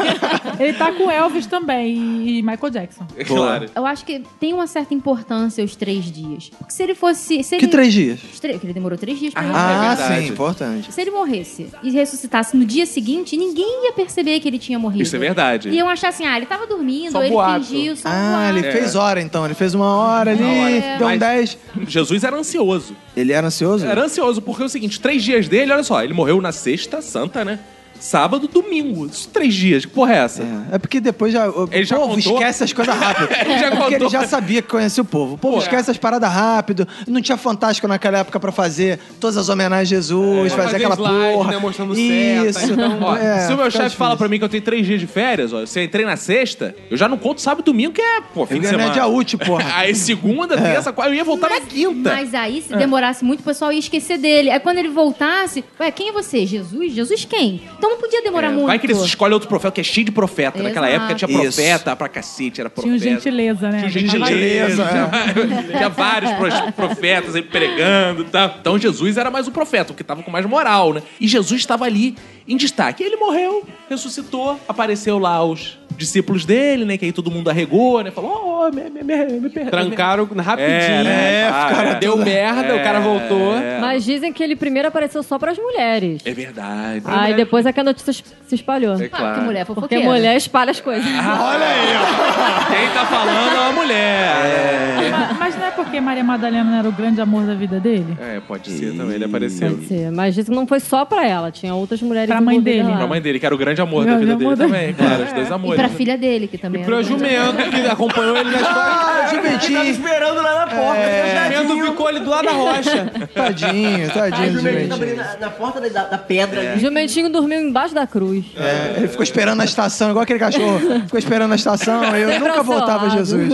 Speaker 9: Ele tá com Elvis também e Michael Jackson.
Speaker 3: É claro.
Speaker 5: Eu acho que tem uma certa importância os três dias. Porque se ele fosse... Se
Speaker 4: Que
Speaker 5: ele,
Speaker 4: três dias?
Speaker 5: os três- Porque ele demorou três dias pra
Speaker 3: Ah,
Speaker 5: morrer.
Speaker 4: Ah,
Speaker 3: é verdade.
Speaker 4: sim, importante.
Speaker 5: Se ele morresse e ressuscitasse no dia seguinte, ninguém ia perceber que ele tinha morrido.
Speaker 3: Isso é verdade.
Speaker 5: Iam achar assim, ah, ele tava dormindo,
Speaker 8: Só
Speaker 5: ou ele
Speaker 8: boato.
Speaker 5: fingiu, só
Speaker 4: Ah,
Speaker 5: boato.
Speaker 4: ele
Speaker 3: É.
Speaker 4: fez hora então. Ele fez uma hora ali,
Speaker 5: hora.
Speaker 4: deu um
Speaker 3: Mas-
Speaker 4: dez.
Speaker 3: Jesus era ansioso.
Speaker 4: Ele era ansioso?
Speaker 3: Era ansioso, porque é o seguinte, três dias dele, olha só, ele morreu na sexta santa, né? Sábado, domingo. Isso, três dias. Que porra é essa?
Speaker 4: É, é porque depois já. O
Speaker 3: Ele já
Speaker 4: povo
Speaker 3: contou?
Speaker 4: esquece as coisas rápido.
Speaker 3: Ele já
Speaker 4: É porque
Speaker 3: contou.
Speaker 4: ele já sabia que conhecia o povo. O povo
Speaker 3: Pô.
Speaker 4: esquece as paradas rápido. Não tinha Fantástico naquela época pra fazer todas as homenagens a Jesus, fazer
Speaker 8: fazer
Speaker 4: aquela
Speaker 8: slide,
Speaker 4: porra.
Speaker 8: né, mostrando
Speaker 4: Isso.
Speaker 8: seta, então,
Speaker 3: Ó,
Speaker 4: É,
Speaker 3: se o meu
Speaker 4: fica
Speaker 3: chefe fala
Speaker 4: difícil.
Speaker 3: pra mim que eu tenho três dias de férias, ó, se eu entrei na sexta, eu já não conto sábado e domingo, que é, pô, fim
Speaker 4: Eu
Speaker 3: de
Speaker 4: ganho
Speaker 3: semana.
Speaker 4: média útil, porra.
Speaker 3: Aí segunda, terça, quarta, eu ia voltar na quinta.
Speaker 5: Mas aí, se demorasse muito, o pessoal ia esquecer dele. Aí quando ele voltasse, ué, quem é você? Jesus? Jesus quem? Então não podia demorar
Speaker 3: É,
Speaker 5: muito.
Speaker 3: vai que ele escolhe outro profeta, que é cheio de profeta. Naquela
Speaker 5: Exato.
Speaker 3: época tinha
Speaker 4: Isso.
Speaker 3: profeta pra cacete, era
Speaker 9: Tinha
Speaker 3: profeta.
Speaker 9: um gentileza, né?
Speaker 3: Tinha gentileza. Tinha, tinha vários pro- profetas aí pregando e tal. Então Jesus era mais um profeta, porque tava com mais moral, né? E Jesus estava ali em destaque. Ele morreu, ressuscitou, apareceu lá os discípulos dele, né? Que aí todo mundo arregou, né? Falou, oh, me, me, me, me perdoa.
Speaker 8: Trancaram rapidinho.
Speaker 3: É, né? Ah, é.
Speaker 8: Deu merda, o cara voltou.
Speaker 3: É.
Speaker 6: Mas dizem que ele primeiro apareceu só pras mulheres.
Speaker 3: É verdade.
Speaker 6: Aí depois é que a notícia se espalhou.
Speaker 3: É
Speaker 5: Ah,
Speaker 3: claro.
Speaker 5: porque mulher
Speaker 6: Porque
Speaker 5: fofoqueira.
Speaker 6: mulher espalha as coisas.
Speaker 4: Olha aí, ó.
Speaker 3: Quem tá falando é uma mulher. É.
Speaker 9: Mas, mas não é porque Maria Madalena não era o grande amor da vida dele?
Speaker 3: É, pode ser também, ele apareceu.
Speaker 6: Pode ser. Mas dizem que não foi só pra ela. Tinha outras mulheres
Speaker 9: Pra mãe
Speaker 6: envolvidas
Speaker 9: dele.
Speaker 6: lá.
Speaker 3: Pra mãe dele, que era o grande amor
Speaker 9: Grande
Speaker 3: da vida
Speaker 9: amor
Speaker 3: dele
Speaker 9: da-
Speaker 3: também, claro, os dois
Speaker 5: E
Speaker 3: amores.
Speaker 5: pra
Speaker 3: né?
Speaker 5: filha dele, que também
Speaker 8: Pro
Speaker 5: era grande amor.
Speaker 8: jumento que acompanhou ele na história.
Speaker 4: Ah,
Speaker 7: Tava
Speaker 4: jumentinho.
Speaker 7: esperando lá na porta.
Speaker 8: O
Speaker 7: né,
Speaker 8: jumento ficou ali do lado da rocha.
Speaker 4: Tadinho,
Speaker 7: Aí
Speaker 4: tadinho
Speaker 7: o
Speaker 4: do
Speaker 7: jumentinho tava ali
Speaker 4: jumentinho.
Speaker 7: na, na porta da, da pedra
Speaker 6: O
Speaker 7: ali.
Speaker 6: jumentinho dormiu embaixo da cruz.
Speaker 4: É, ele ficou esperando na estação, igual aquele cachorro. Ficou esperando na estação e eu
Speaker 6: Sempre
Speaker 4: nunca
Speaker 6: ao seu
Speaker 4: voltava
Speaker 6: lado.
Speaker 4: Jesus.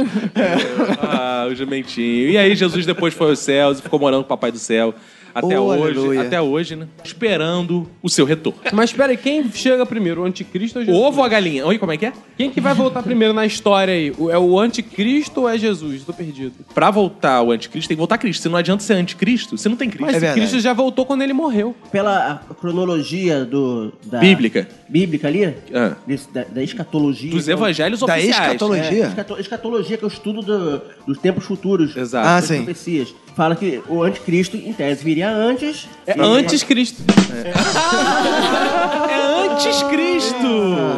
Speaker 3: Ah, o jumentinho. E aí Jesus depois foi aos céus e ficou morando com o Papai do Céu. Até
Speaker 4: Oh,
Speaker 3: hoje,
Speaker 4: aleluia.
Speaker 3: até hoje, né? Esperando o seu retorno.
Speaker 8: Mas espera aí, quem chega primeiro? O anticristo ou
Speaker 3: O
Speaker 8: Jesus?
Speaker 3: ovo ou a galinha? Oi, como é que é?
Speaker 8: Quem que vai voltar primeiro na história aí? O- É o anticristo ou é Jesus? Tô perdido.
Speaker 3: Pra voltar o anticristo, tem que voltar Cristo. Se não adianta ser anticristo, você não tem Cristo.
Speaker 8: Mas
Speaker 4: É
Speaker 8: esse
Speaker 4: verdade.
Speaker 8: Cristo já voltou quando ele morreu.
Speaker 7: Pela cronologia do, da...
Speaker 3: Bíblica.
Speaker 7: Bíblica ali?
Speaker 3: Ah.
Speaker 7: Desse- da, da escatologia.
Speaker 3: Dos
Speaker 7: então,
Speaker 3: evangelhos
Speaker 4: Da
Speaker 3: oficiais.
Speaker 4: escatologia?
Speaker 7: É, escato- escatologia, que é o estudo do- dos tempos futuros.
Speaker 3: Exato.
Speaker 4: Ah,
Speaker 7: Das
Speaker 4: sim.
Speaker 7: profecias. Fala que o anticristo, em tese, viria antes.
Speaker 8: É
Speaker 7: e-
Speaker 8: antes Cristo.
Speaker 3: É antes Cristo.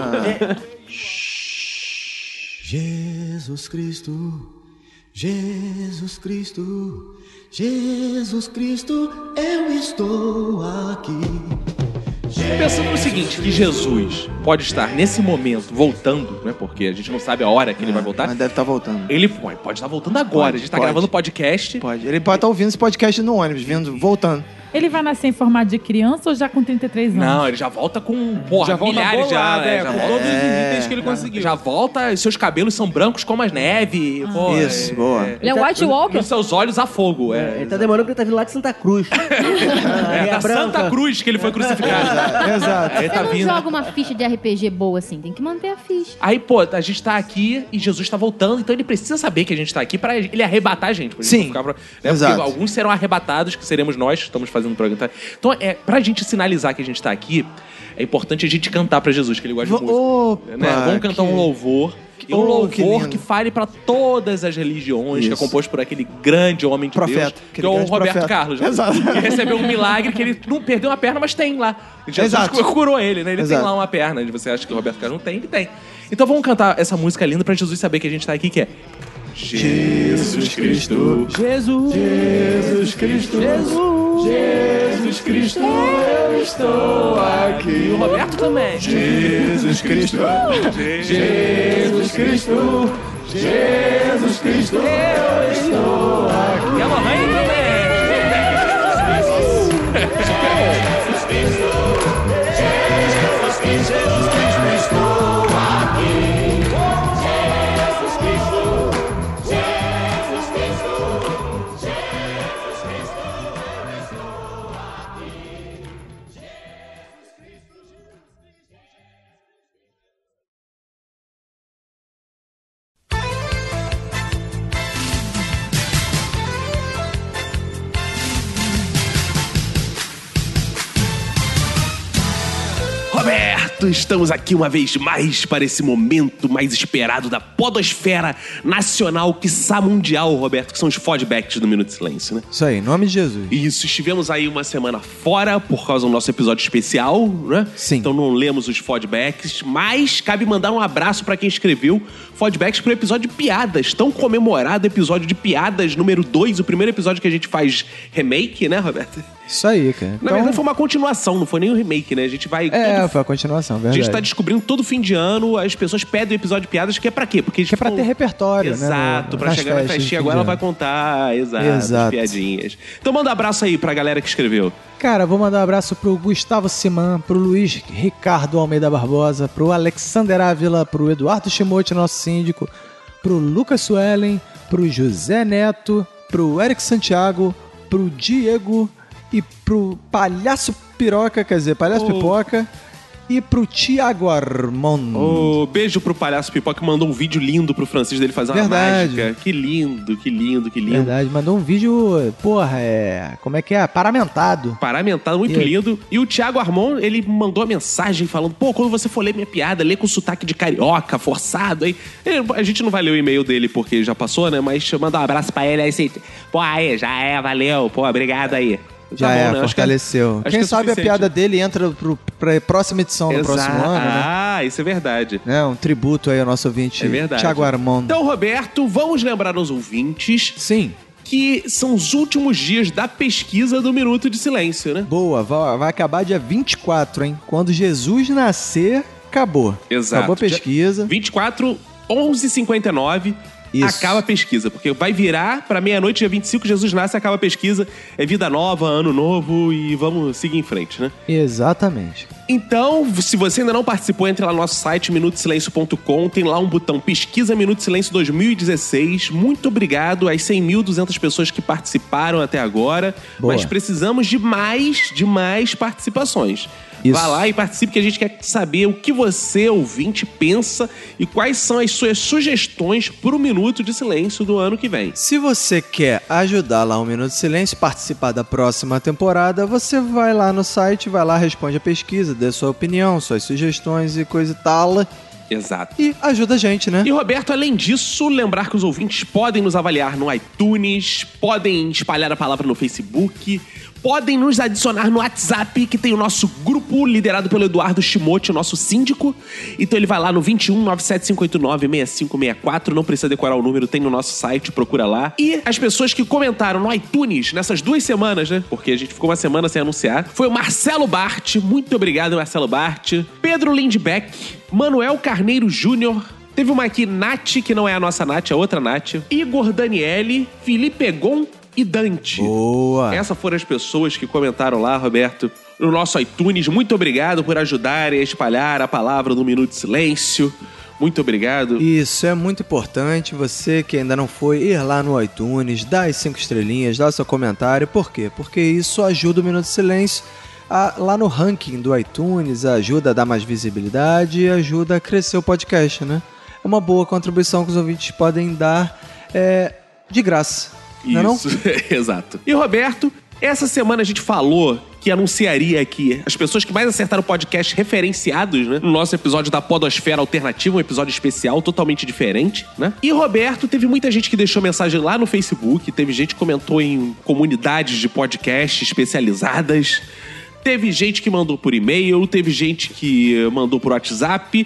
Speaker 10: Jesus Cristo, Jesus Cristo, Jesus Cristo, eu estou aqui.
Speaker 3: Pensando no seguinte, que Jesus pode estar nesse momento voltando, né? Porque a gente não sabe a hora que ele vai voltar.
Speaker 4: Mas deve estar voltando.
Speaker 3: Ele pô, pode estar voltando agora.
Speaker 4: Pode,
Speaker 3: a gente tá
Speaker 4: pode.
Speaker 3: gravando podcast.
Speaker 4: Pode. Ele pode estar ouvindo esse podcast no ônibus, vindo, voltando.
Speaker 9: Ele vai nascer em formato de criança ou já com trinta e três anos?
Speaker 3: Não, ele já volta com, porra,
Speaker 8: já volta
Speaker 3: milhares
Speaker 8: bolado,
Speaker 3: já, né?
Speaker 8: é,
Speaker 3: Já
Speaker 8: com
Speaker 3: volta.
Speaker 8: todos os itens que ele conseguiu.
Speaker 3: Já volta, seus cabelos são brancos como as neve. pô,
Speaker 4: Isso, boa.
Speaker 6: Ele é um White Walker?
Speaker 3: Nos seus olhos a fogo. É,
Speaker 7: Ele tá demorando porque ele tá vindo lá de Santa Cruz.
Speaker 3: é
Speaker 7: Areia
Speaker 3: da
Speaker 7: Branca.
Speaker 3: Santa Cruz que ele foi crucificado.
Speaker 4: Exato.
Speaker 3: Aí
Speaker 5: Você
Speaker 3: tá
Speaker 5: não
Speaker 3: vindo.
Speaker 5: joga uma ficha de R P G boa assim, tem que manter a ficha.
Speaker 3: Aí, pô, a gente tá aqui e Jesus tá voltando, então ele precisa saber que a gente tá aqui pra ele arrebatar a gente. Pra gente
Speaker 4: Sim,
Speaker 3: não ficar pra- né?
Speaker 4: exato.
Speaker 3: Porque alguns serão arrebatados, que seremos nós, que estamos fazendo o programa. Então, é, pra gente sinalizar que a gente tá aqui, é importante a gente cantar pra Jesus, que ele gosta de música.
Speaker 4: Opa,
Speaker 3: Né? Vamos cantar
Speaker 4: que-
Speaker 3: um louvor. E um
Speaker 4: Oh,
Speaker 3: louvor
Speaker 4: que
Speaker 3: que,
Speaker 4: lindo.
Speaker 3: fale pra todas as religiões, que é
Speaker 4: Isso.
Speaker 3: composto por aquele grande homem de
Speaker 4: Profeta,
Speaker 3: Deus,
Speaker 4: aquele
Speaker 3: que é o
Speaker 4: grande
Speaker 3: Roberto
Speaker 4: profeta.
Speaker 3: Carlos.
Speaker 4: Exato.
Speaker 3: Que recebeu um milagre que ele não perdeu uma perna, mas tem lá. Jesus
Speaker 4: Exato.
Speaker 3: curou ele, né? Ele
Speaker 4: Exato.
Speaker 3: tem lá uma perna. E você acha que o Roberto Carlos não tem? Ele tem. Então vamos cantar essa música linda pra Jesus saber que a gente tá aqui, que é... Jesus Cristo,
Speaker 8: Jesus,
Speaker 3: Jesus Cristo, Jesus, Jesus Cristo, eu estou aqui. E o Roberto também.
Speaker 2: Jesus Cristo,
Speaker 3: Jesus Cristo, Jesus Cristo, eu estou aqui. E a Lohane também. Roberto, estamos aqui uma vez mais para esse momento mais esperado da podosfera nacional, quiçá mundial, Roberto, que são os fodbacks do Minuto de Silêncio, né?
Speaker 4: Isso aí, em nome de Jesus.
Speaker 3: Isso, estivemos aí uma semana fora por causa do nosso episódio especial, né?
Speaker 4: Sim.
Speaker 3: Então não lemos os fodbacks, mas cabe mandar um abraço pra quem escreveu fodbacks pro episódio de piadas, tão comemorado episódio de piadas número dois, o primeiro episódio que a gente faz remake, né, Roberto?
Speaker 4: Isso aí, cara.
Speaker 3: Na
Speaker 4: Então,
Speaker 3: verdade foi uma continuação, não foi nem um remake, né? A gente vai...
Speaker 4: é,
Speaker 3: todo-
Speaker 4: foi a continuação,
Speaker 3: A
Speaker 4: verdade.
Speaker 3: gente tá descobrindo todo fim de ano, as pessoas pedem o episódio de piadas, que é pra quê? Porque
Speaker 4: Que é pra ter repertório, né?
Speaker 3: Exato,
Speaker 4: no-
Speaker 3: pra
Speaker 4: nas
Speaker 3: chegar na
Speaker 4: festas de
Speaker 3: festinha
Speaker 4: fim
Speaker 3: agora
Speaker 4: de
Speaker 3: ela vai
Speaker 4: ano.
Speaker 3: contar, exato,
Speaker 4: Exato.
Speaker 3: as piadinhas. Então manda um abraço aí pra galera que escreveu.
Speaker 4: Cara, vou mandar um abraço pro Gustavo Siman, pro Luiz Ricardo Almeida Barbosa, pro Alexander Ávila, pro Eduardo Chimote, nosso síndico, pro Lucas Suelen, pro José Neto, pro Eric Santiago, pro Diego e pro Palhaço Piroca, quer dizer, Palhaço
Speaker 3: Oh.
Speaker 4: Pipoca, e pro Tiago Armond.
Speaker 3: Ô, beijo pro Palhaço Pipoca que mandou um vídeo lindo pro Francisco dele fazer uma
Speaker 4: Verdade.
Speaker 3: mágica. Que lindo, que lindo, que lindo.
Speaker 4: Verdade, mandou um vídeo, porra, é... como é que é? Paramentado.
Speaker 3: Paramentado, muito
Speaker 4: E aí?
Speaker 3: lindo. E o Thiago Armon, ele mandou a mensagem falando, pô, quando você for ler minha piada, lê com sotaque de carioca, forçado, aí. Ele- a gente não vai ler o e-mail dele porque já passou, né? Mas mandar um abraço pra ele aí, assim, pô, aí, já é, valeu, pô, obrigado aí.
Speaker 4: Já
Speaker 3: Tá bom,
Speaker 4: é,
Speaker 3: né? Acho que
Speaker 4: fortaleceu.
Speaker 3: acho
Speaker 4: Quem
Speaker 3: que é
Speaker 4: sabe a
Speaker 3: suficiente.
Speaker 4: piada dele entra pro, pra próxima edição do
Speaker 3: Exato.
Speaker 4: próximo ano, né?
Speaker 3: Ah, isso é verdade.
Speaker 4: né? Um tributo aí ao nosso ouvinte,
Speaker 3: É verdade.
Speaker 4: Tiago Armond.
Speaker 3: Então, Roberto, vamos lembrar aos ouvintes
Speaker 4: Sim,
Speaker 3: que são os últimos dias da pesquisa do Minuto de Silêncio, né?
Speaker 4: boa. Vai, vai acabar dia vinte e quatro, hein? Quando Jesus nascer, acabou.
Speaker 3: Exato.
Speaker 4: Acabou a pesquisa.
Speaker 3: vinte e quatro, onze e cinquenta e nove,
Speaker 4: Isso.
Speaker 3: acaba a pesquisa. Porque vai virar pra meia-noite, dia vinte e cinco, Jesus nasce, acaba a pesquisa. É vida nova, ano novo e vamos seguir em frente, né?
Speaker 4: Exatamente.
Speaker 3: Então, se você ainda não participou, entre lá no nosso site, minuto silêncio ponto com. Tem lá um botão Pesquisa Minuto de Silêncio dois mil e dezesseis. Muito obrigado às cem mil e duzentas pessoas que participaram até agora.
Speaker 4: Boa.
Speaker 3: Mas precisamos de mais, de mais participações.
Speaker 4: Isso.
Speaker 3: Vá lá e participe, que a gente quer saber o que você, ouvinte, pensa e quais são as suas sugestões pro Minuto de Silêncio do ano que vem.
Speaker 4: Se você quer ajudar lá o Minuto de Silêncio, participar da próxima temporada, você vai lá no site, vai lá, responde a pesquisa, dê sua opinião, suas sugestões e coisa e tal.
Speaker 3: Exato.
Speaker 4: E ajuda a gente, né?
Speaker 3: E, Roberto, além disso, lembrar que os ouvintes podem nos avaliar no iTunes, podem espalhar a palavra no Facebook, podem nos adicionar no WhatsApp, que tem o nosso grupo liderado pelo Eduardo Chimote, o nosso síndico. Então ele vai lá no vinte e um, nove sete cinco oito nove, seis cinco seis quatro, não precisa decorar o número, tem no nosso site, procura lá. E as pessoas que comentaram no iTunes nessas duas semanas, né? Porque a gente ficou uma semana sem anunciar. Foi o Marcelo Bart, muito obrigado, Marcelo Bart. Pedro Lindbeck, Manuel Carneiro Júnior. Teve uma aqui, Nath, que não é a nossa Nath, é outra Nath. Igor Daniele, Felipe Egon e Dante.
Speaker 4: Boa.
Speaker 3: Essas foram as pessoas que comentaram lá, Roberto, no nosso iTunes. Muito obrigado por ajudarem a espalhar a palavra do Minuto de Silêncio. Muito obrigado.
Speaker 4: Isso é muito importante. Você que ainda não foi, ir lá no iTunes, dar as cinco estrelinhas, dar seu comentário. Por quê? Porque isso ajuda o Minuto de Silêncio a, lá no ranking do iTunes, ajuda a dar mais visibilidade e ajuda a crescer o podcast, né? É uma boa contribuição que os ouvintes podem dar é, de graça. Não é não?
Speaker 3: Isso, exato. E, Roberto, essa semana a gente falou que anunciaria aqui as pessoas que mais acertaram o podcast referenciados, né? No nosso episódio da Podosfera Alternativa, um episódio especial, totalmente diferente, né? E Roberto, teve muita gente que deixou mensagem lá no Facebook, teve gente que comentou em comunidades de podcast especializadas, teve gente que mandou por e-mail, teve gente que mandou por WhatsApp,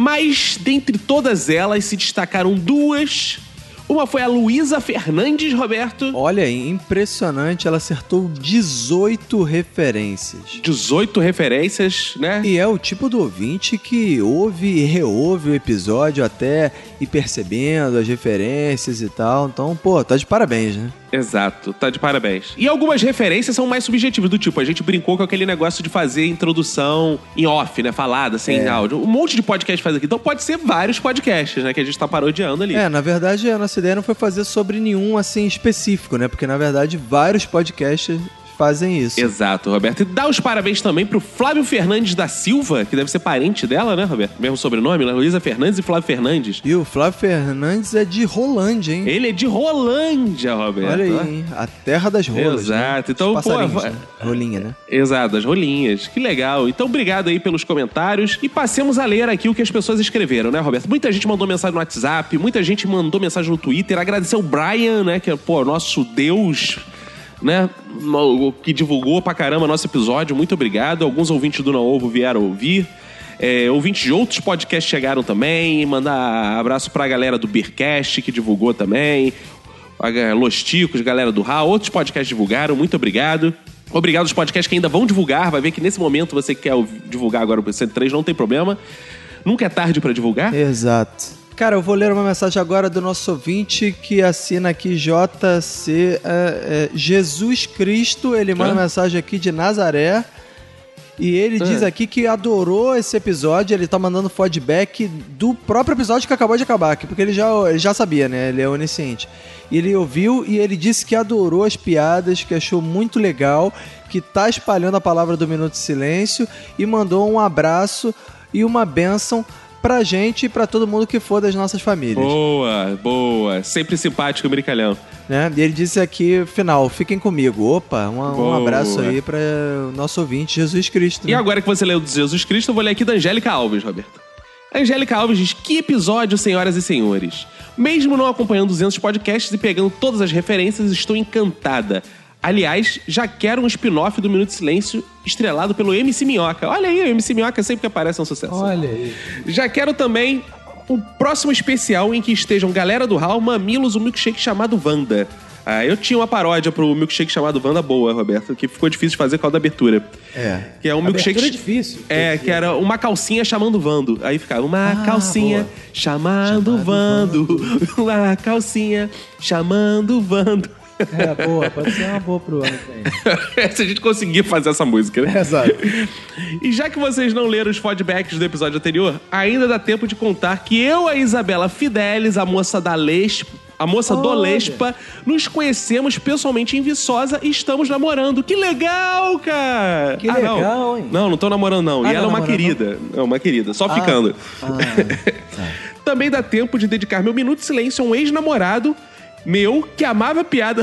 Speaker 3: mas dentre todas elas se destacaram duas. Uma foi a Luísa Fernandes, Roberto.
Speaker 4: Olha aí, impressionante. Ela acertou dezoito referências.
Speaker 3: dezoito referências, né?
Speaker 4: E é o tipo do ouvinte que ouve e reouve o episódio até ir percebendo as referências e tal. Então, pô, tá de parabéns, né?
Speaker 3: Exato, tá de parabéns. E algumas referências são mais subjetivas, do tipo, a gente brincou com aquele negócio de fazer introdução em off, né? Falada, sem
Speaker 4: É.
Speaker 3: áudio. Um monte de podcast faz aqui. Então pode ser vários podcasts, né? Que a gente tá parodiando ali.
Speaker 4: É, na verdade, a nossa ideia não foi fazer sobre nenhum, assim, específico, né? Porque, na verdade, vários podcasts fazem isso.
Speaker 3: Exato, Roberto. E dá os parabéns também pro Flávio Fernandes da Silva, que deve ser parente dela, né, Roberto? Mesmo sobrenome, né? Luísa Fernandes e Flávio Fernandes.
Speaker 4: E o Flávio Fernandes é de Rolândia, hein?
Speaker 3: Ele é de Rolândia, Roberto.
Speaker 4: Olha aí, hein? A terra das rolas.
Speaker 3: Exato.
Speaker 4: Né?
Speaker 3: Então,
Speaker 4: Os
Speaker 3: pô,
Speaker 4: passarinhos,
Speaker 3: va-
Speaker 4: né? Rolinha, né?
Speaker 3: Exato, as rolinhas. Que legal. Então, obrigado aí pelos comentários. E passemos a ler aqui o que as pessoas escreveram, né, Roberto? Muita gente mandou mensagem no WhatsApp, muita gente mandou mensagem no Twitter. Agradecer o Brian, né, que é, pô, nosso Deus, né, o que divulgou pra caramba nosso episódio. Muito obrigado. Alguns ouvintes do Não Ovo vieram ouvir. É, ouvintes de outros podcasts chegaram também. Mandar abraço pra galera do Beercast, que divulgou também. A Los Ticos, galera do R A, outros podcasts divulgaram. Muito obrigado. Obrigado aos podcasts que ainda vão divulgar. Vai ver que nesse momento você quer divulgar agora o cento e três, não tem problema. Nunca é tarde pra divulgar.
Speaker 4: Exato. Cara, eu vou ler uma mensagem agora do nosso ouvinte que assina aqui J C é, é, Jesus Cristo. Ele manda
Speaker 3: Hã?
Speaker 4: mensagem aqui de Nazaré. E ele
Speaker 3: Hã?
Speaker 4: diz aqui que adorou esse episódio. Ele tá mandando feedback do próprio episódio que acabou de acabar aqui, porque ele já, ele já sabia, né? Ele é onisciente. E ele ouviu e ele disse que adorou as piadas, que achou muito legal, que tá espalhando a palavra do Minuto de Silêncio e mandou um abraço e uma bênção pra gente e pra todo mundo que for das nossas famílias.
Speaker 3: Boa, boa. Sempre simpático e brincalhão.
Speaker 4: Né? E ele disse aqui, final, fiquem comigo. Opa, um, um
Speaker 3: Boa.
Speaker 4: abraço aí pra o nosso ouvinte, Jesus Cristo.
Speaker 3: E
Speaker 4: né?
Speaker 3: agora que você leu do Jesus Cristo, eu vou ler aqui da Angélica Alves, Roberto. A Angélica Alves diz: que episódio, senhoras e senhores. Mesmo não acompanhando duzentos podcasts e pegando todas as referências, estou encantada. Aliás, já quero um spin-off do Minuto de Silêncio estrelado pelo M C Minhoca. Olha aí, o M C Minhoca sempre que aparece é um sucesso.
Speaker 1: Olha aí.
Speaker 3: Já quero também o próximo especial em que estejam galera do Hall, Mamilos, um milkshake chamado Wanda. Ah, eu tinha uma paródia pro milkshake chamado Wanda boa, Roberto, que ficou difícil de fazer por causa da abertura.
Speaker 4: É.
Speaker 3: Que é um milkshake.
Speaker 1: Abertura é difícil.
Speaker 3: É, que era uma calcinha chamando Vando. Aí ficava uma
Speaker 4: Ah,
Speaker 3: calcinha
Speaker 4: boa.
Speaker 3: chamando,
Speaker 4: Chamando
Speaker 3: Vando. Uma calcinha chamando Vando.
Speaker 1: É, boa. Pode ser uma boa pro ano que vem.
Speaker 3: Se a gente conseguir fazer essa música, né?
Speaker 1: Exato.
Speaker 3: E já que vocês não leram os feedbacks do episódio anterior, ainda dá tempo de contar que eu e a Isabela Fidelis, a moça da Lespa, a moça do
Speaker 1: Olha.
Speaker 3: Lespa, nos conhecemos pessoalmente em Viçosa e estamos namorando. Que legal, cara!
Speaker 1: Que
Speaker 3: não.
Speaker 1: legal, hein?
Speaker 3: Não, não tô namorando, não.
Speaker 4: Ah,
Speaker 3: e ela é
Speaker 4: não
Speaker 3: uma
Speaker 4: namorando,
Speaker 3: querida. É uma querida, só ficando.
Speaker 4: Ah,
Speaker 3: Também dá tempo de dedicar meu minuto de silêncio a um ex-namorado meu que amava a piada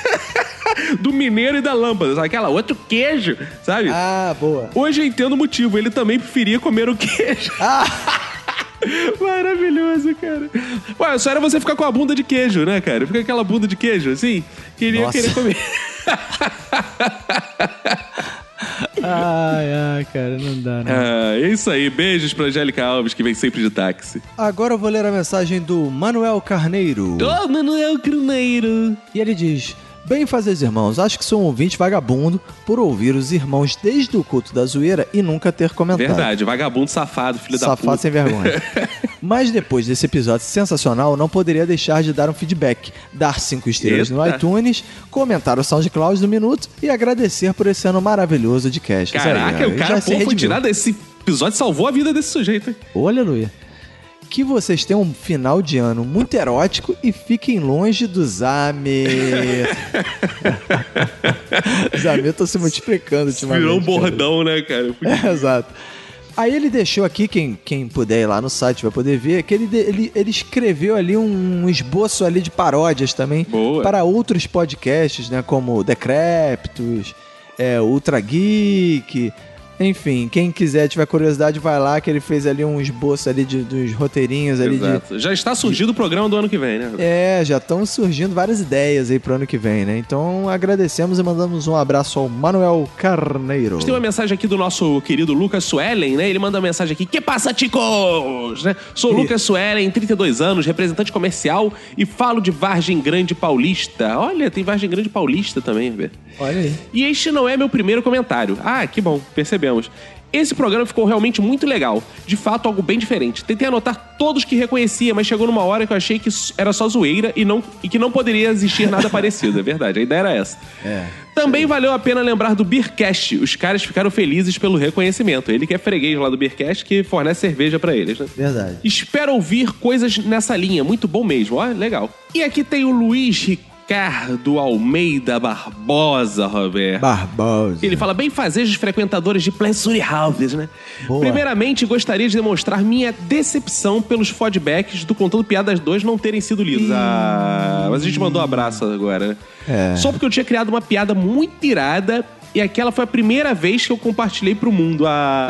Speaker 3: do mineiro e da lâmpada, sabe? Aquela outro queijo, sabe?
Speaker 4: ah, boa.
Speaker 3: Hoje eu entendo o motivo, ele também preferia comer o queijo. Maravilhoso, cara. Ué, só era você ficar com a bunda de queijo, né, cara? Fica aquela bunda de queijo, assim, queria
Speaker 4: Nossa.
Speaker 3: querer comer.
Speaker 1: Ai, ai, cara, não dá, né?
Speaker 3: Ah, é isso aí, beijos pra Angélica Alves, que vem sempre de táxi.
Speaker 4: Agora eu vou ler a mensagem do Manuel Carneiro.
Speaker 3: Ô, Manuel Carneiro.
Speaker 4: E ele diz: bem fazeres irmãos, acho que sou um ouvinte vagabundo por ouvir os irmãos desde o culto da zoeira e nunca ter comentado.
Speaker 3: Verdade, vagabundo safado, filho da
Speaker 4: Safado
Speaker 3: puta.
Speaker 4: sem vergonha. Mas depois desse episódio sensacional, não poderia deixar de dar um feedback, dar cinco estrelas no
Speaker 3: Eita.
Speaker 4: iTunes, comentar o SoundCloud do Minuto e agradecer por esse ano maravilhoso de cast.
Speaker 3: Caraca, o cara pô, foi tirado desse episódio, salvou a vida desse sujeito, hein?
Speaker 4: Ô, aleluia. Que vocês tenham um final de ano muito erótico e fiquem longe do Zamer. Zamer tá se multiplicando ultimamente.
Speaker 3: Virou um
Speaker 4: cara.
Speaker 3: bordão, né, cara?
Speaker 4: É, exato. Aí ele deixou aqui, quem, quem puder ir lá no site vai poder ver, que ele, de- ele, ele escreveu ali um esboço ali de paródias também
Speaker 3: Boa.
Speaker 4: para outros podcasts, né, como Decréptos, é, Ultra Geek. Enfim, quem quiser, tiver curiosidade, vai lá, que ele fez ali um esboço ali de, dos roteirinhos ali
Speaker 3: Exato.
Speaker 4: de...
Speaker 3: Já está surgindo o programa do ano que vem, né?
Speaker 4: É, já estão surgindo várias ideias aí pro ano que vem, né? Então agradecemos e mandamos um abraço ao Manuel Carneiro.
Speaker 3: Tem uma mensagem aqui do nosso querido Lucas Suelen, né? Ele manda uma mensagem aqui. Que passa, ticos? Né? Sou Lucas Suelen, trinta e dois anos, representante comercial e falo de Vargem Grande Paulista. Olha, tem Vargem Grande Paulista também, Roberto.
Speaker 4: Olha aí.
Speaker 3: E este não é meu primeiro comentário. Ah, que bom, percebemos. Esse programa ficou realmente muito legal. De fato, algo bem diferente. Tentei anotar todos que reconhecia, mas chegou numa hora que eu achei que era só zoeira e, não, e que não poderia existir nada parecido. É verdade, a ideia era essa.
Speaker 4: É.
Speaker 3: Também valeu a pena lembrar do Beercast. Os caras ficaram felizes pelo reconhecimento. Ele que é freguês lá do Beercast, que fornece cerveja pra eles, né?
Speaker 4: Verdade.
Speaker 3: Espero ouvir coisas nessa linha. Muito bom mesmo. Ó, legal. E aqui tem o Luiz Ricardo Almeida Barbosa, Roberto.
Speaker 4: Barbosa.
Speaker 3: Ele fala, bem fazejos frequentadores de Pleasure Houses, né?
Speaker 4: Boa.
Speaker 3: Primeiramente, gostaria de demonstrar minha decepção pelos feedbacks do Contando Piadas dois não terem sido lidos. Ah, mas a gente mandou um abraço agora, né?
Speaker 4: É.
Speaker 3: Só porque eu tinha criado uma piada muito irada e aquela foi a primeira vez que eu compartilhei pro mundo. Ah,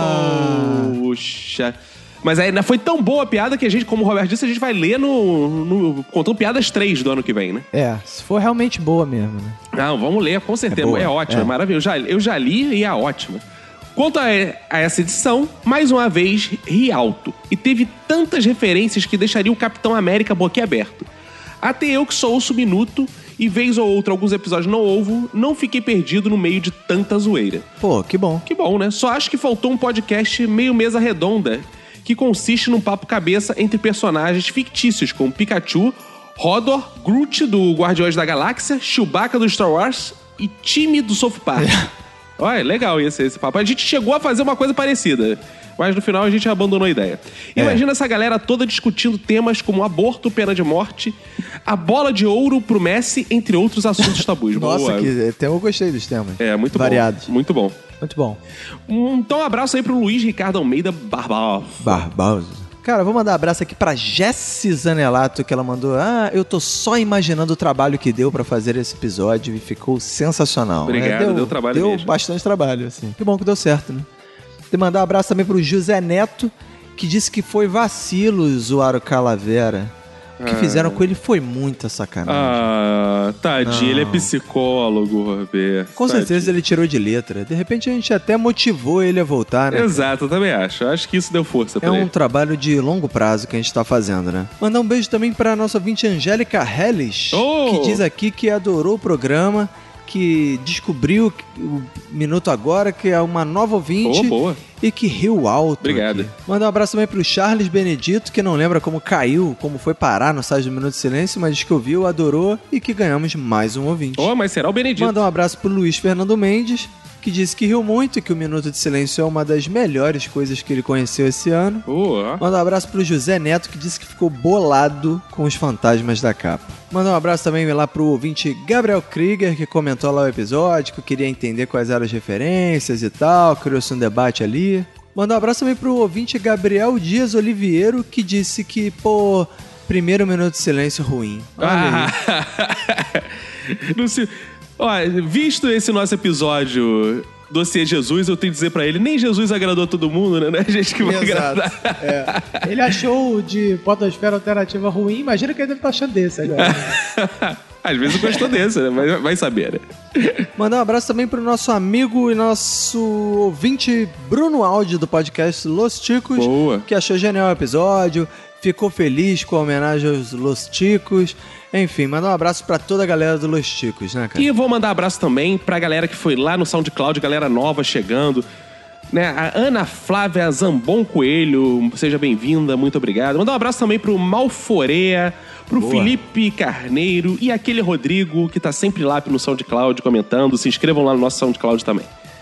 Speaker 4: Ah.
Speaker 3: poxa... Mas aí foi tão boa a piada que a gente, como o Roberto disse, a gente vai ler no, no Contando Piadas três do ano que vem, né?
Speaker 4: É, se for realmente boa mesmo, né?
Speaker 3: Não, vamos ler, com certeza.
Speaker 4: É boa,
Speaker 3: É, ótimo, é,
Speaker 4: é.
Speaker 3: maravilhoso. Eu já, eu já li e é ótimo. Quanto a, a essa edição, mais uma vez, ri alto. E teve tantas referências que deixaria o Capitão América boquiaberto. Até eu, que só ouço Minuto e vez ou outra alguns episódios não ouvo, não fiquei perdido no meio de tanta zoeira.
Speaker 4: Pô, que bom.
Speaker 3: Que bom, né? Só acho que faltou um podcast meio mesa redonda, que consiste num papo cabeça entre personagens fictícios como Pikachu, Hodor, Groot do Guardiões da Galáxia, Chewbacca do Star Wars e time do South Park. Olha, legal esse, esse papo. A gente chegou a fazer uma coisa parecida, mas no final a gente abandonou a ideia.
Speaker 4: É.
Speaker 3: Imagina essa galera toda discutindo temas como aborto, pena de morte, a bola de ouro pro Messi, entre outros assuntos tabus.
Speaker 4: Nossa,
Speaker 3: Boa.
Speaker 4: que até eu gostei dos temas.
Speaker 3: É, muito
Speaker 4: Variados.
Speaker 3: bom. Muito bom.
Speaker 4: Muito bom.
Speaker 3: Então, um abraço aí pro Luiz Ricardo Almeida Barbosa.
Speaker 4: Barbosa. Cara, vou mandar um abraço aqui pra Jessi Zanelato, que ela mandou. Ah, eu tô só imaginando o trabalho que deu pra fazer esse episódio e ficou sensacional.
Speaker 3: Obrigado,
Speaker 4: É, deu,
Speaker 3: deu trabalho
Speaker 4: Deu
Speaker 3: mesmo.
Speaker 4: bastante trabalho, assim. Que bom que deu certo, né? Vou mandar um abraço também pro José Neto, que disse que foi vacilo zoar o Calavera. O que
Speaker 3: Ah.
Speaker 4: fizeram com ele foi muita sacanagem.
Speaker 3: Ah, tadinho,
Speaker 4: Não.
Speaker 3: ele é psicólogo, Roberto.
Speaker 4: Com certeza ele tirou de letra. De repente a gente até motivou ele a voltar, né?
Speaker 3: Exato, eu também acho. Eu acho que isso deu força pra
Speaker 4: É um
Speaker 3: ele.
Speaker 4: trabalho de longo prazo que a gente tá fazendo, né? Mandar um beijo também pra nossa ouvinte Angélica Helles,
Speaker 3: Oh!
Speaker 4: que diz aqui que adorou o programa, que descobriu o Minuto Agora, que é uma nova ouvinte.
Speaker 3: Oh, boa.
Speaker 4: E que riu alto.
Speaker 3: Obrigado.
Speaker 4: Aqui. Mandar um abraço também pro Charles Benedito, que não lembra como caiu, como foi parar no site do Minuto de Silêncio, mas diz que ouviu, adorou e que ganhamos mais um ouvinte.
Speaker 3: Oh, mas será o Benedito.
Speaker 4: Mandar um abraço pro Luiz Fernando Mendes, que disse que riu muito e que o Minuto de Silêncio é uma das melhores coisas que ele conheceu esse ano.
Speaker 3: Boa.
Speaker 4: Mandar um abraço pro José Neto, que disse que ficou bolado com os fantasmas da capa. Mandar um abraço também lá pro ouvinte Gabriel Krieger, que comentou lá o episódio, que queria entender quais eram as referências e tal, criou-se um debate ali. Mandar um abraço também pro ouvinte Gabriel Dias Oliveiro, que disse que, pô, primeiro Minuto de Silêncio ruim. Olha aí.
Speaker 3: Ah. Não se... Olha, visto esse nosso episódio Dossiê Jesus, eu tenho que dizer pra ele, nem Jesus agradou todo mundo, né? Não é a gente que vai
Speaker 4: Exato.
Speaker 3: agradar.
Speaker 11: É. Ele achou o de Podosfera Alternativa ruim, imagina que ele deve estar achando desse agora.
Speaker 3: Às vezes gostou desse, né? Vai, vai saber, né?
Speaker 4: Mandar um abraço também pro nosso amigo e nosso ouvinte Bruno Aldi do podcast Los Ticos,
Speaker 3: Boa.
Speaker 4: que achou genial o episódio, ficou feliz com a homenagem aos Los Ticos. Enfim, mandar um abraço pra toda a galera do Los Ticos, né, cara?
Speaker 3: E eu vou mandar abraço também pra galera que foi lá no SoundCloud, galera nova chegando, né? A Ana Flávia Zambon Coelho, seja bem-vinda, muito obrigado. Mandar um abraço também pro Malforea, pro
Speaker 4: Boa.
Speaker 3: Felipe Carneiro e aquele Rodrigo que tá sempre lá no SoundCloud comentando. Se inscrevam lá no nosso SoundCloud também.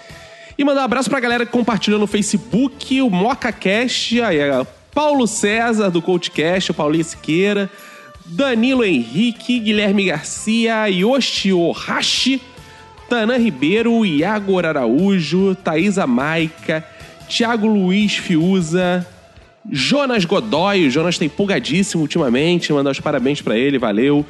Speaker 3: E mandar um abraço pra galera que compartilhou no Facebook, o MocaCast, aí, a Paulo César do CoachCast, o Paulinho Siqueira, Danilo Henrique, Guilherme Garcia, Yoshi Ohashi, Tanã Ribeiro, Iago Araújo, Thaisa Maica, Thiago Luiz Fiuza, Jonas Godoy. O Jonas tá empolgadíssimo ultimamente, mandar os parabéns pra ele, valeu.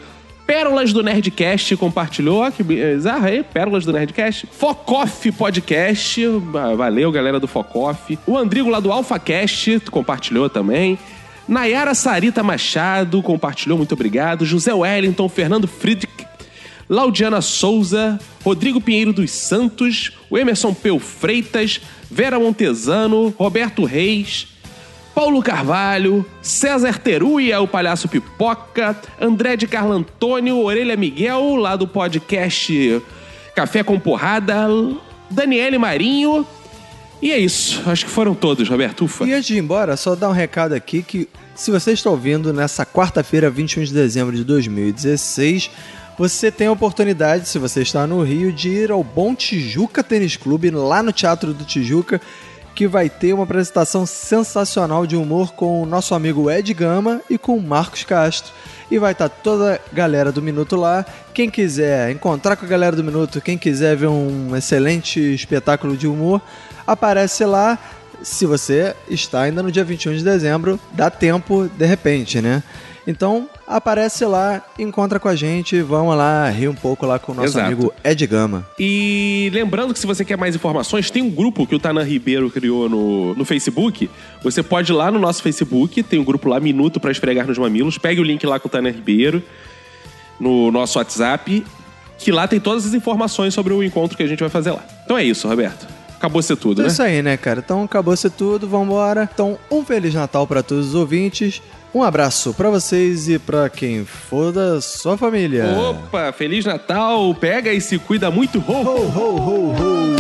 Speaker 3: Pérolas do Nerdcast compartilhou, ó, que bizarro aí, Pérolas do Nerdcast. Focoff Podcast, valeu galera do Focoff. O Andrigo lá do AlphaCast compartilhou também. Nayara Sarita Machado compartilhou, muito obrigado. José Wellington, Fernando Friedrich, Laudiana Souza, Rodrigo Pinheiro dos Santos, o Emerson Peu Freitas, Vera Montesano, Roberto Reis, Paulo Carvalho, César Teruia, o Palhaço Pipoca, André de Carlo Antônio, Orelha Miguel, lá do podcast Café com Porrada, Daniele Marinho. E é isso, acho que foram todos, Roberto, ufa.
Speaker 4: E antes de ir embora, só dar um recado aqui que se você está ouvindo nessa quarta-feira, vinte e um de dezembro de dois mil e dezesseis, você tem a oportunidade, se você está no Rio, de ir ao Bom Tijuca Tênis Clube, lá no Teatro do Tijuca, que vai ter uma apresentação sensacional de humor com o nosso amigo Ed Gama e com o Marcos Castro. E vai estar toda a galera do Minuto lá. Quem quiser encontrar com a galera do Minuto, quem quiser ver um excelente espetáculo de humor, aparece lá. Se você está ainda no dia vinte e um de dezembro, dá tempo de repente, né? Então, aparece lá, encontra com a gente, vamos lá rir um pouco lá com o nosso
Speaker 3: Exato.
Speaker 4: amigo Ed Gama.
Speaker 3: E lembrando que se você quer mais informações, tem um grupo que o Tanan Ribeiro criou no, no Facebook. Você pode ir lá no nosso Facebook, tem um grupo lá, Minuto pra Esfregar nos Mamilos. Pegue o link lá com o Tanan Ribeiro no nosso WhatsApp, que lá tem todas as informações sobre o encontro que a gente vai fazer lá. Então é isso, Roberto. Acabou ser tudo,
Speaker 4: Então
Speaker 3: né?
Speaker 4: É isso aí, né, cara? Então acabou ser tudo, vambora. Então, um Feliz Natal pra todos os ouvintes. Um abraço pra vocês e pra quem for da sua família.
Speaker 3: Opa, Feliz Natal. Pega e se cuida muito. Ho, ho, ho, ho, ho.